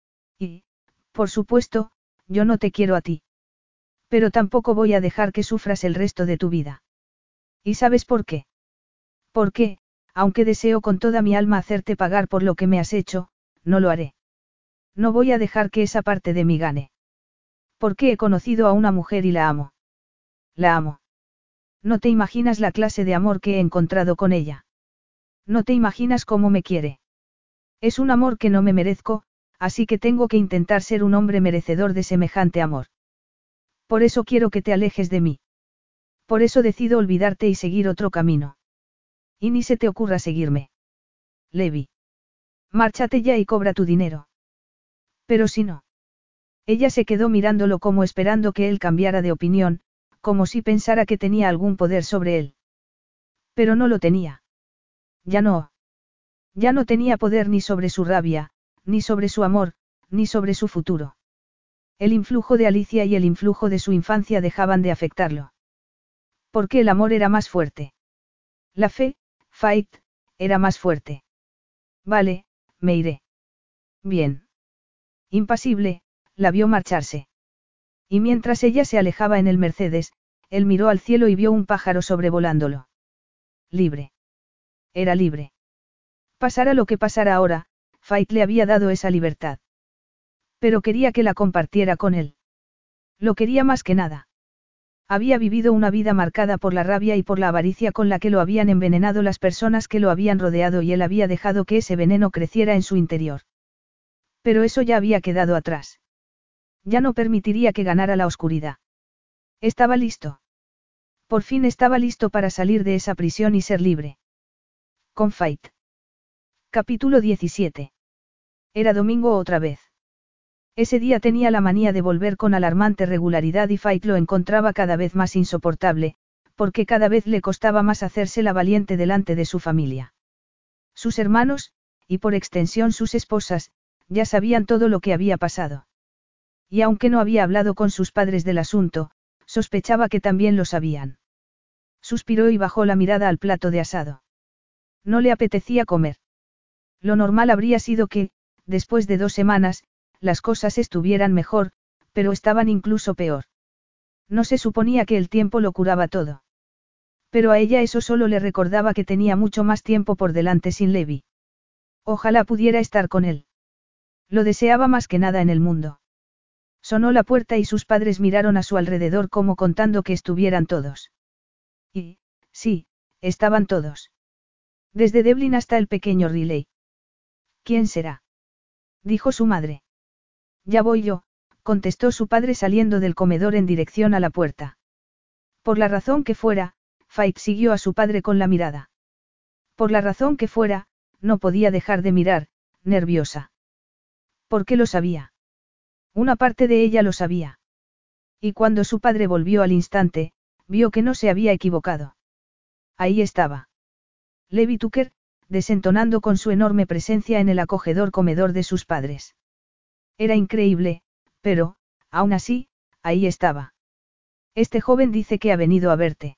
Y, por supuesto, yo no te quiero a ti. Pero tampoco voy a dejar que sufras el resto de tu vida. ¿Y sabes por qué? Porque, aunque deseo con toda mi alma hacerte pagar por lo que me has hecho, no lo haré. No voy a dejar que esa parte de mí gane. Porque he conocido a una mujer y la amo. La amo. No te imaginas la clase de amor que he encontrado con ella. No te imaginas cómo me quiere. Es un amor que no me merezco, así que tengo que intentar ser un hombre merecedor de semejante amor. Por eso quiero que te alejes de mí. Por eso decido olvidarte y seguir otro camino. Y ni se te ocurra seguirme. Levi. Márchate ya y cobra tu dinero. Pero si no. Ella se quedó mirándolo como esperando que él cambiara de opinión, como si pensara que tenía algún poder sobre él. Pero no lo tenía. Ya no. Ya no tenía poder ni sobre su rabia, ni sobre su amor, ni sobre su futuro. El influjo de Alicia y el influjo de su infancia dejaban de afectarlo. Porque el amor era más fuerte. La fe, Fait, era más fuerte. Vale, me iré. Bien. Impasible, la vio marcharse. Y mientras ella se alejaba en el Mercedes, él miró al cielo y vio un pájaro sobrevolándolo. Libre. Era libre. Pasara lo que pasara ahora, Fait le había dado esa libertad. Pero quería que la compartiera con él. Lo quería más que nada. Había vivido una vida marcada por la rabia y por la avaricia con la que lo habían envenenado las personas que lo habían rodeado y él había dejado que ese veneno creciera en su interior. Pero eso ya había quedado atrás. Ya no permitiría que ganara la oscuridad. Estaba listo. Por fin estaba listo para salir de esa prisión y ser libre. Con Fait. Capítulo diecisiete. Era domingo otra vez. Ese día tenía la manía de volver con alarmante regularidad y Fait lo encontraba cada vez más insoportable, porque cada vez le costaba más hacerse la valiente delante de su familia. Sus hermanos, y por extensión sus esposas, ya sabían todo lo que había pasado. Y aunque no había hablado con sus padres del asunto, sospechaba que también lo sabían. Suspiró y bajó la mirada al plato de asado. No le apetecía comer. Lo normal habría sido que, después de dos semanas, las cosas estuvieran mejor, pero estaban incluso peor. No se suponía que el tiempo lo curaba todo. Pero a ella eso solo le recordaba que tenía mucho más tiempo por delante sin Levi. Ojalá pudiera estar con él. Lo deseaba más que nada en el mundo. Sonó la puerta y sus padres miraron a su alrededor como contando que estuvieran todos. Y, sí, estaban todos. Desde Devlin hasta el pequeño Riley. ¿Quién será?, dijo su madre. Ya voy yo, contestó su padre saliendo del comedor en dirección a la puerta. Por la razón que fuera, Fait siguió a su padre con la mirada. Por la razón que fuera, no podía dejar de mirar, nerviosa. ¿Por qué lo sabía? Una parte de ella lo sabía. Y cuando su padre volvió al instante, vio que no se había equivocado. Ahí estaba. Levi Tucker, desentonando con su enorme presencia en el acogedor comedor de sus padres. Era increíble, pero, aún así, ahí estaba. Este joven dice que ha venido a verte.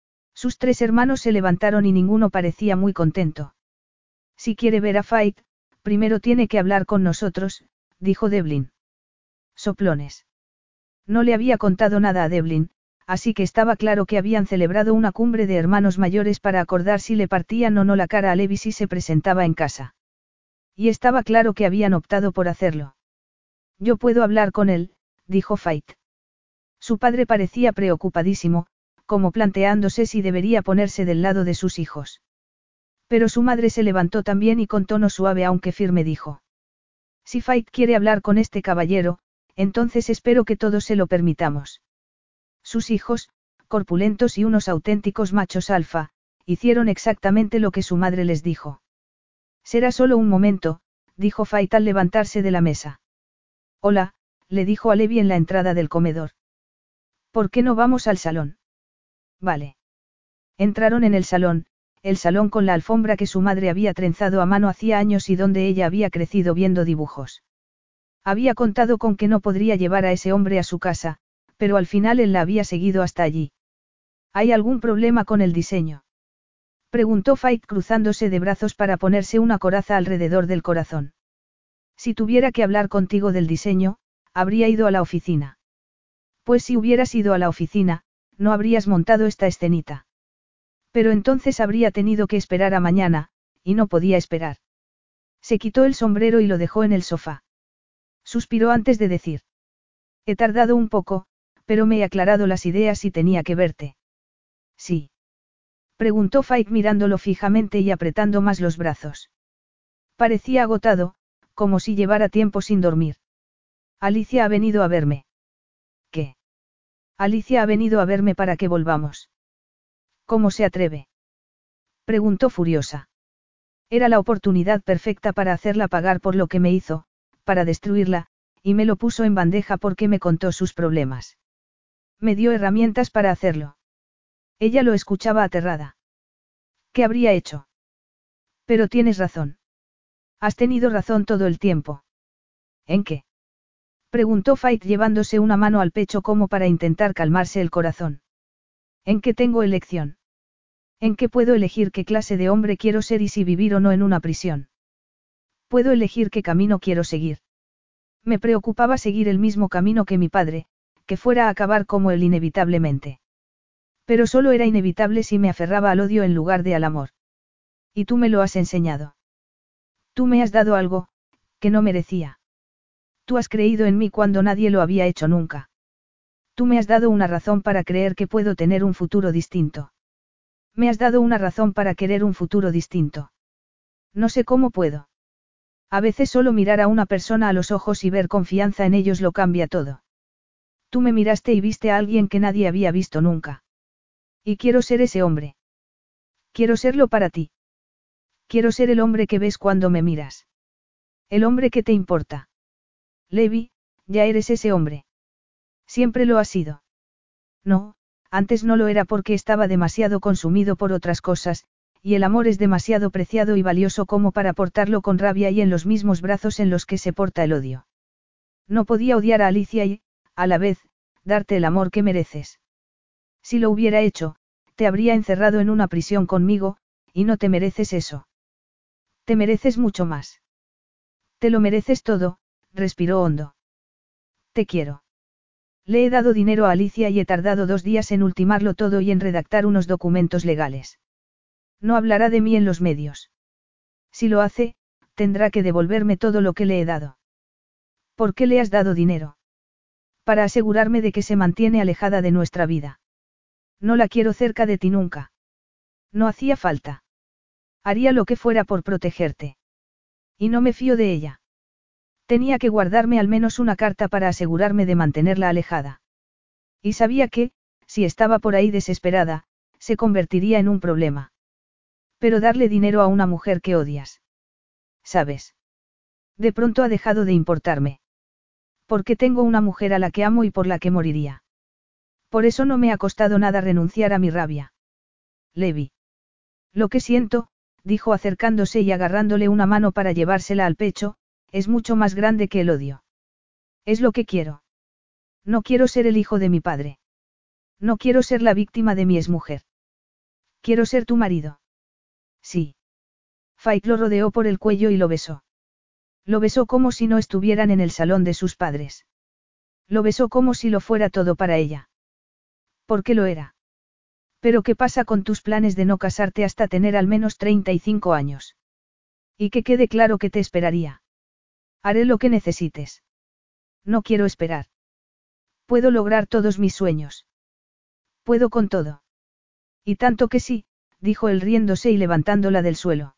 Sus tres hermanos se levantaron y ninguno parecía muy contento. Si quiere ver a Fait, primero tiene que hablar con nosotros, dijo Devlin. Soplones. No le había contado nada a Devlin, así que estaba claro que habían celebrado una cumbre de hermanos mayores para acordar si le partían o no la cara a Levi si se presentaba en casa. Y estaba claro que habían optado por hacerlo. Yo puedo hablar con él, dijo Fait. Su padre parecía preocupadísimo, como planteándose si debería ponerse del lado de sus hijos. Pero su madre se levantó también y con tono suave aunque firme dijo. Si Fait quiere hablar con este caballero, entonces espero que todos se lo permitamos. Sus hijos, corpulentos y unos auténticos machos alfa, hicieron exactamente lo que su madre les dijo. Será solo un momento, dijo Fait al levantarse de la mesa. Hola, le dijo a Levi en la entrada del comedor. ¿Por qué no vamos al salón? Vale. Entraron en el salón, el salón con la alfombra que su madre había trenzado a mano hacía años y donde ella había crecido viendo dibujos. Había contado con que no podría llevar a ese hombre a su casa, pero al final él la había seguido hasta allí. ¿Hay algún problema con el diseño?, preguntó Fait cruzándose de brazos para ponerse una coraza alrededor del corazón. Si tuviera que hablar contigo del diseño, habría ido a la oficina. Pues si hubieras ido a la oficina, no habrías montado esta escenita. Pero entonces habría tenido que esperar a mañana, y no podía esperar. Se quitó el sombrero y lo dejó en el sofá. Suspiró antes de decir. He tardado un poco, pero me he aclarado las ideas y tenía que verte. Sí. Preguntó Fait mirándolo fijamente y apretando más los brazos. Parecía agotado, como si llevara tiempo sin dormir. Alicia ha venido a verme. ¿Qué? Alicia ha venido a verme para que volvamos. ¿Cómo se atreve? Preguntó furiosa. Era la oportunidad perfecta para hacerla pagar por lo que me hizo, para destruirla, y me lo puso en bandeja porque me contó sus problemas. Me dio herramientas para hacerlo. Ella lo escuchaba aterrada. ¿Qué habría hecho? Pero tienes razón. Has tenido razón todo el tiempo. ¿En qué? Preguntó Fait llevándose una mano al pecho como para intentar calmarse el corazón. ¿En qué tengo elección? ¿En qué puedo elegir qué clase de hombre quiero ser y si vivir o no en una prisión? Puedo elegir qué camino quiero seguir. Me preocupaba seguir el mismo camino que mi padre, que fuera a acabar como él inevitablemente. Pero solo era inevitable si me aferraba al odio en lugar de al amor. Y tú me lo has enseñado. Tú me has dado algo, que no merecía. Tú has creído en mí cuando nadie lo había hecho nunca. Tú me has dado una razón para creer que puedo tener un futuro distinto. Me has dado una razón para querer un futuro distinto. No sé cómo puedo. A veces solo mirar a una persona a los ojos y ver confianza en ellos lo cambia todo. Tú me miraste y viste a alguien que nadie había visto nunca. Y quiero ser ese hombre. Quiero serlo para ti. Quiero ser el hombre que ves cuando me miras. El hombre que te importa. Levi, ya eres ese hombre. Siempre lo has sido. No, antes no lo era porque estaba demasiado consumido por otras cosas, y el amor es demasiado preciado y valioso como para portarlo con rabia y en los mismos brazos en los que se porta el odio. No podía odiar a Alicia y, a la vez, darte el amor que mereces. Si lo hubiera hecho, te habría encerrado en una prisión conmigo, y no te mereces eso. Te mereces mucho más. Te lo mereces todo, respiró hondo. Te quiero. Le he dado dinero a Alicia y he tardado dos días en ultimarlo todo y en redactar unos documentos legales. No hablará de mí en los medios. Si lo hace, tendrá que devolverme todo lo que le he dado. ¿Por qué le has dado dinero? Para asegurarme de que se mantiene alejada de nuestra vida. No la quiero cerca de ti nunca. No hacía falta. Haría lo que fuera por protegerte. Y no me fío de ella. Tenía que guardarme al menos una carta para asegurarme de mantenerla alejada. Y sabía que, si estaba por ahí desesperada, se convertiría en un problema. Pero darle dinero a una mujer que odias. ¿Sabes? De pronto ha dejado de importarme. Porque tengo una mujer a la que amo y por la que moriría. Por eso no me ha costado nada renunciar a mi rabia. Levi. Lo que siento, dijo acercándose y agarrándole una mano para llevársela al pecho, es mucho más grande que el odio. Es lo que quiero. No quiero ser el hijo de mi padre. No quiero ser la víctima de mi exmujer. Quiero ser tu marido. Sí. Fait lo rodeó por el cuello y lo besó. Lo besó como si no estuvieran en el salón de sus padres. Lo besó como si lo fuera todo para ella. ¿Por qué lo era? Pero ¿qué pasa con tus planes de no casarte hasta tener al menos treinta y cinco años? Y que quede claro que te esperaría. Haré lo que necesites. No quiero esperar. Puedo lograr todos mis sueños. Puedo con todo. Y tanto que sí, dijo él riéndose y levantándola del suelo.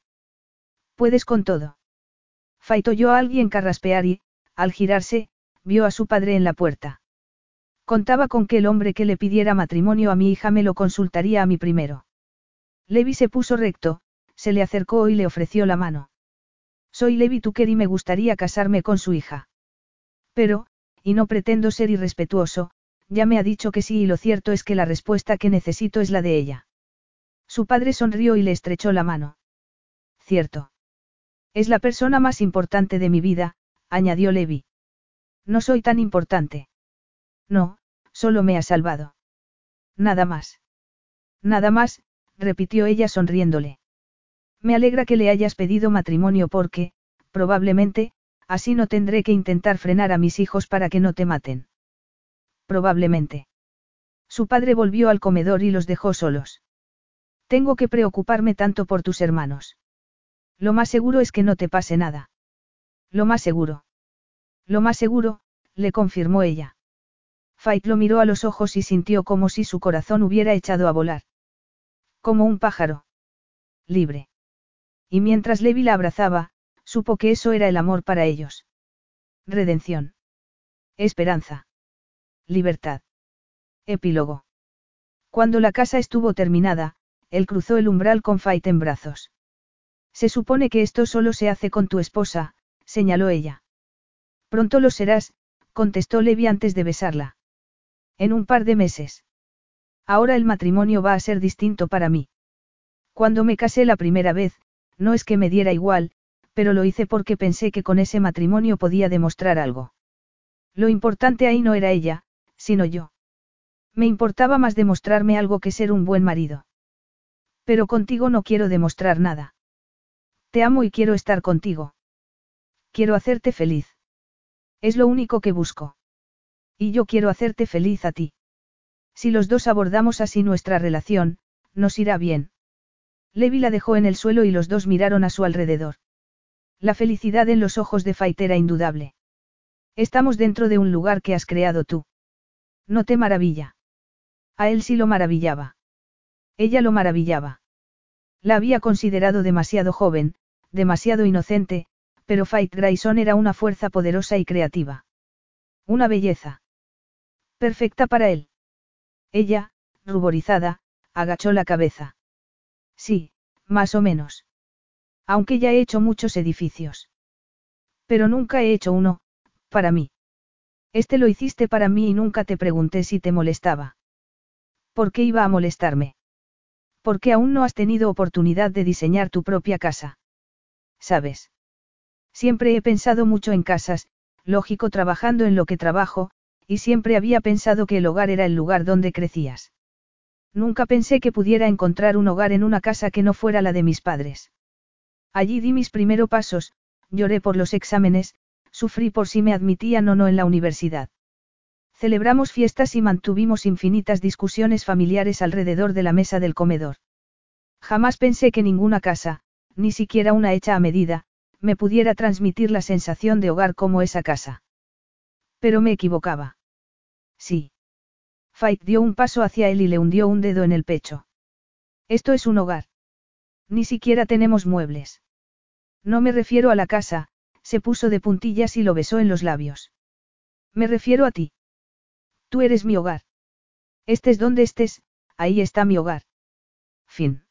Puedes con todo. Fait oyó a alguien carraspear y, al girarse, vio a su padre en la puerta. Contaba con que el hombre que le pidiera matrimonio a mi hija me lo consultaría a mí primero. Levi se puso recto, se le acercó y le ofreció la mano. Soy Levi Tucker y me gustaría casarme con su hija. Pero, y no pretendo ser irrespetuoso, ya me ha dicho que sí y lo cierto es que la respuesta que necesito es la de ella. Su padre sonrió y le estrechó la mano. Cierto. Es la persona más importante de mi vida, añadió Levi. No soy tan importante. No, solo me ha salvado. Nada más. Nada más, repitió ella sonriéndole. Me alegra que le hayas pedido matrimonio porque, probablemente, así no tendré que intentar frenar a mis hijos para que no te maten. Probablemente. Su padre volvió al comedor y los dejó solos. Tengo que preocuparme tanto por tus hermanos. Lo más seguro es que no te pase nada. Lo más seguro. Lo más seguro, le confirmó ella. Fait lo miró a los ojos y sintió como si su corazón hubiera echado a volar. Como un pájaro. Libre. Y mientras Levi la abrazaba, supo que eso era el amor para ellos. Redención. Esperanza. Libertad. Epílogo. Cuando la casa estuvo terminada, él cruzó el umbral con Fait en brazos. Se supone que esto solo se hace con tu esposa, señaló ella. Pronto lo serás, contestó Levi antes de besarla. En un par de meses. Ahora el matrimonio va a ser distinto para mí. Cuando me casé la primera vez, no es que me diera igual, pero lo hice porque pensé que con ese matrimonio podía demostrar algo. Lo importante ahí no era ella, sino yo. Me importaba más demostrarme algo que ser un buen marido. Pero contigo no quiero demostrar nada. Te amo y quiero estar contigo. Quiero hacerte feliz. Es lo único que busco. Y yo quiero hacerte feliz a ti. Si los dos abordamos así nuestra relación, nos irá bien. Levi la dejó en el suelo y los dos miraron a su alrededor. La felicidad en los ojos de Fait era indudable. Estamos dentro de un lugar que has creado tú. No te maravilla. A él sí lo maravillaba. Ella lo maravillaba. La había considerado demasiado joven, demasiado inocente, pero Fait Grayson era una fuerza poderosa y creativa. Una belleza. Perfecta para él. Ella, ruborizada, agachó la cabeza. Sí, más o menos. Aunque ya he hecho muchos edificios. Pero nunca he hecho uno, para mí. Este lo hiciste para mí y nunca te pregunté si te molestaba. ¿Por qué iba a molestarme? Porque aún no has tenido oportunidad de diseñar tu propia casa. ¿Sabes? Siempre he pensado mucho en casas, lógico trabajando en lo que trabajo, y siempre había pensado que el hogar era el lugar donde crecías. Nunca pensé que pudiera encontrar un hogar en una casa que no fuera la de mis padres. Allí di mis primeros pasos, lloré por los exámenes, sufrí por si me admitían o no en la universidad. Celebramos fiestas y mantuvimos infinitas discusiones familiares alrededor de la mesa del comedor. Jamás pensé que ninguna casa, ni siquiera una hecha a medida, me pudiera transmitir la sensación de hogar como esa casa. Pero me equivocaba. Sí. Fait dio un paso hacia él y le hundió un dedo en el pecho. Esto es un hogar. Ni siquiera tenemos muebles. No me refiero a la casa, se puso de puntillas y lo besó en los labios. Me refiero a ti. Tú eres mi hogar. Estés donde estés, ahí está mi hogar. Fin.